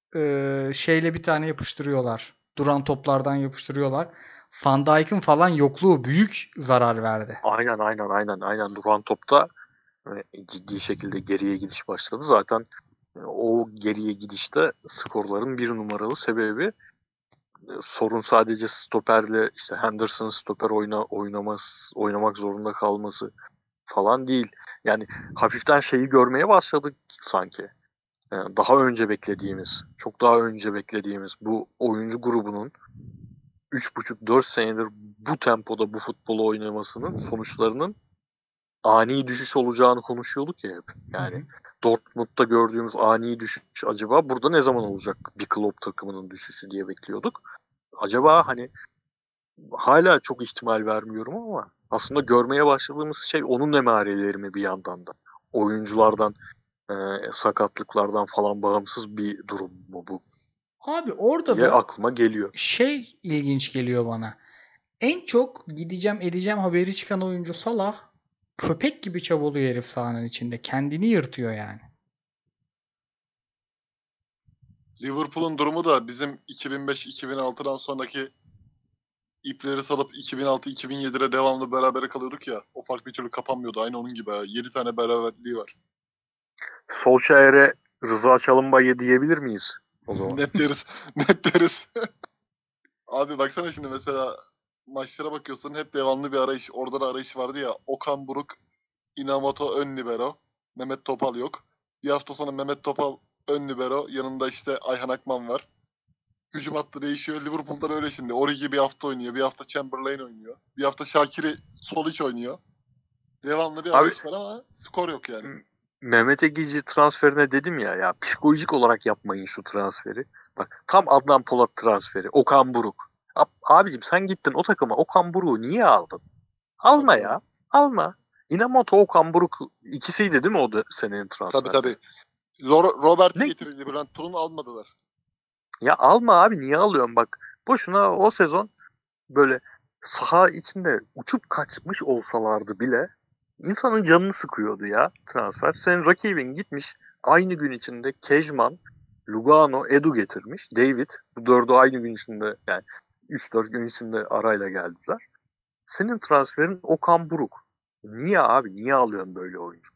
e, şeyle bir tane yapıştırıyorlar. Duran toplardan yapıştırıyorlar. Van Dijk'ın falan yokluğu büyük zarar verdi.
Aynen aynen aynen aynen duran topta e, ciddi şekilde geriye gidiş başladı. Zaten e, o geriye gidişte skorların bir numaralı sebebi e, sorun sadece stoperle işte Henderson'ın stoper oyna, oynaması, oynamak zorunda kalması falan değil. Yani hafiften şeyi görmeye başladık sanki. E, Daha önce beklediğimiz, çok daha önce beklediğimiz bu oyuncu grubunun üç buçuk dört senedir bu tempoda bu futbolu oynamasının sonuçlarının ani düşüş olacağını konuşuyorduk ya hep. Yani
Hı hı.
Dortmund'da gördüğümüz ani düşüş acaba burada ne zaman olacak bir Klopp takımının düşüşü diye bekliyorduk. Acaba hani hala çok ihtimal vermiyorum ama aslında görmeye başladığımız şey onun emareleri mi bir yandan da? Oyunculardan, e, sakatlıklardan falan bağımsız bir durum mu bu
Abi orada
diye
da
aklıma geliyor.
şey ilginç geliyor bana. En çok gideceğim edeceğim haberi çıkan oyuncu Salah. Köpek gibi çabalıyor herif sahanın içinde. Kendini yırtıyor yani.
Liverpool'un durumu da bizim iki bin beş iki bin altıdan sonraki ipleri salıp iki bin altı iki bin yedide devamlı berabere kalıyorduk ya. O fark bir türlü kapanmıyordu. Aynı onun gibi. yedi tane beraberliği var.
Solskjaer'e Rıza Çalınbay'ı diyebilir miyiz o zaman?
Net deriz. Net deriz. Abi baksana şimdi mesela maçlara bakıyorsun, hep devamlı bir arayış. Orada da arayış vardı ya. Okan Buruk, Inamoto ön libero. Mehmet Topal yok. Bir hafta sonra Mehmet Topal ön libero. Yanında işte Ayhan Akman var. Hücum hattı değişiyor. Liverpool'da öyle şimdi. Origi bir hafta oynuyor. Bir hafta Chamberlain oynuyor. Bir hafta Şakir'i sol iç oynuyor. Devamlı bir
Abi
arayış var ama skor yok yani.
Mehmet Egici transferine dedim ya ya psikolojik olarak yapmayın şu transferi. Bak tam Adnan Polat transferi. Okan Buruk. Ab- Abicim sen gittin o takıma Okan Buruk'u niye aldın? Alma
Tabii,
ya. Alma. Inamoto Okan Buruk ikisiydi değil mi o da senenin
Tabii
transferi?
tabii. Ro- Robert'i
Ne?
getirildi. Bülent Tulun almadılar.
Ya alma abi niye alıyorsun bak. Boşuna o sezon böyle saha içinde uçup kaçmış olsalardı bile insanın canını sıkıyordu ya transfer. Senin rakibin gitmiş aynı gün içinde Kejman, Lugano, Edu getirmiş. David. Bu dördü aynı gün içinde yani üç dört gün içinde arayla geldiler. Senin transferin Okan Buruk. Niye abi? Niye alıyorsun böyle oyuncu?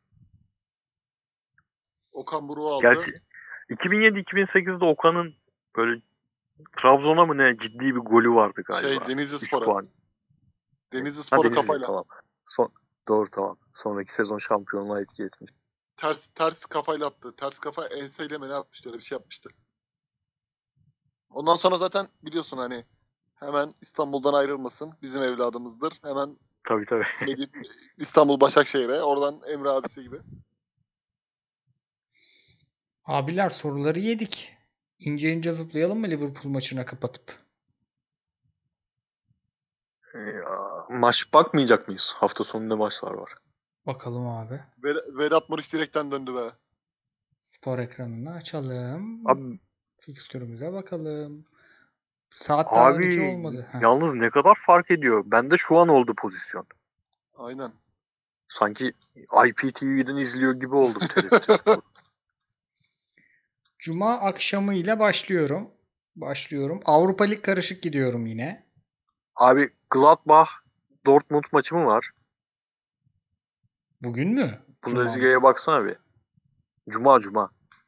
Okan Buruk'u aldı.
Gerçi iki bin yedi iki bin sekizde Okan'ın böyle Trabzon'a mı ne ciddi bir golü vardı galiba.
Şey Denizli
üç
Spor'a.
puan.
Denizli
Ha
Spor'u
Denizli
kafayla.
tamam. Son, doğru tamam. Sonraki sezon şampiyonluğa etki etmiş.
Ters ters kafayla attı. Ters kafa enseyle mi ne atmıştı, öyle bir şey yapmıştı. Ondan sonra zaten biliyorsun hani hemen İstanbul'dan ayrılmasın. Bizim evladımızdır. Hemen
Tabii tabii.
Medip, İstanbul Başakşehir'e. Oradan Emre abisi gibi.
Abiler soruları yedik. İnce ince zıplayalım mı Liverpool maçına kapatıp?
Ee, maç bakmayacak mıyız? Hafta sonu ne maçlar var?
Bakalım abi.
Ved- Vedat Muriç direkten döndü be.
Spor ekranını açalım.
Abi,
Fikstürümüze bakalım. Saat daha on iki
abi
olmadı. Heh.
yalnız ne kadar fark ediyor. Bende şu an oldu pozisyon.
Aynen.
Sanki I P T V'den izliyor gibi oldum. T R T Spor.
Cuma akşamı ile başlıyorum. Başlıyorum. Avrupa Lig karışık gidiyorum yine.
Abi Gladbach Dortmund maçı mı var?
Bugün mü? Cuma mı?
Bundesliga'ya baksana bir. Cuma Cuma.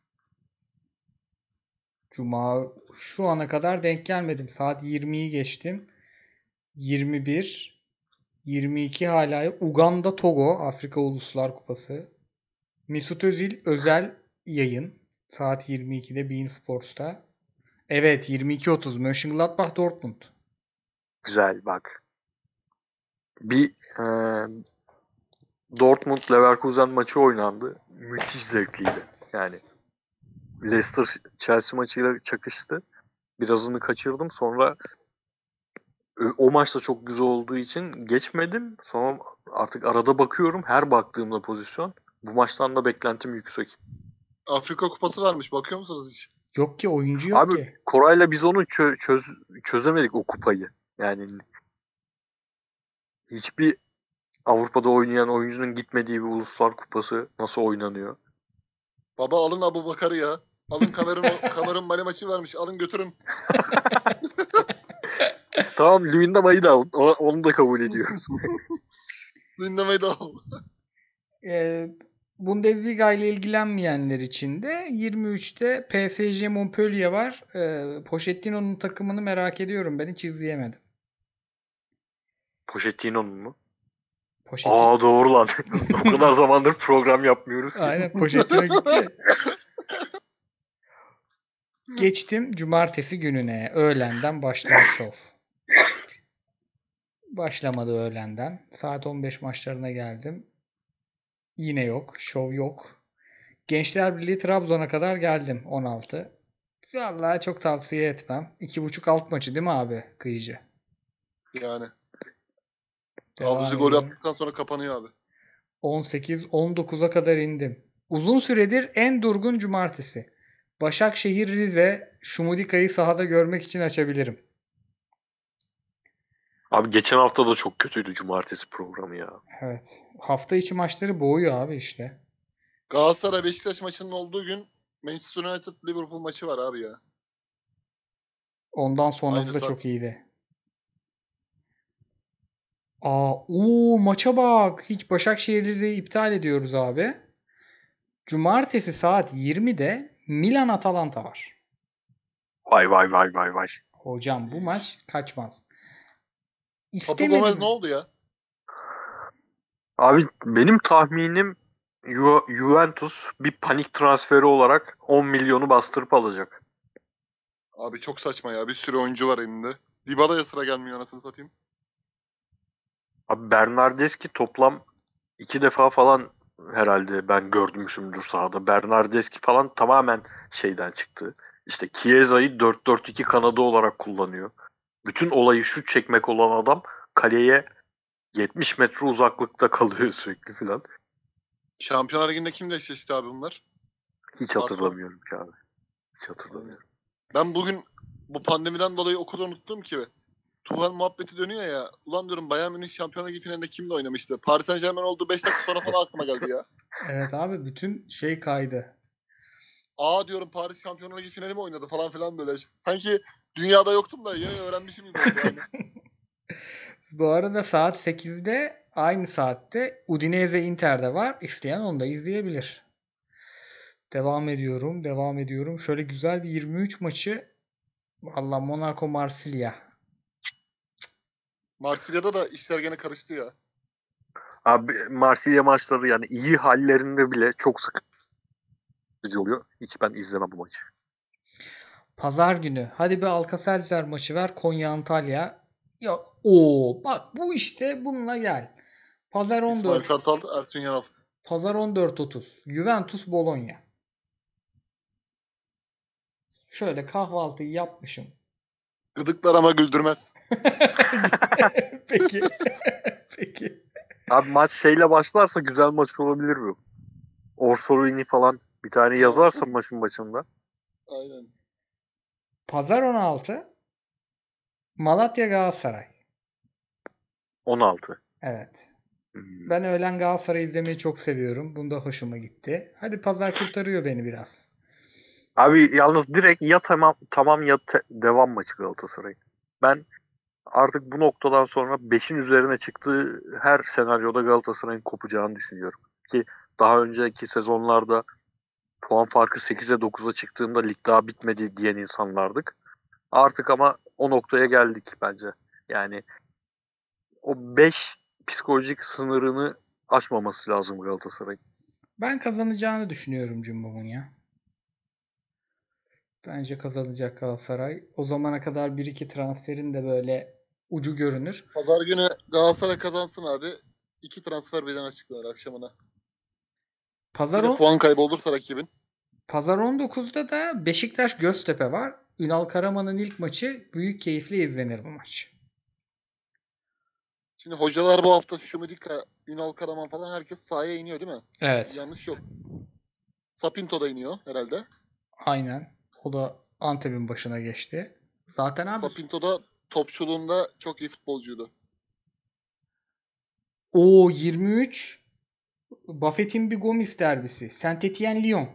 Cuma şu ana kadar denk gelmedim. Saat yirmiyi geçtim. yirmi bir, yirmi iki hala yok. Uganda Togo Afrika Uluslar Kupası. Mesut Özil özel yayın. Saat yirmi ikide beIN Sports'ta. Evet yirmi iki otuz Mönchengladbach Dortmund.
Güzel bak. Bir e, Dortmund Leverkusen maçı oynandı. Müthiş zevkliydi. Yani Leicester Chelsea maçıyla çakıştı. Birazını kaçırdım. Sonra o maç da çok güzel olduğu için geçmedim. Sonra artık arada bakıyorum. Her baktığımda pozisyon. Bu maçtan da beklentim yüksek.
Afrika Kupası varmış. Bakıyor musunuz hiç?
Yok ki oyuncu yok
Abi
ki.
Koray'la biz onu çö- çöz çözemedik o kupayı. Yani hiçbir Avrupa'da oynayan oyuncunun gitmediği bir uluslar kupası nasıl oynanıyor?
Baba alın Abu Bakar'ı ya. Alın Kamerun, Kamerun Mali maçı vermiş. Alın götürün.
Tamam Luyendama'yı da alın. O- Onu da kabul ediyoruz.
Dinlemeyi de al.
Ee, Bundesliga ile ilgilenmeyenler için de yirmi üçte P S G Montpellier var. Ee, Pochettino'nun takımını merak ediyorum. Ben hiç izleyemedim.
Pochettino'nun mu?
Pochettino.
Aa doğru lan. O kadar zamandır program yapmıyoruz ki.
Aynen Pochettino gitti. Geçtim cumartesi gününe. Öğlenden başlar şov. Başlamadı öğlenden. Saat on beş maçlarına geldim. Yine yok. Şov yok. Gençler Birliği Trabzon'a kadar geldim. on altı. Vallahi çok tavsiye etmem. iki buçuk alt maçı değil mi abi? Kıyıcı.
Yani.
Devam
Avcı golü
ediyorum.
attıktan sonra kapanıyor abi.
on sekiz on dokuza kadar indim. Uzun süredir en durgun cumartesi. Başakşehir Rize Şumudika'yı sahada görmek için açabilirim.
Abi geçen hafta da çok kötüydü cumartesi programı ya.
Evet. Hafta içi maçları boğuyor abi işte.
Galatasaray Beşiktaş maçının olduğu gün Manchester United Liverpool maçı var abi ya.
Ondan sonrası
Aynı
da
saat.
çok iyiydi. Aa, uuu maça bak. Hiç Başakşehir Rize'yi iptal ediyoruz abi. Cumartesi saat yirmide Milan Atalanta var.
Vay vay vay vay vay.
Hocam bu maç kaçmaz.
Papu
İstemedim.
Gomez ne oldu ya?
Abi benim tahminim Ju- Juventus bir panik transferi olarak on milyonu bastırıp alacak.
Abi çok saçma ya. Bir sürü oyuncu var elinde. Dybala'ya sıra gelmiyor anasını satayım.
Abi Bernardeschi toplam iki defa falan herhalde ben görmüşümdür sahada. Bernardeschi falan tamamen şeyden çıktı. İşte Chiesa'yı dört dört iki kanadı olarak kullanıyor. Bütün olayı şut çekmek olan adam kaleye yetmiş metre uzaklıkta kalıyor sürekli filan.
Şampiyonlar Ligi'nde kimle eşleşti abi bunlar?
Hiç hatırlamıyorum ki abi. Hiç hatırlamıyorum.
Ben bugün bu pandemiden dolayı o kadar unuttum ki. Tuchel muhabbeti dönüyor ya. Ulan diyorum Bayern Münih Şampiyonlar Ligi finalinde kimle oynamıştı? Paris Saint-Germain olduğu beş dakika sonra falan aklıma geldi ya.
Evet abi bütün şey kaydı.
Aa diyorum Paris Şampiyonlar Ligi finali mi oynadı falan filan böyle. Sanki dünyada yoktum da yeni öğrenmişim gibi oldu yani.
Bu arada saat sekizde aynı saatte Udinese Inter'de var. İsteyen onu da izleyebilir. Devam ediyorum. Devam ediyorum. Şöyle güzel bir yirmi üç maçı. Valla Monaco Marsilya.
Marsilya'da da işler gene karıştı ya.
Abi Marsilya maçları yani iyi hallerinde bile çok sıkıcı oluyor. Hiç ben izlemem bu maçı.
Pazar günü. Hadi bir Alcacelser maçı ver. Konya Antalya. Ya o bak bu işte bununla gel. Pazar on
İsmail
dört.
Kartal, Ersun Yanal.
Pazar on dört otuz. Juventus Bologna. Şöyle kahvaltıyı yapmışım.
Gıdıklar ama güldürmez.
Peki. Peki.
Abi maç şeyle başlarsa güzel maç olabilir bu. Orsolini falan bir tane yazarsa maçın başında.
Aynen.
Pazar on altı. Malatya Galatasaray.
on altı.
Evet.
Hmm.
Ben öğlen Galatasaray izlemeyi çok seviyorum. Bunda hoşuma gitti. Hadi pazar kurtarıyor beni biraz.
Abi yalnız direkt ya tamam tamam ya te- devam maçı Galatasaray. Ben artık bu noktadan sonra beşin üzerine çıktığı her senaryoda Galatasaray'ın kopacağını düşünüyorum. Ki daha önceki sezonlarda puan farkı sekize dokuza çıktığında lig daha bitmedi diyen insanlardık. Artık ama o noktaya geldik bence. Yani o beş psikolojik sınırını aşmaması lazım Galatasaray'ın.
Ben kazanacağını düşünüyorum Cimbom'un ya. Bence kazanacak Galatasaray. O zamana kadar bir iki transferin de böyle ucu görünür.
Pazar günü Galatasaray kazansın abi. İki transfer birden açıklanır akşamına.
Pazar,
Bir de
on,
puan kaybı olursa rakibin.
Pazar on dokuzda da Beşiktaş Göztepe var. Ünal Karaman'ın ilk maçı büyük keyifle izlenir bu maç.
Şimdi hocalar bu hafta Şumidika, Ünal Karaman falan herkes sahaya iniyor değil mi?
Evet.
Yanlış yok. Sapinto da iniyor herhalde.
Aynen. O da Antep'in başına geçti. Zaten abi
Sapinto da topçuluğunda çok iyi futbolcuydu.
o yirmi üç Buffett'in bir Gomis derbisi. Saint-Étienne Lyon.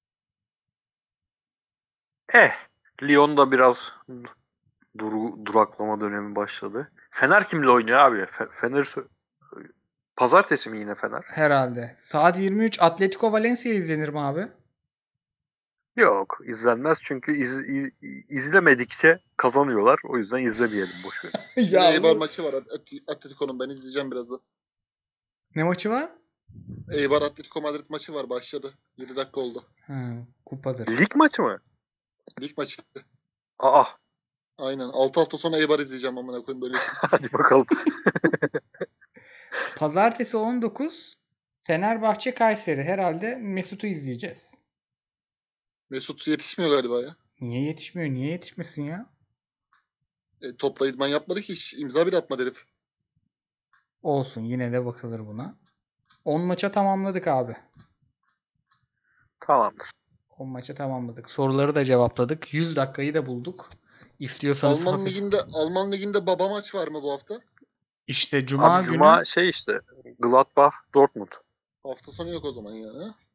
Eh, Lyon da biraz dur- duraklama dönemi başladı. Fener kimle oynuyor abi? Fe- Fener sö- Pazartesi mi yine Fener?
Herhalde. Saat yirmi üç Atletico Valencia izlenir mi abi?
Yok, izlenmez çünkü iz, iz- izlemedikçe kazanıyorlar. O yüzden izlemeyelim boş ver.
Yine
ya
Eibar
bu-
maçı var At- Atletico'nun. Ben izleyeceğim birazdan.
Ne maçı var?
Eibar Atletico Madrid maçı var. Başladı. yedi dakika oldu.
Ha, kupadır.
Lig maçı mı?
Lig maçı.
Aa,
Aynen. altı hafta sonra Eibar izleyeceğim amına koyayım böyle.
hadi bakalım.
Pazartesi on dokuz Fenerbahçe Kayseri. Herhalde Mesut'u izleyeceğiz.
Mesut yetişmiyor galiba ya.
Niye yetişmiyor? Niye yetişmesin ya?
E, topla idman yapmadı ki hiç. İmza bile atmadı herif.
Olsun yine de bakılır buna. on maça tamamladık abi.
Tamamdır.
on maça tamamladık. Soruları da cevapladık. yüz dakikayı da bulduk. İstiyorsanız
Alman
hafif-
liginde Alman liginde baba maç var mı bu hafta?
İşte Cuma
Abi
günü
Cuma şey işte Gladbach Dortmund.
Hafta sonu yok o zaman yani. ha?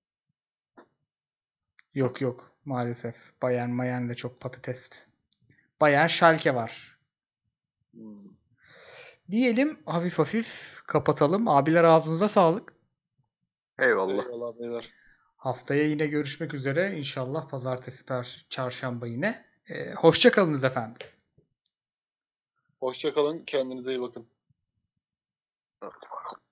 yok yok maalesef. Bayern Bayern de çok patates. Bayern Schalke var.
Hmm.
Diyelim hafif hafif kapatalım. Abiler ağzınıza sağlık.
Eyvallah.
Eyvallah beyler.
Haftaya yine görüşmek üzere. İnşallah pazartesi, per- çarşamba yine. Ee, hoşça kalınız efendim.
Hoşça kalın. Kendinize iyi bakın.
Hadi bakalım.